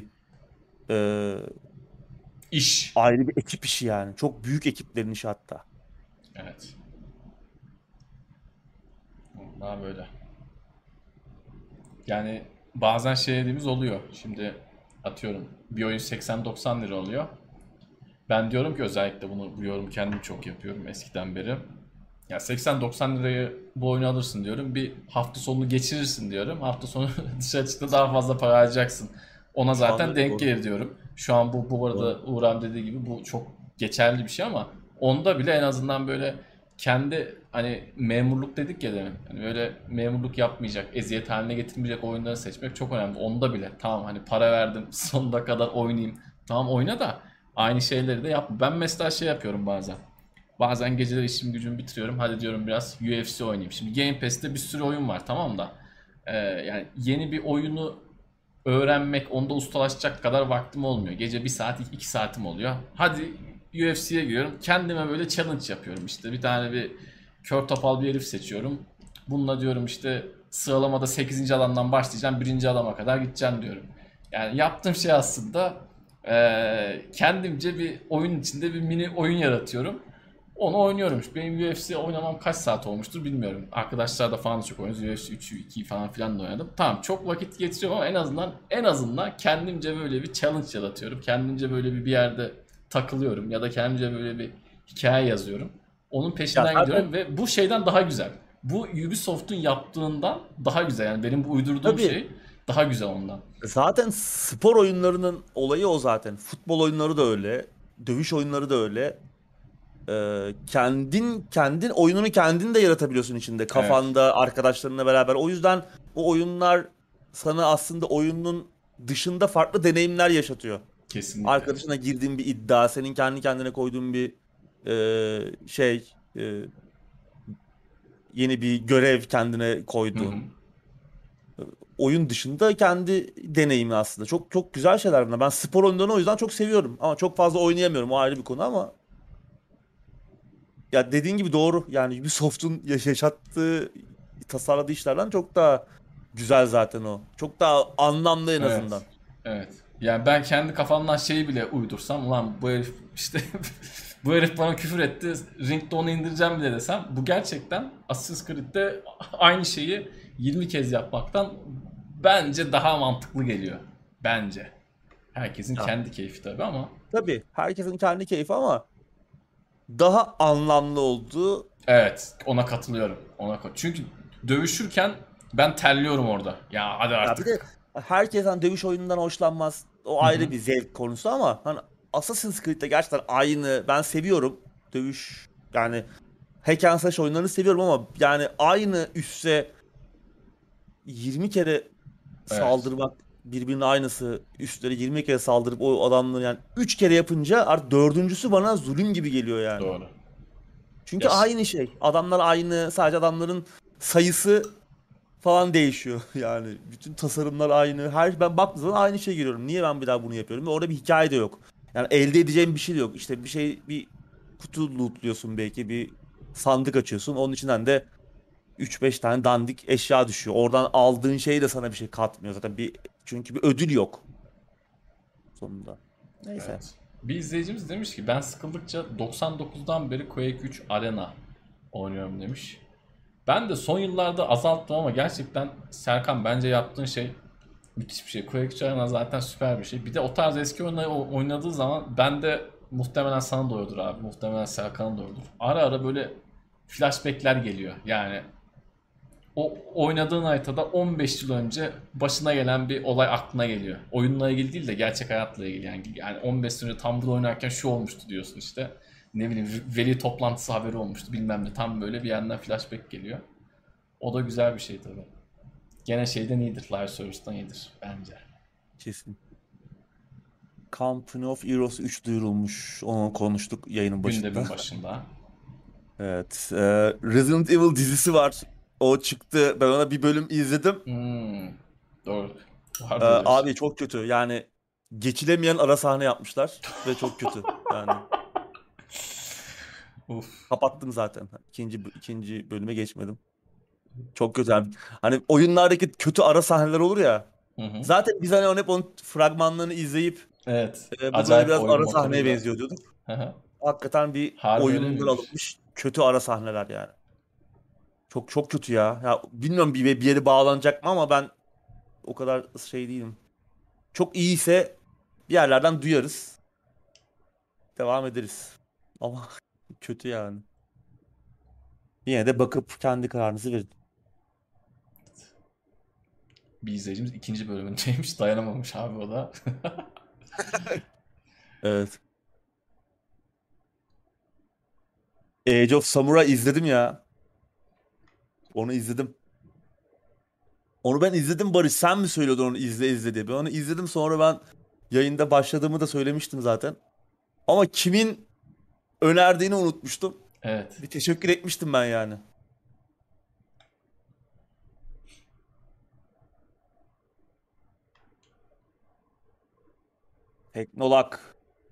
e, İş. ayrı bir ekip işi yani. Çok büyük ekiplerin işi hatta. Evet. Daha böyle. Yani bazen şey dediğimiz oluyor. Şimdi atıyorum bir oyun seksen doksan lira oluyor. Ben diyorum ki özellikle bunu bu yorum kendim çok yapıyorum eskiden beri. Ya seksen doksan lirayı bu oyunu alırsın diyorum. Bir hafta sonunu geçirirsin diyorum. Hafta sonu dışarı çıktığında daha fazla para harcayacaksın. Ona Şu anda zaten öyle, denk doğru. gelir diyorum. Şu an bu bu arada Doğru. Uğur abi dediği gibi bu çok geçerli bir şey ama onda bile en azından böyle kendi hani memurluk dedik ya demin. Hani böyle memurluk yapmayacak, eziyet haline getirmeyecek oyunları seçmek çok önemli. Onda bile tamam hani para verdim sonuna kadar oynayayım. Tamam oyna da aynı şeyleri de yap. Ben mesela şey yapıyorum bazen. Bazen geceleri işim gücümü bitiriyorum. Hadi diyorum biraz U F C oynayayım. Şimdi Game Pass'te bir sürü oyun var tamam da. Ee, yani yeni bir oyunu öğrenmek, onda ustalaşacak kadar vaktim olmuyor. Gece bir saat, iki saatim oluyor. Hadi U F C'ye giriyorum. Kendime böyle challenge yapıyorum işte. Bir tane bir kör topal bir herif seçiyorum. Bununla diyorum işte sıralamada sekizinci alandan başlayacağım. Birinci adama kadar gideceğim diyorum. Yani yaptığım şey aslında eee, kendimce bir oyun içinde bir mini oyun yaratıyorum. Onu oynuyorum. Benim U F C oynamam kaç saat olmuştur bilmiyorum. Arkadaşlar da falan da çok oynuyoruz. U F C üçü, ikiyi falan filan da oynadım. Tamam çok vakit geçiriyorum ama en azından en azından kendimce böyle bir challenge yaratıyorum. Kendimce böyle bir bir yerde takılıyorum ya da kendimce böyle bir hikaye yazıyorum. Onun Ya peşinden zaten gidiyorum ve bu şeyden daha güzel. Bu Ubisoft'un yaptığından daha güzel. Yani benim bu uydurduğum tabii, şey daha güzel ondan. zaten spor oyunlarının olayı o zaten. Futbol oyunları da öyle. Dövüş oyunları da öyle. Ee, kendin kendin oyununu kendin de yaratabiliyorsun içinde. Evet, Kafanda, arkadaşlarınla beraber. O yüzden o oyunlar sana aslında oyunun dışında farklı deneyimler yaşatıyor. kesinlikle. Arkadaşına girdiğin bir iddia, senin kendi kendine koyduğun bir e, şey, e, yeni bir görev kendine Hı hı. koyduğun. Oyun dışında kendi deneyimi aslında. Çok çok güzel şeyler bunlar. Ben spor oyunlarını o yüzden çok seviyorum. Ama çok fazla oynayamıyorum. O ayrı bir konu ama ya dediğin gibi doğru. Yani Ubisoft'un yaş- yaşattığı, tasarladığı işlerden çok daha güzel zaten o. Çok daha anlamlı en Evet. azından. Evet. Yani ben kendi kafamdan şeyi bile uydursam, ulan bu herif işte bu herif bana küfür etti, ringde onu indireceğim bile desem, bu gerçekten Assassin's Creed'de aynı şeyi yirmi kez yapmaktan bence daha mantıklı geliyor. Bence. Herkesin Ya, kendi keyfi tabii ama. tabii herkesin kendi keyfi ama daha anlamlı olduğu. Evet, ona katılıyorum. Ona kat- Çünkü dövüşürken ben terliyorum orada. Ya hadi Ya bir de artık. herkes hani dövüş oyunundan hoşlanmaz. O Hı ayrı hı. bir zevk konusu ama hani Assassin's Creed'de gerçekten aynı. Ben seviyorum dövüş, yani hack and slash oyunlarını seviyorum ama yani aynı üsse yirmi kere Evet, saldırmak, birbirinin aynısı üstleri yirmi kere saldırıp o adamları, yani üç kere yapınca artık dördüncüsü bana zulüm gibi geliyor yani. doğru. Çünkü Yaş. aynı şey. Adamlar aynı. Sadece adamların sayısı falan değişiyor. Yani bütün tasarımlar aynı. Her ben baktığım zaman aynı şey görüyorum. Niye ben bir daha bunu yapıyorum? Ve orada bir hikaye de yok. Yani elde edeceğim bir şey de yok. İşte bir şey, bir kutu lootluyorsun belki, bir sandık açıyorsun. Onun içinden de üç beş tane dandik eşya düşüyor. Oradan aldığın şey de sana bir şey katmıyor zaten. Bir, çünkü bir ödül yok sonunda. Neyse. Evet. Bir izleyicimiz demiş ki ben sıkıldıkça doksan dokuzdan beri Quake üç Arena oynuyorum demiş. Ben de son yıllarda azalttım ama gerçekten Serkan, bence yaptığın şey müthiş bir şey. Quake üç Arena zaten süper bir şey. Bir de o tarz eski oyunları o- oynadığı zaman ben de muhtemelen sana doğrudur abi. Muhtemelen Serkan'a doğrudur. Ara ara böyle flashbackler geliyor. Yani o oynadığın haritada on beş yıl önce başına gelen bir olay aklına geliyor. Oyunla ilgili değil de gerçek hayatla ilgili. Yani, yani on beş sene önce tam burada oynarken şu olmuştu diyorsun işte. Ne bileyim, veli toplantısı haberi olmuştu bilmem ne. Tam böyle bir yandan flashback geliyor. O da güzel bir şey tabii. Gene şeyden iyidir. Live Service'dan iyidir bence. Kesin. Company of Heroes üç duyurulmuş. Onu konuştuk yayının başında. Gündemin başında. Evet. e, Resident Evil dizisi var. O çıktı. Ben ona bir bölüm izledim. Hmm, doğru. E, Vardı öyle bir şey. abi çok kötü. Yani geçilemeyen ara sahne yapmışlar. Ve çok kötü. Yani Uf. kapattım zaten. İkinci, ikinci bölüme geçmedim. Çok kötü. Yani, hani oyunlardaki kötü ara sahneler olur ya. Hı hı. Zaten biz hani hep onun fragmanlarını izleyip Evet. e, bu böyle Acayip biraz oyun ara sahneye motoruyla. benziyor diyorduk. Hı hı. Hakikaten bir Harbi öyle oyundan miymiş? alınmış kötü ara sahneler yani. Çok çok kötü ya. Ya bilmiyorum bir, bir yere bağlanacak mı ama ben o kadar şey değilim. Çok iyiyse bir yerlerden duyarız. Devam ederiz. Ama kötü yani. Yine de bakıp kendi kararınızı verin. Bir izleyicimiz ikinci bölümündeymiş. Dayanamamış abi o da. Evet. Age of Samurai izledim ya. Onu izledim. Onu ben izledim Barış. Sen mi söylüyordun onu izle izle diye. Ben onu izledim, sonra ben yayında başladığımı da söylemiştim zaten. Ama kimin önerdiğini unutmuştum. Evet. Bir teşekkür etmiştim ben yani. Teknolak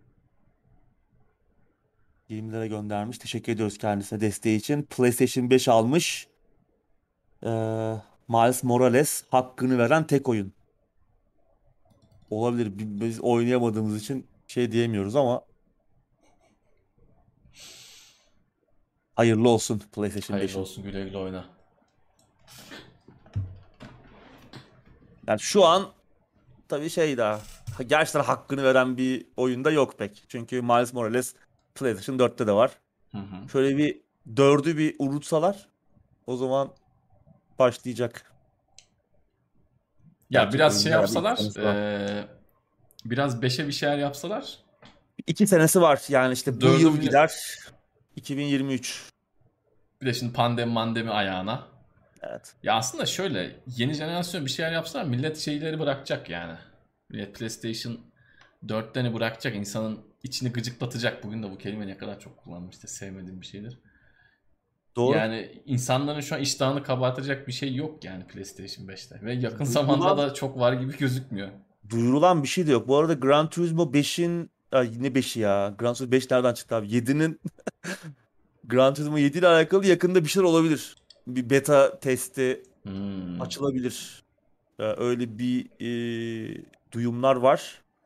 yirmi lira göndermiş. Teşekkür ediyoruz kendisine desteği için. PlayStation beş almış. Ee, Miles Morales hakkını veren tek oyun. Olabilir. Bi- Biz oynayamadığımız için şey diyemiyoruz ama hayırlı olsun PlayStation Hayırlı beşin. olsun, güle güle oyna. Yani şu an tabii şey daha ha- gerçekten hakkını veren bir oyunda yok pek. Çünkü Miles Morales PlayStation dörtte de var. Hı hı. Şöyle bir dördü bir unutsalar o zaman başlayacak. Ya Gerçek biraz şey oyun bayağı bir iki yapsalar, senesi var. eee, biraz beşe bir şeyler yapsalar, İki senesi var yani, işte bu dördü yıl bile, gider iki bin yirmi üç. bir de şimdi pandemi mandemi ayağına. Evet. Ya aslında şöyle, yeni jenerasyon bir şeyler yapsalar millet şeyleri bırakacak yani. Millet PlayStation dörtlerini bırakacak, insanın içini gıcıklatacak. Bugün de bu kelime ne kadar çok kullandım, işte sevmediğim bir şeydir. Doğru. Yani insanların şu an iştahını kabartacak bir şey yok yani PlayStation beşte. Ve yakın zamanda Duyurulan, da çok var gibi gözükmüyor. duyurulan bir şey de yok. Bu arada Gran Turismo beşin, ay ne beşi ya? Gran Turismo beş nereden çıktı abi? yedinin Gran Turismo yedi ile alakalı yakında bir şeyler olabilir. Bir beta testi Hmm. açılabilir. Ee, öyle bir e, duyumlar var.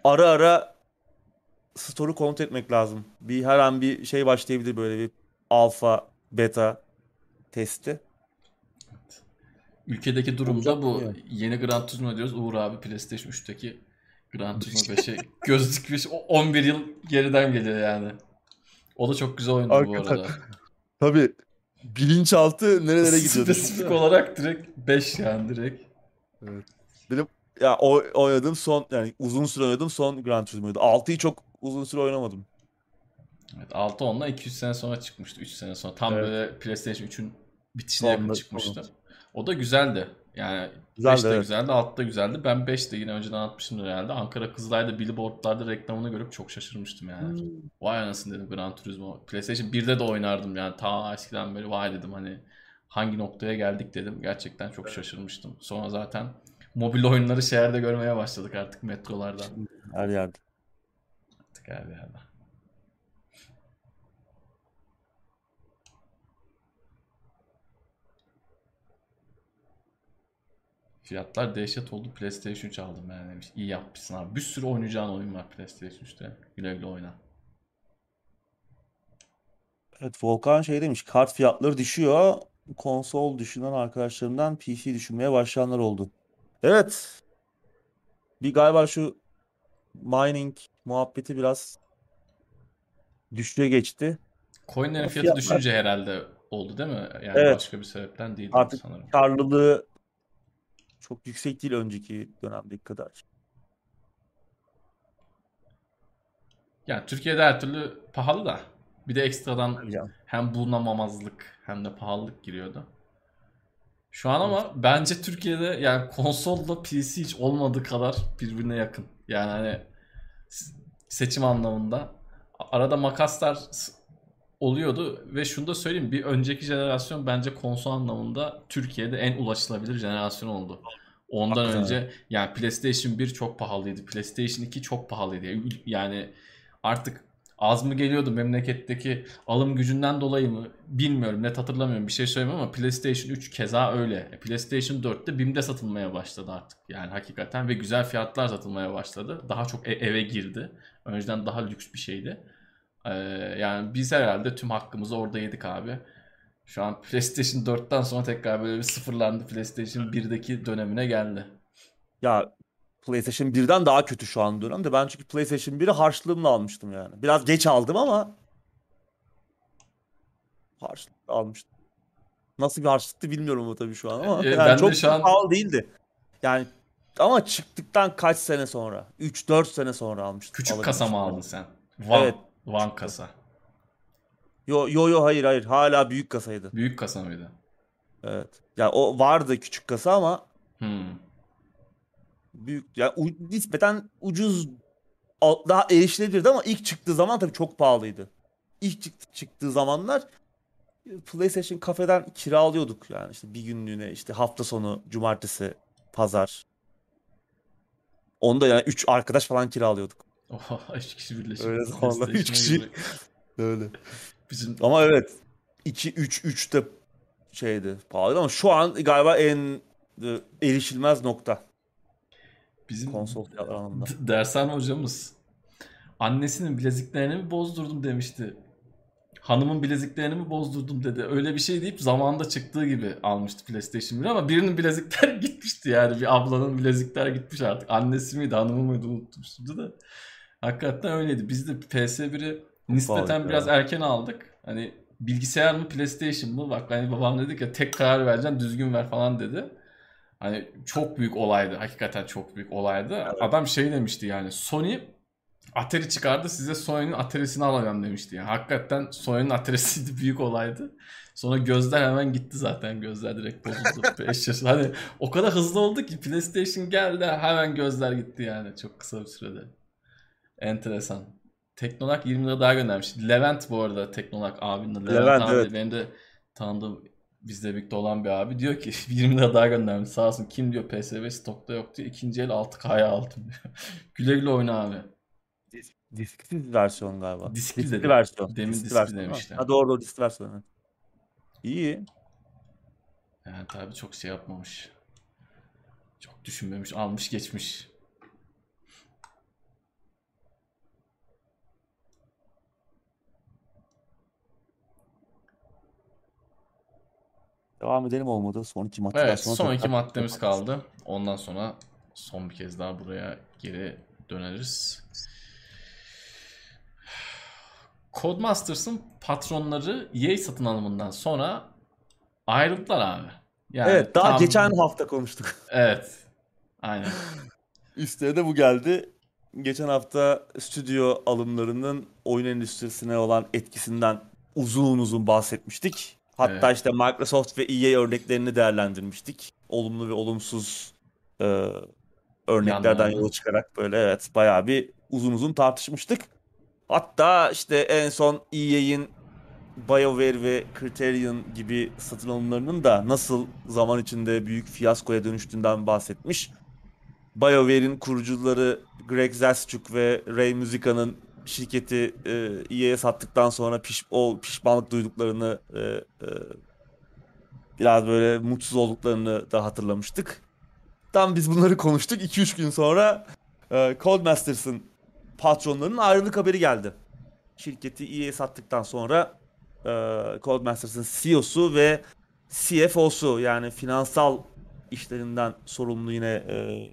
ara ara store'u kontrol etmek lazım. Bir her an bir şey başlayabilir, böyle bir alfa, beta testi. Ülkedeki durum Olacak da mı bu. ya? Yeni Gran Turismo diyoruz. Uğur abi PlayStation üçteki Gran Turismo beşe göz dikmiş. O on bir yıl geriden geliyor yani. O da çok güzel oyundur bu Hakikaten. arada. Tabii bilinçaltı nerelere gidiyor Spesifik düşünsene. olarak direkt beş yani direkt. Evet. Benim ya o oynadığım son, yani uzun süre oynadığım son Gran Turismo'ydu. altıyı çok uzun süre oynamadım. Evet, altı ondan iki yüz sene sonra çıkmıştı. üç sene sonra. Tam Evet. böyle PlayStation üçün bitişine yakın Sonunda sonu. çıkmıştı. O da güzeldi. Yani Güzeldi, beş de evet. güzeldi, altı da güzeldi. Ben beş de yine önceden atmışımdır herhalde. Ankara Kızılay'da billboardlarda reklamını görüp çok şaşırmıştım yani. Hmm. Vay anasını dedim Gran Turismo. PlayStation birde de oynardım yani. Ta eskiden beri vay dedim hani hangi noktaya geldik dedim. Gerçekten çok şaşırmıştım. Sonra zaten mobil oyunları şehirde görmeye başladık artık metrolardan. Şimdi her yerde. Artık her yerde. Fiyatlar dehşet oldu. PlayStation üç aldım yani demiş. İyi yapmışsın abi. Bir sürü oynayacağın oyun var PlayStation üçte. Güle güle oyna. Evet, Volkan şey demiş, kart fiyatları düşüyor. Konsol düşünen arkadaşlarımdan P C düşünmeye başlayanlar oldu. Evet. Bir galiba şu mining muhabbeti biraz düşüşe geçti. Coinlerin Ama fiyatı fiyatlar, düşünce herhalde oldu değil mi? Yani evet, başka bir sebepten değildi artık sanırım. karlılığı çok yüksek değil önceki dönemdeki kadar. Yani Türkiye'de her türlü pahalı da. Bir de ekstradan Tabii canım. hem bulunamamazlık hem de pahalılık giriyordu. Şu an Evet. ama bence Türkiye'de yani konsolla P C hiç olmadığı kadar birbirine yakın. Yani hani seçim anlamında. Arada makaslar oluyordu ve şunu da söyleyeyim, bir önceki jenerasyon bence konsol anlamında Türkiye'de en ulaşılabilir jenerasyon oldu. Ondan Hakikaten öyle. önce yani PlayStation bir çok pahalıydı. PlayStation iki çok pahalıydı. Yani artık az mı geliyordu memleketteki alım gücünden dolayı mı bilmiyorum, net hatırlamıyorum, bir şey söyleyeyim ama PlayStation üç keza öyle. E, PlayStation dörtte BİM'de satılmaya başladı artık yani hakikaten ve güzel fiyatlar satılmaya başladı. Daha çok e- eve girdi. Önceden daha lüks bir şeydi. Ee, yani biz herhalde tüm hakkımızı orada yedik abi. Şu an PlayStation dörtten sonra tekrar böyle bir sıfırlandı. PlayStation birdeki dönemine geldi. Ya PlayStation birden daha kötü şu an dönemde. Ben çünkü PlayStation biri harçlığımla almıştım yani. Biraz geç aldım ama harçlıkla almıştım. Nasıl bir harçlıktı bilmiyorum ama tabii şu an, ama Ee, yani ben de çok şu da an pahalı değildi. Yani ama çıktıktan kaç sene sonra? üç dört sene sonra almıştım, küçük kasa mı alabilmiştim aldın yani. sen? One. Evet. One Çıktı. kasa. Yo yo yo, hayır hayır, hala büyük kasaydı. Büyük kasa mıydı? Evet. Ya o vardı küçük kasa ama Hmm. büyük, yani u- nispeten ucuz, al- daha erişilebilirdi ama ilk çıktığı zaman tabii çok pahalıydı. İlk çıktı, çıktığı zamanlar PlayStation kafeden kiralıyorduk yani, işte bir günlüğüne, işte hafta sonu, cumartesi, pazar. Onu da yani üç arkadaş falan kiralıyorduk. Oha, üç kişi birleşip Öyle zamanlar üç PlayStation'a kişi. girmek. Öyle. Bizim Ama evet, iki üç üç de şeydi, pahalı, ama şu an galiba en e, erişilmez nokta bizim konsol fiyatları anlamında. d- dershane hocamız annesinin bileziklerini mi bozdurdum demişti. Hanımın bileziklerini mi bozdurdum dedi. Öyle bir şey deyip zamanında çıktığı gibi almıştı PlayStation bir ama birinin bilezikler gitmişti yani. Bir ablanın bilezikler gitmiş artık. Annesi miydi, hanımı mıydı unuttum şimdi de. Hakikaten öyleydi. Biz de P S biri Çok pahalıydı nispeten biraz ya. erken aldık. Hani bilgisayar mı PlayStation mı? Bak hani babam dedi ki tek karar vereceksin, düzgün ver falan dedi. Hani çok büyük olaydı. Hakikaten çok büyük olaydı. Adam şey demişti yani, Sony Atari çıkardı, size Sony'nin Atari'sini alamam demişti yani. Hakikaten Sony'nin Atari'siydi, büyük olaydı. Sonra gözler hemen gitti zaten. Gözler direkt bozuldu. beş yaş. Hani o kadar hızlı oldu ki PlayStation geldi hemen gözler gitti yani çok kısa bir sürede. Enteresan. Teknonak yirmi lira daha göndermiş. Levent bu arada Teknonak abinin adı. Levent Levent, abi evet. benim de tanıdığım, bizle birlikte olan bir abi. Diyor ki yirmi lira daha göndermiş. Sağ olsun, kim diyor P S V stokta yok diyor. İkinci el altı K'ya aldım diyor. Güle güle oyna abi. Disk, disksiz versiyon galiba. Diskli Diskli dedi. versiyon. Demin Diskli diskli versiyon değil mi? demişti. Ha, doğru doğru, diskli versiyon. Evet. İyi. Yani tabii çok şey yapmamış. Çok düşünmemiş. Almış geçmiş. Devam edelim olmadı. Son iki maddeden Evet, sonra son iki tekrar- maddemiz kaldı. Ondan sonra son bir kez daha buraya geri döneriz. Codemasters'ın patronları E A satın alımından sonra ayrıldılar abi. Yani Evet, daha tam- geçen hafta konuştuk. Evet. Aynen. Üstüne de bu geldi. Geçen hafta stüdyo alımlarının oyun endüstrisine olan etkisinden uzun uzun bahsetmiştik. Hatta Evet. işte Microsoft ve E A örneklerini değerlendirmiştik. Olumlu ve olumsuz e, örneklerden Yanlarını. yola çıkarak böyle evet bayağı bir uzun uzun tartışmıştık. Hatta işte en son E A'in BioWare ve Criterion gibi satın alımlarının da nasıl zaman içinde büyük fiyaskoya dönüştüğünden bahsetmiş. BioWare'in kurucuları Greg Zastchuk ve Ray Muzika'nın şirketi e, E A'ye sattıktan sonra piş, o pişmanlık duyduklarını e, e, biraz böyle mutsuz olduklarını da hatırlamıştık. Tam biz bunları konuştuk. iki üç gün sonra e, Codemasters'ın patronlarının ayrılık haberi geldi. Şirketi E A'ye sattıktan sonra e, Codemasters'ın C E O'su ve C F O'su yani finansal işlerinden sorumlu yine e,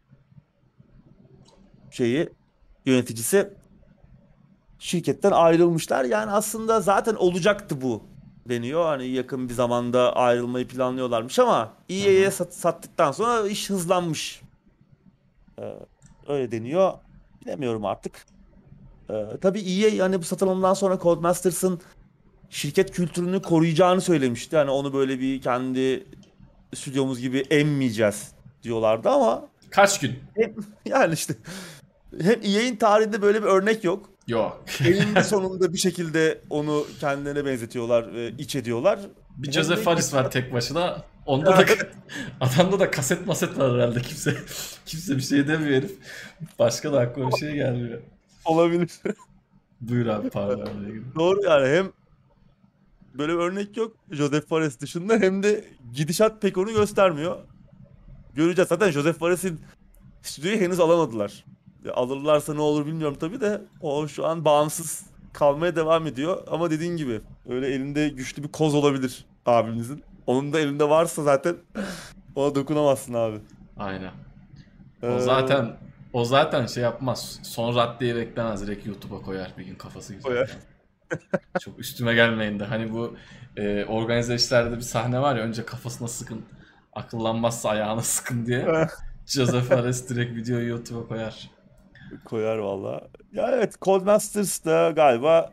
şeyi yöneticisi şirketten ayrılmışlar. Yani aslında zaten olacaktı bu deniyor. Hani yakın bir zamanda ayrılmayı planlıyorlarmış ama E A'ye sat, sattıktan sonra iş hızlanmış. Ee, öyle deniyor. Bilemiyorum artık. Ee, tabii E A yani bu satın alımdan sonra Codemasters'ın şirket kültürünü koruyacağını söylemişti. Hani onu böyle bir kendi stüdyomuz gibi emmeyeceğiz diyorlardı ama Kaç gün? hem, yani işte hem E A'in tarihinde böyle bir örnek yok. Yok. Eninde sonunda bir şekilde onu kendilerine benzetiyorlar, e, iç ediyorlar. Bir Hem Joseph de Fares var tek başına. Onda da adamda da kaset maset var herhalde. Kimse kimse bir şey demiyor herif. Başka da aklıma bir şey gelmiyor. olabilir. Buyur abi pardon. Doğru yani hem böyle bir örnek yok Joseph Fares dışında hem de gidişat pek onu göstermiyor. Göreceğiz. Zaten Joseph Fares'in stüdyoyu henüz alamadılar. Ya alırlarsa ne olur bilmiyorum tabii de o şu an bağımsız kalmaya devam ediyor. Ama dediğin gibi öyle elinde güçlü bir koz olabilir abimizin. Onun da elinde varsa zaten ona dokunamazsın abi. Aynen. O Ee, zaten o zaten şey yapmaz. Son raddeyi beklemez. Direkt YouTube'a koyar bir gün kafası güzel. Koyar. Çok üstüme gelmeyin de. Hani bu e, organize işlerde bir sahne var ya, önce kafasına sıkın. Akıllanmazsa ayağına sıkın diye. Joseph Fares direkt videoyu YouTube'a koyar. Koyar valla. Ya evet Codemasters da galiba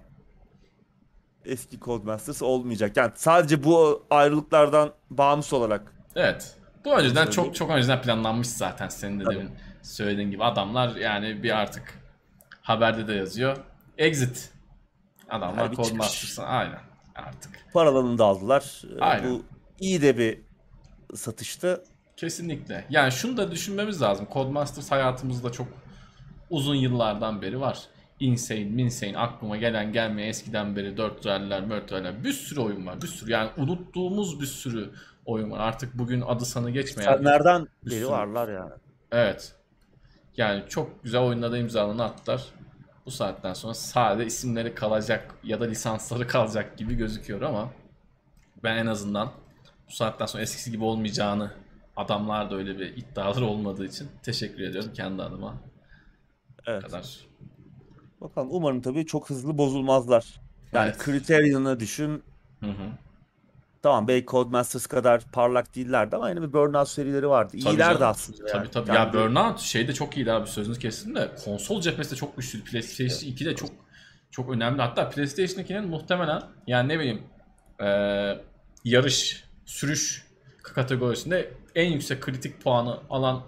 eski Codemasters olmayacak. Yani sadece bu ayrılıklardan bağımsız olarak. Evet. Bu önceden söyleyeyim. çok çok önceden planlanmış zaten, senin de Tabii. demin söylediğin gibi. Adamlar yani bir artık haberde de yazıyor. Exit. Adamlar Yani bir çıkış. Codemasters'a aynen artık. Paralarını da aldılar. Ee, Aynen. Bu iyi de bir satıştı. Kesinlikle. Yani şunu da düşünmemiz lazım. Codemasters hayatımızda çok uzun yıllardan beri var. Insane, Minsane, aklıma gelen gelmeyen eskiden beri dört ralliler, mört ralliler, bir sürü oyun var. Bir sürü yani unuttuğumuz bir sürü oyun var. Artık bugün adı sanı geçmeyen Senlerden bir beri sürü. varlar yani. Evet. Yani çok güzel oyunlara imzalarını attılar. Bu saatten sonra sade isimleri kalacak ya da lisansları kalacak gibi gözüküyor ama ben en azından bu saatten sonra eskisi gibi olmayacağını, adamlar da öyle bir iddiaları olmadığı için teşekkür ediyorum kendi adıma. Evet. Bu kadar. Bakalım umarım tabii çok hızlı bozulmazlar. Yani Evet. Criterion'ı düşün. Hı hı. Tamam belki Codemasters kadar parlak değillerdi ama yine bir Burnout serileri vardı. Tabii İyilerdi canım. aslında Tabii yani. tabii. Ya Kendi- Burnout şeyde çok iyiydi abi, sözünü kestim de konsol cephesi de çok güçlüydü. PlayStation iki de çok çok önemli. Hatta PlayStation ikinin muhtemelen yani ne bileyim eee, yarış, sürüş kategorisinde en yüksek kritik puanı alan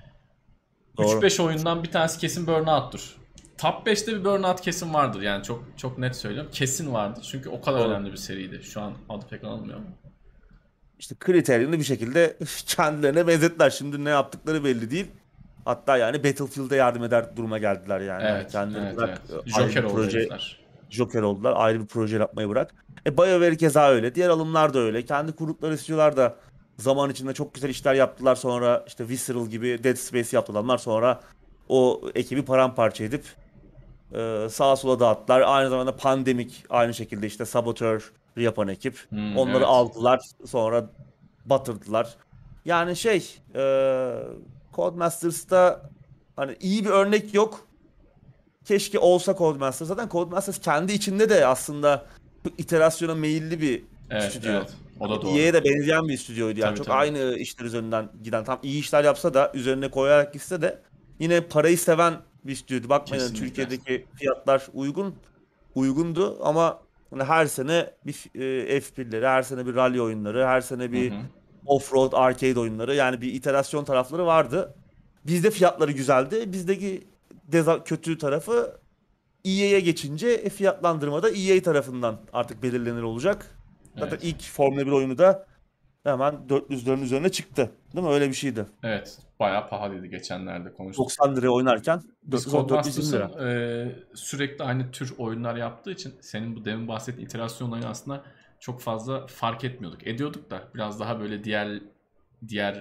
Doğru. üç beş oyundan bir tanesi kesin Burnout'tur. Top beşte bir Burnout kesin vardır yani, çok çok net söylüyorum. Kesin vardır çünkü o kadar Doğru. önemli bir seriydi. Şu an adı pek anılmıyor ama. İşte Criterion'ı bir şekilde kendilerine benzettiler. Şimdi ne yaptıkları belli değil. Hatta yani Battlefield'e yardım eder duruma geldiler yani. Yani Evet, kendileri evet, bırak evet. ayrı Joker bir oldu proje, herifler. Joker oldular. Ayrı bir proje yapmayı bırak. E BioWare keza öyle. Diğer alımlar da öyle. Kendi kurdukları stüdyolar da zaman içinde çok güzel işler yaptılar. Sonra işte Visceral gibi Dead Space yaptılar. Sonra o ekibi paramparça edip e, sağa sola dağıttılar. Aynı zamanda Pandemic aynı şekilde işte Saboteur, yapan ekip. Hmm, Onları evet. aldılar, sonra batırdılar. Yani şey, e, Codemasters'ta hani iyi bir örnek yok. Keşke olsa Codemasters. Zaten Codemasters kendi içinde de aslında çok iterasyona meyilli bir Evet, stüdyo. evet. O da doğru. E A'ye de benzeyen bir stüdyoydu yani. Tabii Çok tabii. aynı işler üzerinden giden. Tam iyi işler yapsa da üzerine koyarak gitse de yine parayı seven bir stüdyoydu. Bakmayın hani Kesinlikle. Türkiye'deki fiyatlar uygun uygundu ama hani her sene bir e, F bir'leri, her sene bir rally oyunları, her sene Hı bir hı. off-road arcade oyunları, yani bir iterasyon tarafları vardı. Bizde fiyatları güzeldi. Bizdeki deza kötü tarafı E A'ye geçince e, fiyatlandırma da E A tarafından artık belirlenir olacak. Zaten Evet. ilk Formula bir oyunu da hemen dört yüzlerin üzerine çıktı. Değil mi? Öyle bir şeydi. Evet. Bayağı pahalıydı, geçenlerde konuştuk. doksan liraya oynarken Biz dört yüz on dört yüz yirmi Codemasters'ın lira. e, sürekli aynı tür oyunlar yaptığı için senin bu demin bahsettiğin iterasyonları aslında çok fazla fark etmiyorduk. Ediyorduk da biraz daha böyle diğer diğer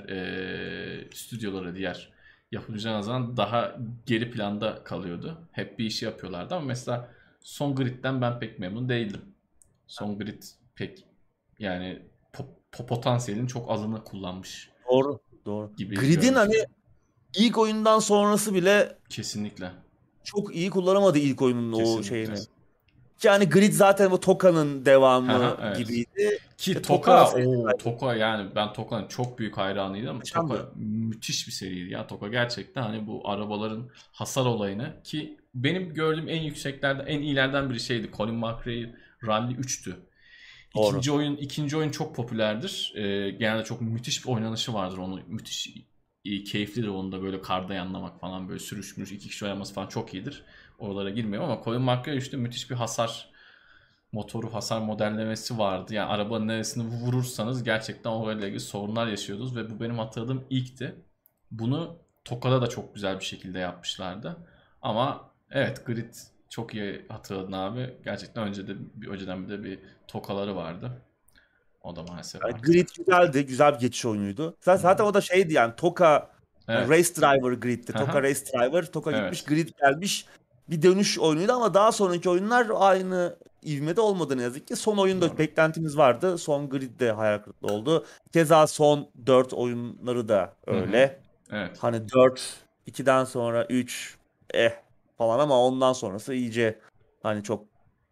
e, stüdyolara, diğer yapımcılara nazaran daha geri planda kalıyordu. Hep bir işi yapıyorlardı ama mesela Son Grid'den ben pek memnun değildim. Son Grid pek, yani po- po- potansiyelin çok azını kullanmış Doğru. Doğru. gibi Grid'in hani görmüştüm. ilk oyundan sonrası bile Kesinlikle. çok iyi kullanamadı ilk oyunun o Kesinlikle. şeyini. Yani Grid zaten bu Toka'nın devamı Haha, evet. gibiydi. Ki E, Toka Toka, seri o Toka, yani ben Toka'nın çok büyük hayranıydım ama muhteşemdi. Toka müthiş bir seriydi ya. Toka gerçekten hani bu arabaların hasar olayını, ki benim gördüğüm en yükseklerde, en iyilerden biri şeydi. Colin McRae Rally üçtü. Doğru. İkinci oyun ikinci oyun çok popülerdir. Ee, genelde çok müthiş bir oynanışı vardır. Onu müthiş iyi, keyiflidir, onu da böyle karda yanlamak falan, böyle sürüşmüş iki kişi oynaması falan çok iyidir. Oralara girmiyorum ama Colin McRae üçte müthiş bir hasar motoru, hasar modellemesi vardı. Yani arabanın neresini vurursanız gerçekten orayla ilgili sorunlar yaşıyordunuz ve bu benim hatırladığım ilkti. Bunu Toka'da da çok güzel bir şekilde yapmışlardı. Ama evet, Grid çok iyi hatırladın abi. Gerçekten önce de bir önceden bir de bir Toka'ları vardı. O da maalesef Yani artık. Grid güzeldi. Güzel bir geçiş oyunuydu. Zaten, zaten o da şeydi yani Toka yani Evet. Race Driver Grid'ti. Toka Aha, Race Driver. Toka gitmiş, evet. Grid gelmiş. Bir dönüş oyunuydu ama daha sonraki oyunlar aynı ivmede olmadı ne yazık ki. Son oyunda Doğru. beklentimiz vardı. Son Grid de hayal kırıklığı oldu. Keza son dört oyunları da Hı hı. öyle. Evet. Hani dört, ikiden sonra üç eh falan ama ondan sonrası iyice hani çok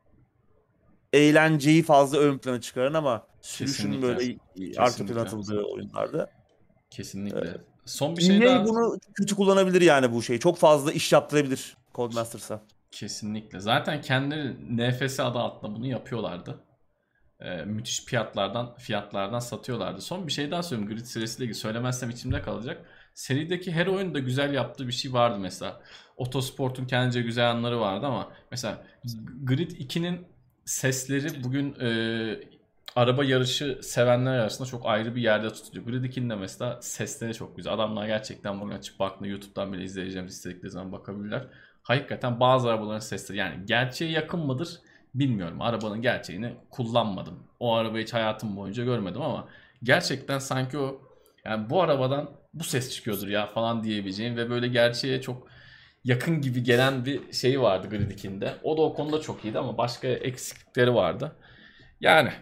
eğlenceyi fazla ön plana çıkaran ama sürüşün Kesinlikle. böyle arka plana Kesinlikle. atıldığı oyunlardı. Kesinlikle. Son bir şey E A daha. bunu kötü kullanabilir yani bu şeyi. Çok fazla iş yaptırabilir Codemasters'a. Kesinlikle. Zaten kendileri N F S adı altında bunu yapıyorlardı. Ee, müthiş fiyatlardan fiyatlardan satıyorlardı. Son bir şey daha söyleyeyim. Grid serisiyle ilgili söylemezsem içimde kalacak. Serideki her oyunda güzel yaptığı bir şey vardı mesela. Autosport'un kendince güzel yanları vardı ama mesela Grid ikinin sesleri bugün e, araba yarışı sevenler arasında çok ayrı bir yerde tutuluyor. Grid ikinin de mesela sesleri çok güzel. Adamlar gerçekten bunu açıp baktığında YouTube'dan bile izleyeceğimiz istedikleri zaman bakabilirler. Hakikaten bazı arabaların sesleri yani gerçeğe yakın mıdır bilmiyorum. Arabanın gerçeğini kullanmadım. O arabayı hiç hayatım boyunca görmedim ama gerçekten sanki o, yani bu arabadan bu ses çıkıyordur ya falan diyebileceğim ve böyle gerçeğe çok yakın gibi gelen bir şey vardı Grid ikinde. O da o konuda çok iyiydi ama başka eksiklikleri vardı. Yani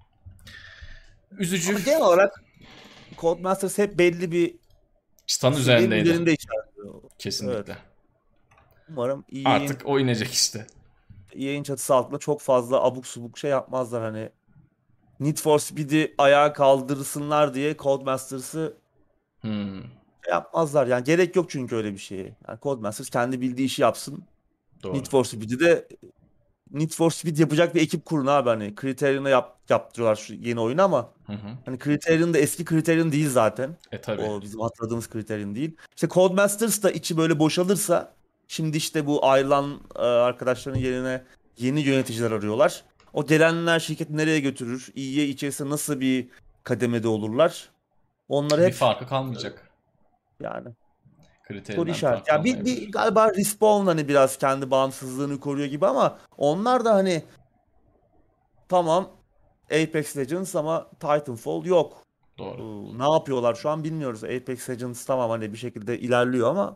üzücü. Ama genel olarak Codemasters hep belli bir Çıtanın seviyenin üzerindeydi. üzerinde işaretliyor. Kesinlikle. Evet. Umarım E A'in Artık o inecek işte. E A'in çatısı altında çok fazla abuk subuk şey yapmazlar hani. Need for Speed'i ayağa kaldırsınlar diye Codemasters'ı Hmm, şey yapmazlar. Yani gerek yok çünkü öyle bir şeye. Yani Codemasters kendi bildiği işi yapsın. Need doğru. for Speed'i de Need for Speed yapacak bir ekip kurun abi hani. Criterion'a yap, yaptırıyorlar şu yeni oyunu ama Hı hı. hani Criterion da eski Criterion değil zaten. E tabi. O bizim hatırladığımız Criterion değil. İşte Codemasters da içi böyle boşalırsa şimdi işte bu ayrılan e, arkadaşların yerine yeni yöneticiler arıyorlar. O gelenler şirketi nereye götürür? İyiye içerisinde nasıl bir kademede olurlar? Onlar Bir hep farkı kalmayacak. yani soru Kriterinden bir işareti. farkı Ya bir, bir kalmayabilir. galiba Respawn hani biraz kendi bağımsızlığını koruyor gibi ama onlar da hani tamam Apex Legends ama Titanfall yok. Ee, Doğru. Ne yapıyorlar şu an bilmiyoruz. Apex Legends tamam hani bir şekilde ilerliyor ama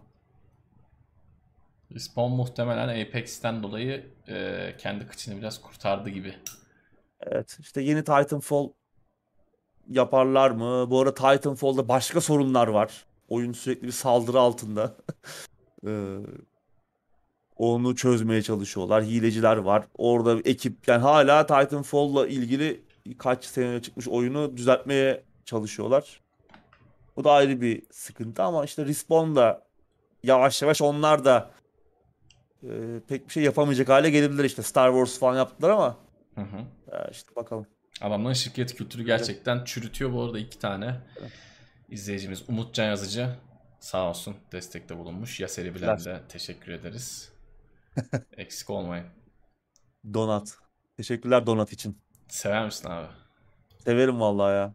Respawn muhtemelen Apex'ten dolayı e, kendi kıçını biraz kurtardı gibi Evet, işte yeni Titanfall yaparlar mı? Bu arada Titanfall'da başka sorunlar var. Oyun sürekli bir saldırı altında. Ee, Onu çözmeye çalışıyorlar. Hileciler var. Orada bir ekip, yani hala Titanfall'la ilgili kaç sene çıkmış oyunu düzeltmeye çalışıyorlar. Bu da ayrı bir sıkıntı ama işte Respawn da yavaş yavaş onlar da e, pek bir şey yapamayacak hale gelebilir işte. Star Wars falan yaptılar ama Hı hı. ya işte bakalım. Adamların şirket kültürü gerçekten çürütüyor. Bu arada iki tane izleyicimiz Umut Can Yazıcı sağ olsun destekte bulunmuş. Ya seri bilen de teşekkür ederiz. Eksik olmayın. Donat. Teşekkürler donat için. Sever misin abi? Severim vallahi ya.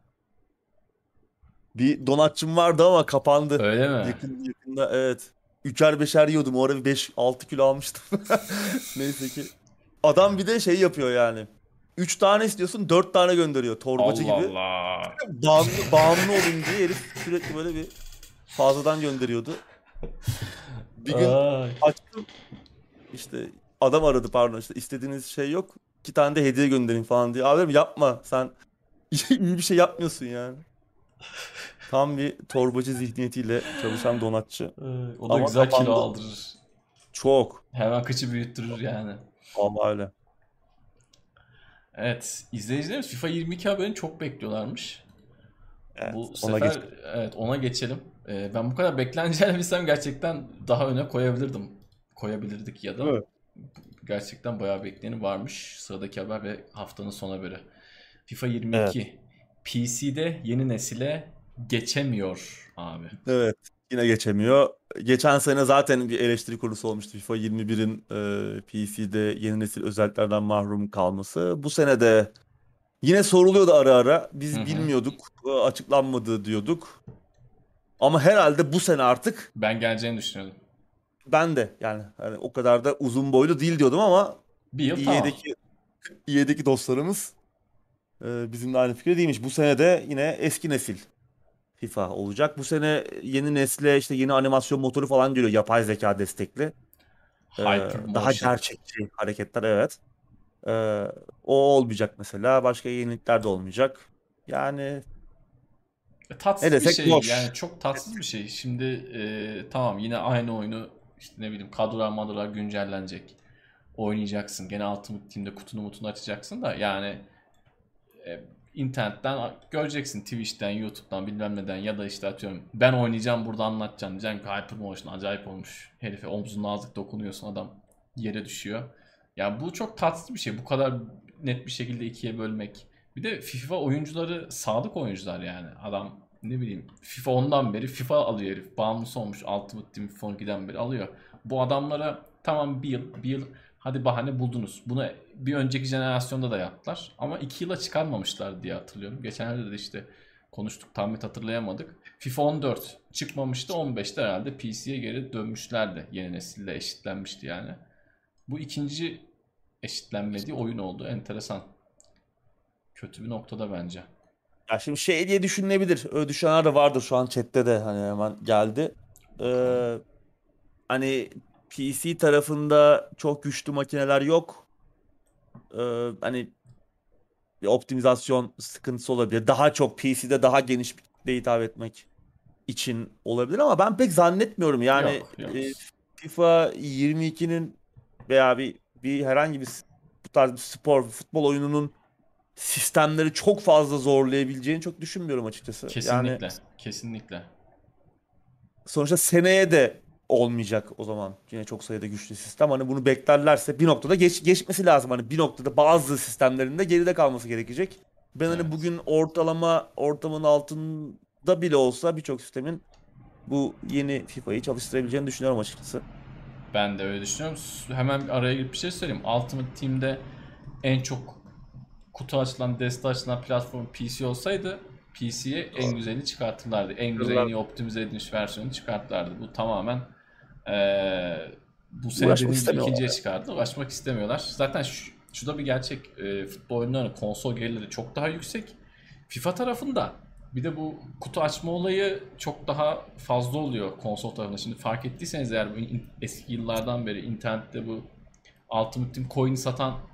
Bir donatçım vardı ama kapandı. Öyle mi? Yakın yakında evet. Üçer beşer yiyordum. O ara bir beş altı kilo almıştım. Neyse ki. Adam bir de şey yapıyor yani. Üç tane istiyorsun dört tane gönderiyor. Torbacı Allah gibi. Allah. Bağımlı, bağımlı olayım diye herif sürekli böyle bir fazladan gönderiyordu. Bir gün Ay. açtım işte, adam aradı pardon, işte istediğiniz şey yok. İki tane de hediye gönderin falan diye. Abi dedim yapma sen, iyi bir şey yapmıyorsun yani. Tam bir torbacı zihniyetiyle çalışan donatçı. Ay, o da Ama güzel kilo kapandı. aldırır. Çok. Hemen kıçı büyüttürür yani. Vallahi öyle. Evet, izleyicilerimiz FIFA yirmi iki haberini çok bekliyorlarmış. Evet. Bu Ona sefer geçelim. evet ona geçelim. Ee, ben bu kadar bekleneceğini bilsem gerçekten daha öne koyabilirdim. Koyabilirdik ya da. Değil mi? Gerçekten bayağı bekleyeni varmış. Sıradaki haber ve haftanın son haberi. FIFA Evet. yirmi iki P C'de yeni nesile geçemiyor abi. Evet. Yine geçemiyor. Geçen sene zaten bir eleştiri konusu olmuştu. FIFA yirmi birin e, P C'de yeni nesil özelliklerden mahrum kalması. Bu sene de yine soruluyordu ara ara. Hı Biz hı. bilmiyorduk. e, Açıklanmadı diyorduk. Ama herhalde bu sene artık Ben geleceğini düşünüyordum. ben de yani hani o kadar da uzun boylu değil diyordum ama Bir yıl E A'deki tamam. E A'deki dostlarımız e, bizimle aynı fikirde değilmiş. Bu sene de yine eski nesil FIFA olacak. Bu sene yeni nesle işte yeni animasyon motoru falan geliyor. Yapay zeka destekli. Ee, Hyper Daha Motion. gerçekçi hareketler, evet. Ee, O olmayacak mesela. Başka yenilikler de olmayacak. Yani E, ne tatsız bir desek şey boş. yani çok tatsız bir şey. Şimdi e, tamam yine aynı oyunu işte ne bileyim kadrolar madrolar güncellenecek. Oynayacaksın. Gene Ultimate Team'de kutunu mutunu açacaksın da yani e, internetten göreceksin Twitch'ten, YouTube'dan bilmem neden ya da işte atıyorum ben oynayacağım burada anlatacağım diyeceksin ki Hypermotion acayip olmuş. Herife omzuna azıcık dokunuyorsun adam yere düşüyor. Ya bu çok tatsız bir şey. Bu kadar net bir şekilde ikiye bölmek. Bir de FIFA oyuncuları sadık oyuncular yani. Adam ne bileyim FIFA ondan beri FIFA alıyor herif. Bağımlısı olmuş Ultimate Team FIFA on ikiden beri alıyor. Bu adamlara tamam bir yıl, bir yıl hadi bahane buldunuz. Bunu bir önceki jenerasyonda da yaptılar. Ama iki yıla çıkarmamışlar diye hatırlıyorum. Geçenlerde de işte konuştuk tam net hatırlayamadık. FIFA on dört çıkmamıştı. on beşte herhalde P C'ye geri dönmüşlerdi. Yeni nesille eşitlenmişti yani. Bu ikinci eşitlenmediği oyun oldu. Enteresan. Kötü bir noktada bence. Ya şimdi şey diye düşünülebilir. Öyle düşünenler de vardır şu an chatte de, hani hemen geldi. Bakalım. Ee, Hani P C tarafında çok güçlü makineler yok. Ee, hani bir optimizasyon sıkıntısı olabilir. Daha çok P C'de daha geniş bir kitleye hitap etmek için olabilir ama ben pek zannetmiyorum. Yani Yok yok. e, FIFA yirmi ikinin veya bir bir herhangi bir s- bu tarz bir spor, futbol oyununun sistemleri çok fazla zorlayabileceğini çok düşünmüyorum açıkçası. Yani Kesinlikle. Kesinlikle. sonuçta seneye de olmayacak o zaman. Yine çok sayıda güçlü sistem. Hani bunu beklerlerse bir noktada geç, geçmesi lazım. Hani bir noktada bazı sistemlerin de geride kalması gerekecek. Ben hani Evet. bugün ortalama ortamın altında bile olsa birçok sistemin bu yeni FIFA'yı çalıştırabileceğini düşünüyorum açıkçası. Ben de öyle düşünüyorum. Hemen bir araya girip bir şey söyleyeyim. Ultimate Team'de en çok kutu açılan, deste açılan platform P C olsaydı P C'ye en güzelini çıkartırlardı. En güzel, en iyi optimize edilmiş versiyonu çıkartırlardı. Bu tamamen eee, bu sene Uğraşmak dediğim gibi ikinciye istemiyorlar. çıkardı. Uğraşmak istemiyorlar. Zaten şu, şu da bir gerçek. Eee, futbol oyunlarının konsol gelirleri çok daha yüksek. FIFA tarafında bir de bu kutu açma olayı çok daha fazla oluyor konsol tarafında. Şimdi fark ettiyseniz eğer bu in- eski yıllardan beri internette bu Ultimate Team coin satan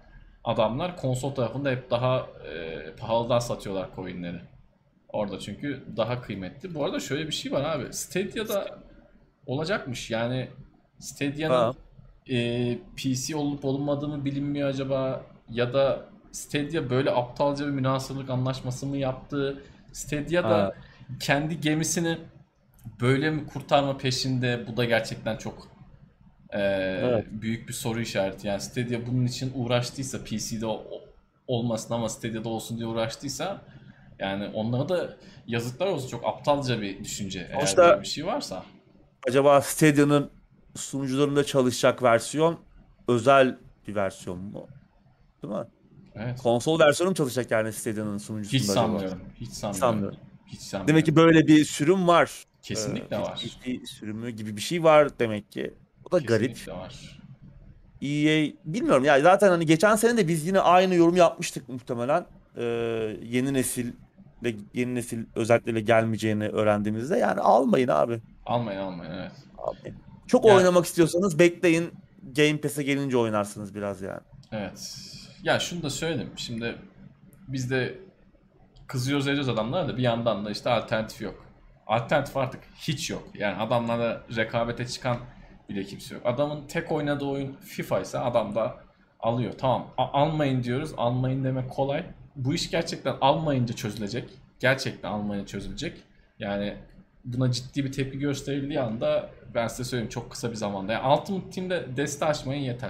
adamlar konsol tarafında hep daha e, pahalıdan satıyorlar coinleri. Orada çünkü daha kıymetli. Bu arada şöyle bir şey var abi. Stadia'da olacakmış. Yani Stadia'nın Ha, e, P C olup olmadığını bilinmiyor acaba, ya da Stadia böyle aptalca bir münasırlık anlaşması mı yaptı? Stadia ha, da kendi gemisini böyle mi kurtarma peşinde? Bu da gerçekten çok e, evet. büyük bir soru işareti. Yani Stadia bunun için uğraştıysa, P C'de o- olmasın ama Stadia'da olsun diye uğraştıysa, yani onlara da yazıklar olsun. Çok aptalca bir düşünce eğer böyle Sonuçta bir şey varsa. acaba Stadia'nın sunucularında çalışacak versiyon özel bir versiyon mu? Değil mi? Evet. Konsol versiyonu mu çalışacak yani Stadia'nın Hiç sunucusunda acaba? sanmıyorum. Hiç sanmıyorum. Sanmıyorum. Hiç Demek sanmıyorum. ki böyle bir sürüm var. Ee, Kesinlikle P var. C sürümü gibi bir şey var demek ki. O da garip. Kesinlikle var. E A bilmiyorum ya, zaten hani geçen sene de biz yine aynı yorum yapmıştık muhtemelen. Ee, yeni nesil yeni nesil özellikle gelmeyeceğini öğrendiğimizde yani almayın abi. Almayın, almayın, evet. Almayın. Çok Ya oynamak istiyorsanız bekleyin. Game Pass'e gelince oynarsınız biraz yani. evet. Ya şunu da söyledim. Şimdi biz de kızıyoruz ediyoruz adamlara da bir yandan da işte alternatif yok. Alternatif artık hiç yok. Yani adamlara rekabete çıkan bile kimse yok. Adamın tek oynadığı oyun FIFA ise adam da alıyor. Tamam, a- almayın diyoruz. Almayın demek kolay. Bu iş gerçekten almayınca çözülecek. Gerçekten almayınca çözülecek. Yani buna ciddi bir tepki gösterildiği anda ben size söyleyeyim, çok kısa bir zamanda. Yani Ultimate Team'de deste açmayın yeter.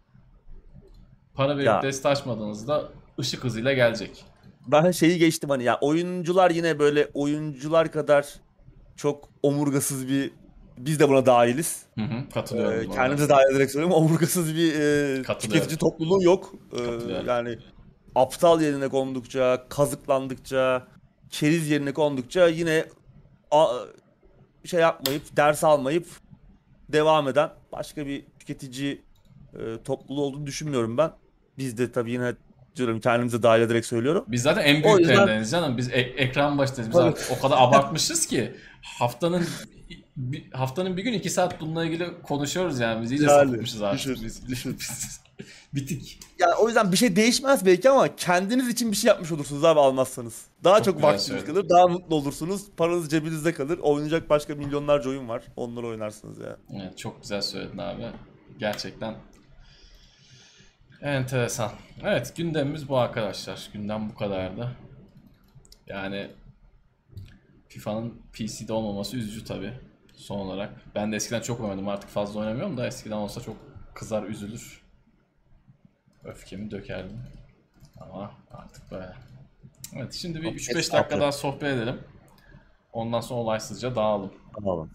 Para verip Ya deste açmadığınızda ışık hızıyla gelecek. ben şeyi geçtim, hani ya oyuncular yine böyle oyuncular kadar çok omurgasız bir, biz de buna dahiliz. Hı hı, katılıyorum Ee, bu arada. kendimize dahil ederek söylüyorum. Omurgasız bir e, Katılıyorum. tüketici topluluğu yok. Ee, Katılıyorum. yani aptal yerine kondukça, kazıklandıkça, keriz yerine kondukça yine a- şey yapmayıp, ders almayıp devam eden başka bir tüketici e, topluluğu olduğunu düşünmüyorum ben. Biz de tabii yine diyorum, kendimize dahil ederek söylüyorum. Biz zaten en O yüzden büyüklerindeniz canım. Biz ek- ekran başındayız. Biz tabii artık o kadar abartmışız ki haftanın bir, haftanın bir gün iki saat bununla ilgili konuşuyoruz yani. Biz iyice yani sapıtmışız artık. düşün, Biz, düşün. biz bitik. Yani o yüzden bir şey değişmez belki ama kendiniz için bir şey yapmış olursunuz abi almazsanız. Daha Çok çok güzel vaktiniz söyledin. kalır, daha mutlu olursunuz. Paranız cebinizde kalır. Oynayacak başka milyonlarca oyun var. Onları oynarsınız ya. Evet, çok güzel söyledin abi. Gerçekten enteresan. Evet, gündemimiz bu arkadaşlar. Gündem bu kadardı. Yani FIFA'nın P C'de olmaması üzücü tabii son olarak. Ben de eskiden çok oynadım, artık fazla oynamıyorum da eskiden olsa çok kızar üzülür. Öfkemi dökerdim. Ama artık böyle. Evet, şimdi bir üç beş dakika Estağfurullah. daha sohbet edelim. Ondan sonra olaysızca dağılalım. Tamam.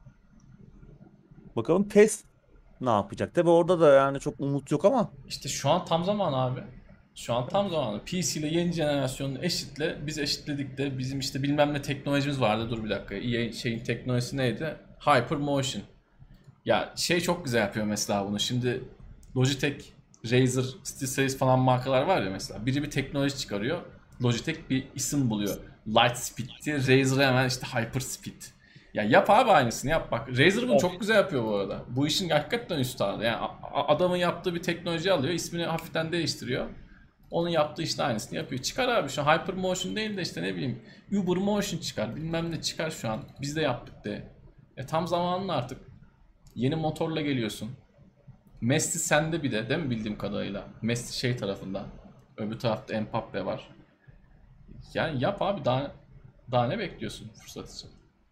Bakalım PES ne yapacak? Tabii orada da yani çok umut yok ama İşte şu an tam zaman abi. Şu an tam zamanı. P C ile yeni jenerasyonunu eşitle. Biz eşitledik de bizim işte bilmem ne teknolojimiz vardı. Dur bir dakika. E A şeyin teknolojisi neydi? Hypermotion. Ya şey çok güzel yapıyor mesela bunu. Şimdi Logitech, Razer, SteelSeries falan markalar var ya mesela. Biri bir teknoloji çıkarıyor. Logitech bir isim buluyor. Lightspeed diye. Razer'a hemen işte Hyperspeed. Ya yap abi, aynısını yap bak. Razer bunu çok güzel yapıyor bu arada. Bu işin hakikaten üstadı. Yani a- adamın yaptığı bir teknoloji alıyor, ismini hafiften değiştiriyor. Onun yaptığı işte aynısını yapıyor. Çıkar abi, şu Hypermotion değil de işte ne bileyim Ubermotion çıkar. Bilmem ne çıkar şu an. Biz de yaptık de. E tam zamanlı artık. Yeni motorla geliyorsun. Messi sende bir de değil mi, bildiğim kadarıyla? Messi şey tarafında. Öbür tarafta Mbappe var. Yani yap abi, daha daha ne bekliyorsun fırsat için?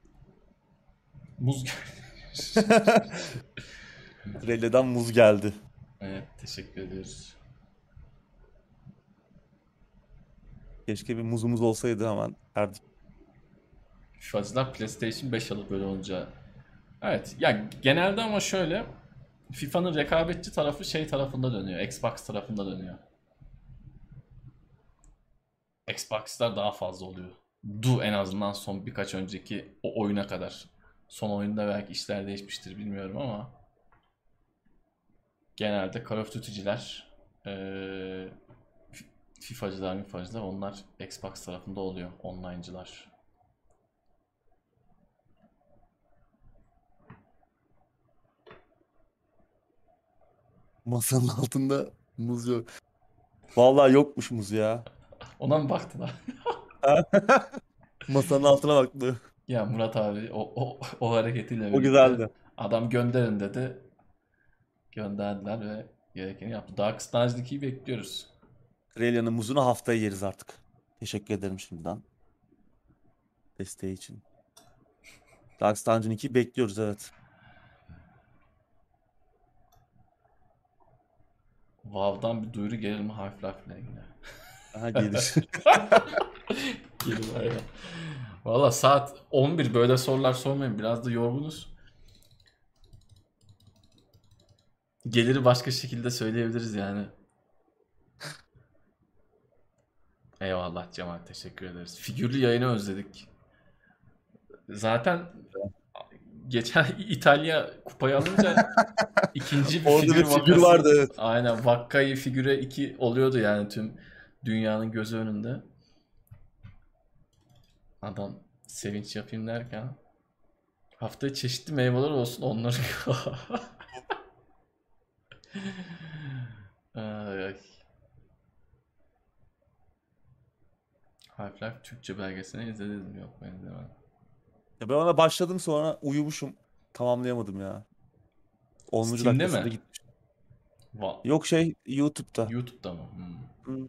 Muz Trelle'den muz geldi. Evet, teşekkür ediyoruz. Keşke bir muzumuz olsaydı hemen erdik. FIFA'cılar PlayStation beş alıp böyle olunca. Evet ya, genelde ama şöyle, FIFA'nın rekabetçi tarafı şey tarafında dönüyor. Xbox tarafında dönüyor. Xbox'lar daha fazla oluyor. Du en azından son birkaç önceki o oyuna kadar. Son oyunda belki işler değişmiştir bilmiyorum ama genelde Call of Duty'ciler, eee FIFA'cılar, MIFA'cılar, onlar Xbox tarafında oluyor. Online'cılar. Masanın altında muz yok. Vallahi yokmuş muz ya. Ona mı baktılar? Masanın altına baktı. Ya Murat abi o, o, o hareketiyle O birlikte güzeldi. adam gönderin dedi. Gönderdiler ve gerekeni yaptı. Darkstars ikiyi bekliyoruz. Krelya'nın muzunu haftaya yeriz artık. Teşekkür ederim şimdiden. Desteği için. Dark Dungeon ikiyi bekliyoruz, evet. WoW'dan bir duyuru gelir mi Half-Life ile ilgili? Aha, gelir. Gelir aynen. Valla saat on bir, böyle sorular sormayın. Biraz da yorgunuz. Geliri başka şekilde söyleyebiliriz yani. Eyvallah Cemal, teşekkür ederiz. Figürlü yayını özledik. Zaten geçen İtalya kupayı alınca ikinci bir Orada figür bir figür vakası. vardı, evet. Aynen, Vakkayı figüre iki oluyordu yani tüm dünyanın gözü önünde. Adam sevinç yapayım derken haftaya çeşitli meyveler olsun onları. Ay, ay. Half-Life Türkçe belgeselini izlediniz mi? Yok, ben izlemedim. Ya ben ona başladım, sonra uyumuşum. Tamamlayamadım ya. onuncu Steam'de dakikasında mi? gitmiş. Va Yok, şey, YouTube'da. YouTube'da mı? Hmm. Hı.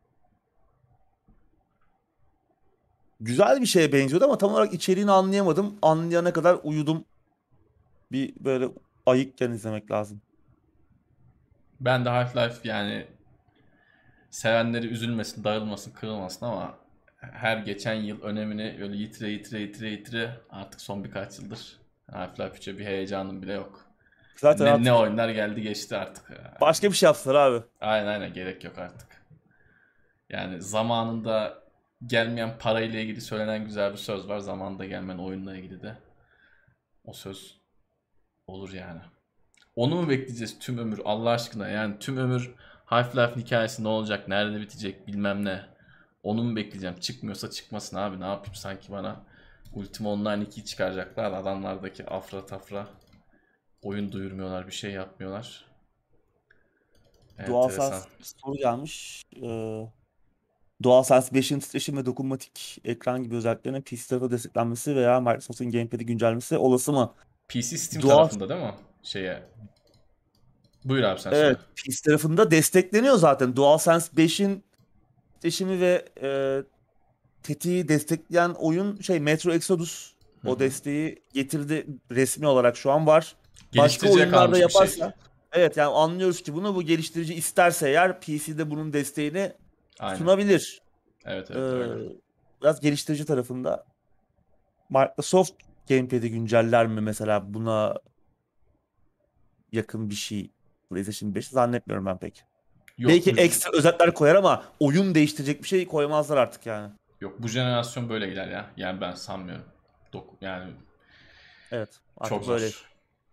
Güzel bir şeye benziyordu ama tam olarak içeriğini anlayamadım. Anlayana kadar uyudum. Bir böyle ayıkken izlemek lazım. Ben de Half-Life yani sevenleri üzülmesin, darılmasın, kırılmasın ama her geçen yıl önemini böyle yitire yitire yitire yitire artık son birkaç yıldır Half-Life üçe bir heyecanım bile yok. Zaten Ne, ne artık oyunlar geldi geçti artık. başka bir şey yaptılar abi. Aynen aynen, gerek yok artık. Yani zamanında gelmeyen parayla ilgili söylenen güzel bir söz var. Zamanında gelmeyen oyunla ilgili de o söz olur yani. Onu mu bekleyeceğiz tüm ömür Allah aşkına? Yani tüm ömür Half-Life'in hikayesi ne olacak, nerede bitecek bilmem ne. Onu mu bekleyeceğim? Çıkmıyorsa çıkmasın abi, ne yapayım, sanki bana Ultima Online ikiyi çıkaracaklar. Adamlardaki afra tafra oyun duyurmuyorlar, bir şey yapmıyorlar. Enteresan. DualSense bir soru gelmiş. Ee, DualSense beşin titreşim ve dokunmatik ekran gibi özelliklerinin P C tarafında desteklenmesi veya Microsoft'un Gamepad'i güncellemesi olası mı? P C Steam Dual tarafında değil mi? Şeye. Buyur abi, sen söyle. Evet, P C tarafında destekleniyor zaten. DualSense beşin titreşimi ve e, tetiği destekleyen oyun şey Metro Exodus, Hı o hı. desteği getirdi, resmi olarak şu an var. Başka Geliştiriciye oyunlarda kalmış bir şey. yaparsa, evet, yani anlıyoruz ki bunu bu geliştirici isterse eğer P C'de bunun desteğini Aynen. sunabilir. Evet Ee, evet, öyle. Biraz geliştirici tarafında. Microsoft Gamepad'i günceller mi mesela, buna yakın bir şey PlayStation beş zannetmiyorum ben pek. Yok Belki bu ekstra özellikler koyar ama oyun değiştirecek bir şey koymazlar artık yani. yok bu jenerasyon böyle gider ya. Yani ben sanmıyorum. Dok yani Evet, çok artık böyle. zor.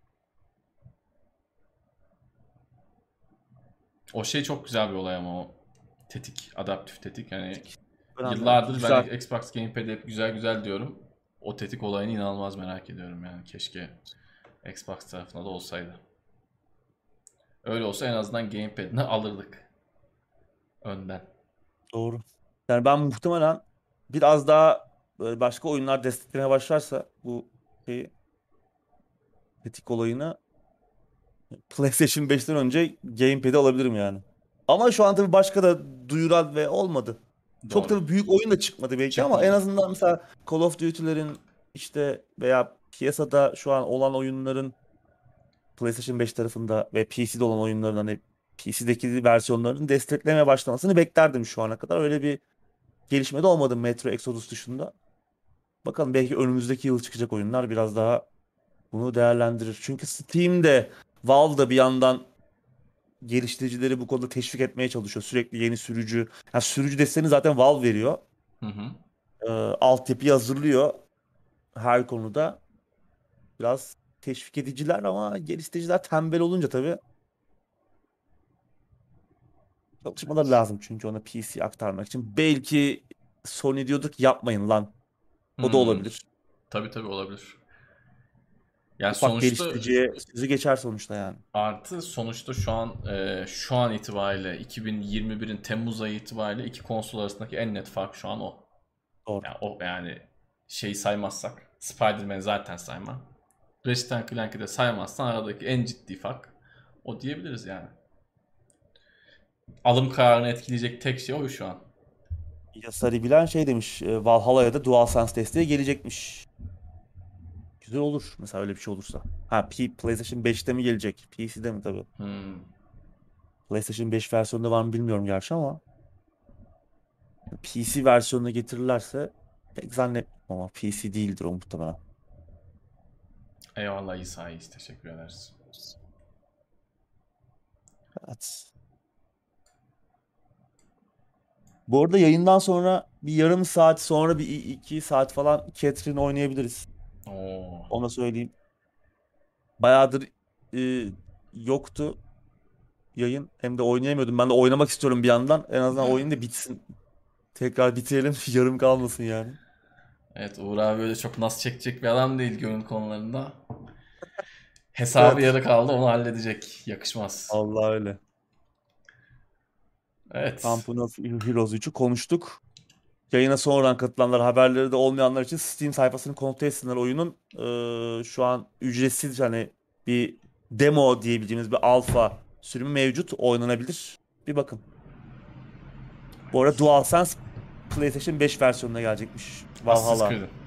O şey çok güzel bir olay ama o tetik, adaptif tetik. Yani Önemli, evet. yıllardır ben Güzel. Xbox Gamepad'e hep güzel güzel diyorum. O tetik olayını inanılmaz merak ediyorum yani. Keşke Xbox tarafına da olsaydı. Öyle olsa en azından Gamepad'ini alırdık önden. Doğru. Yani ben muhtemelen biraz daha böyle başka oyunlar desteklemeye başlarsa bu şeyi, tetik olayını, PlayStation beşten önce Gamepad'i alabilirim yani. Ama şu an tabii başka da duyuran ve olmadı. Çok Doğru. tabii büyük oyun da çıkmadı belki ama en Çıkmadı. azından mesela Call of Duty'lerin işte veya piyasada şu an olan oyunların PlayStation beş tarafında ve P C'de olan oyunların, hani P C'deki versiyonlarının desteklemeye başlamasını beklerdim şu ana kadar. Öyle bir gelişme de olmadı Metro Exodus dışında. Bakalım, belki önümüzdeki yıl çıkacak oyunlar biraz daha bunu değerlendirir. Çünkü Steam'de, Valve da bir yandan geliştiricileri bu konuda teşvik etmeye çalışıyor. Sürekli yeni sürücü. Yani sürücü desteğini zaten Valve veriyor. Hı hı. Ee, altyapıyı hazırlıyor her konuda. Biraz teşvik ediciler ama geliştiriciler tembel olunca tabii çalışmaları lazım, çünkü ona P C aktarmak için. Belki Sony diyorduk yapmayın lan. O da Hmm. olabilir. Tabii tabii, olabilir. Yani Ufak sonuçta geliştiriciye sözü geçer sonuçta yani. artı sonuçta şu an e, şu an itibariyle iki bin yirmi birin Temmuz ayı itibariyle iki konsol arasındaki en net fark şu an o. Doğru. Yani o yani şeyi saymazsak Spider-Man zaten sayma. Ratchet and Clank'i de saymazsan aradaki en ciddi fark o diyebiliriz yani. Alım kararını etkileyecek tek şey o şu an. Yasari bilen şey demiş. e, Valhalla'ya da DualSense desteği gelecekmiş. Güzel olur mesela öyle bir şey olursa. Ha P PlayStation beşte mi gelecek? P C'de mi tabii. Hmm. PlayStation beş versiyonunda var mı bilmiyorum gerçi ama P C versiyonuna getirirlerse pek zannetmiyorum ama P C değildir o muhtemelen. Eyvallah İsa İyiyiz. Teşekkür ederiz. Evet. Bu arada yayından sonra bir yarım saat sonra bir iki saat falan Catherine oynayabiliriz. Oo. Ona söyleyeyim. Bayağıdır e, yoktu yayın. Hem de oynayamıyordum. Ben de oynamak istiyorum bir yandan. En azından oyun da bitsin. Tekrar bitirelim. Yarım kalmasın yani. Evet, Uğur abi öyle çok nas çekecek bir adam değil görün konularında. Hesabı Evet. yarı kaldı, onu halledecek. Yakışmaz. Allah öyle. Evet. Company of Heroes üçü konuştuk. Yayına sonradan katılanlar, haberleri de olmayanlar için Steam sayfasını kontrol etsinler oyunun. Ee, şu an ücretsiz hani bir demo diyebileceğimiz bir alfa sürümü mevcut. Oynanabilir. Bir bakın. Bu arada DualSense PlayStation beş versiyonuna gelecekmiş. Assassin's Valhalla. Creed'in.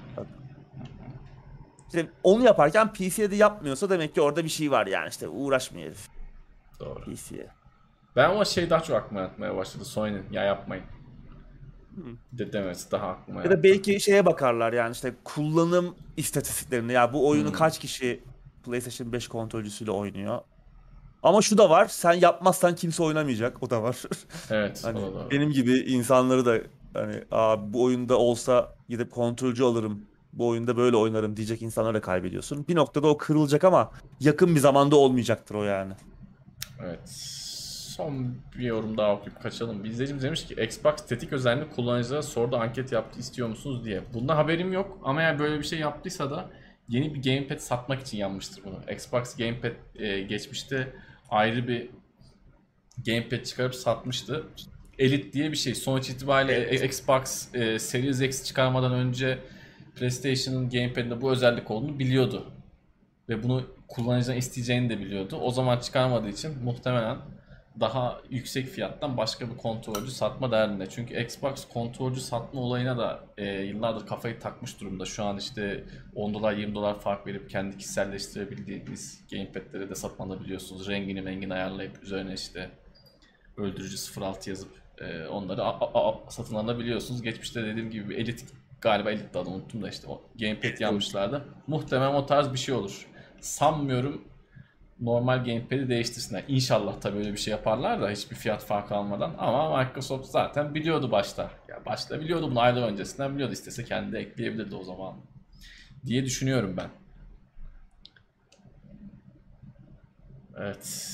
İşte onu yaparken P C'de yapmıyorsa demek ki orada bir şey var yani işte uğraşmıyor herif Doğru. P C'ye. Ben ama şey daha çok aklıma yatmaya başladı. Sony'nin ya yapmayın Hı. de demesi daha aklıma Ya da yattı. belki şeye bakarlar yani işte kullanım istatistiklerine. Ya bu oyunu Hmm. kaç kişi PlayStation beş kontrolcüsüyle oynuyor? Ama şu da var. Sen yapmazsan kimse oynamayacak. O da var. Evet, o Hani da doğru. benim gibi insanları da hani Aa, bu oyunda olsa gidip kontrolcü alırım. Bu oyunda böyle oynarım diyecek insanları da kaybediyorsun. Bir noktada o kırılacak ama yakın bir zamanda olmayacaktır o yani. Evet. Son bir yorum daha okuyup kaçalım. Bir izleyicimiz demiş ki Xbox tetik özelliğini kullanıcılara sordu, anket yaptı, istiyor musunuz diye. Bundan haberim yok ama eğer böyle bir şey yaptıysa da yeni bir gamepad satmak için yapmıştır bunu. Xbox Gamepad e, geçmişte ayrı bir gamepad çıkarıp satmıştı. Elite diye bir şey. Sonuç itibariyle e- Xbox e, Series X çıkarmadan önce PlayStation'ın gamepad'inde bu özellik olduğunu biliyordu. Ve bunu kullanıcıdan isteyeceğini de biliyordu. O zaman çıkarmadığı için muhtemelen daha yüksek fiyattan başka bir kontrolcü satma derdinde. Çünkü Xbox kontrolcü satma olayına da e, yıllardır kafayı takmış durumda. Şu an işte on dolar yirmi dolar fark verip kendi kişiselleştirebildiğiniz gamepad'leri de satın alabiliyorsunuz. Rengini mengini ayarlayıp üzerine işte öldürücü sıfır altı yazıp e, onları a- a- a- satın alabiliyorsunuz. Geçmişte dediğim gibi bir Elite, galiba Elite adı unuttum da işte o gamepad yapmışlardı. Muhtemelen o tarz bir şey olur. Sanmıyorum normal gamepad'i değiştirsinler. İnşallah tabii öyle bir şey yaparlar da hiçbir fiyat farkı almadan. Ama Microsoft zaten biliyordu başta. Ya başta biliyordu bunu, aylar öncesinden biliyordu. İstese kendi de ekleyebilirdi o zaman diye düşünüyorum ben. Evet.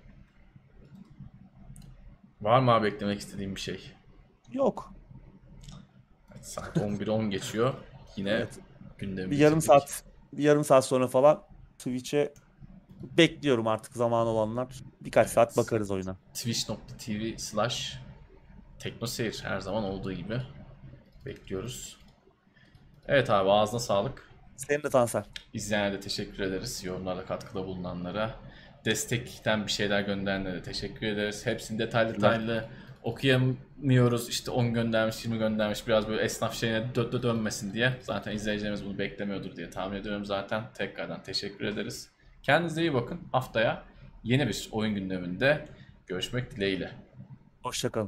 Var mı abi eklemek istediğim bir şey? Yok. Evet, saat on bir on geçiyor. Yine Evet. gündemi Bir yarım bitirdik. saat, bir yarım saat sonra falan Twitch'e bekliyorum artık zaman olanlar. Birkaç saat Evet. bakarız oyuna. Twitch.tv slash teknoseyir her zaman olduğu gibi bekliyoruz. Evet abi, ağzına sağlık. Senin de Tansel. İzleyenlere de teşekkür ederiz. Yorumlarda katkıda bulunanlara. Destekten bir şeyler gönderenlere de teşekkür ederiz. Hepsini detaylı detaylı okuyamıyoruz. İşte on göndermiş, yirmi göndermiş. Biraz böyle esnaf şeyine dö- dö- dönmesin diye. Zaten izleyicilerimiz bunu beklemiyordur diye tahmin ediyorum zaten. Tekrardan teşekkür ederiz. Kendinize iyi bakın. Haftaya yeni bir oyun gündeminde görüşmek dileğiyle. Hoşça kalın.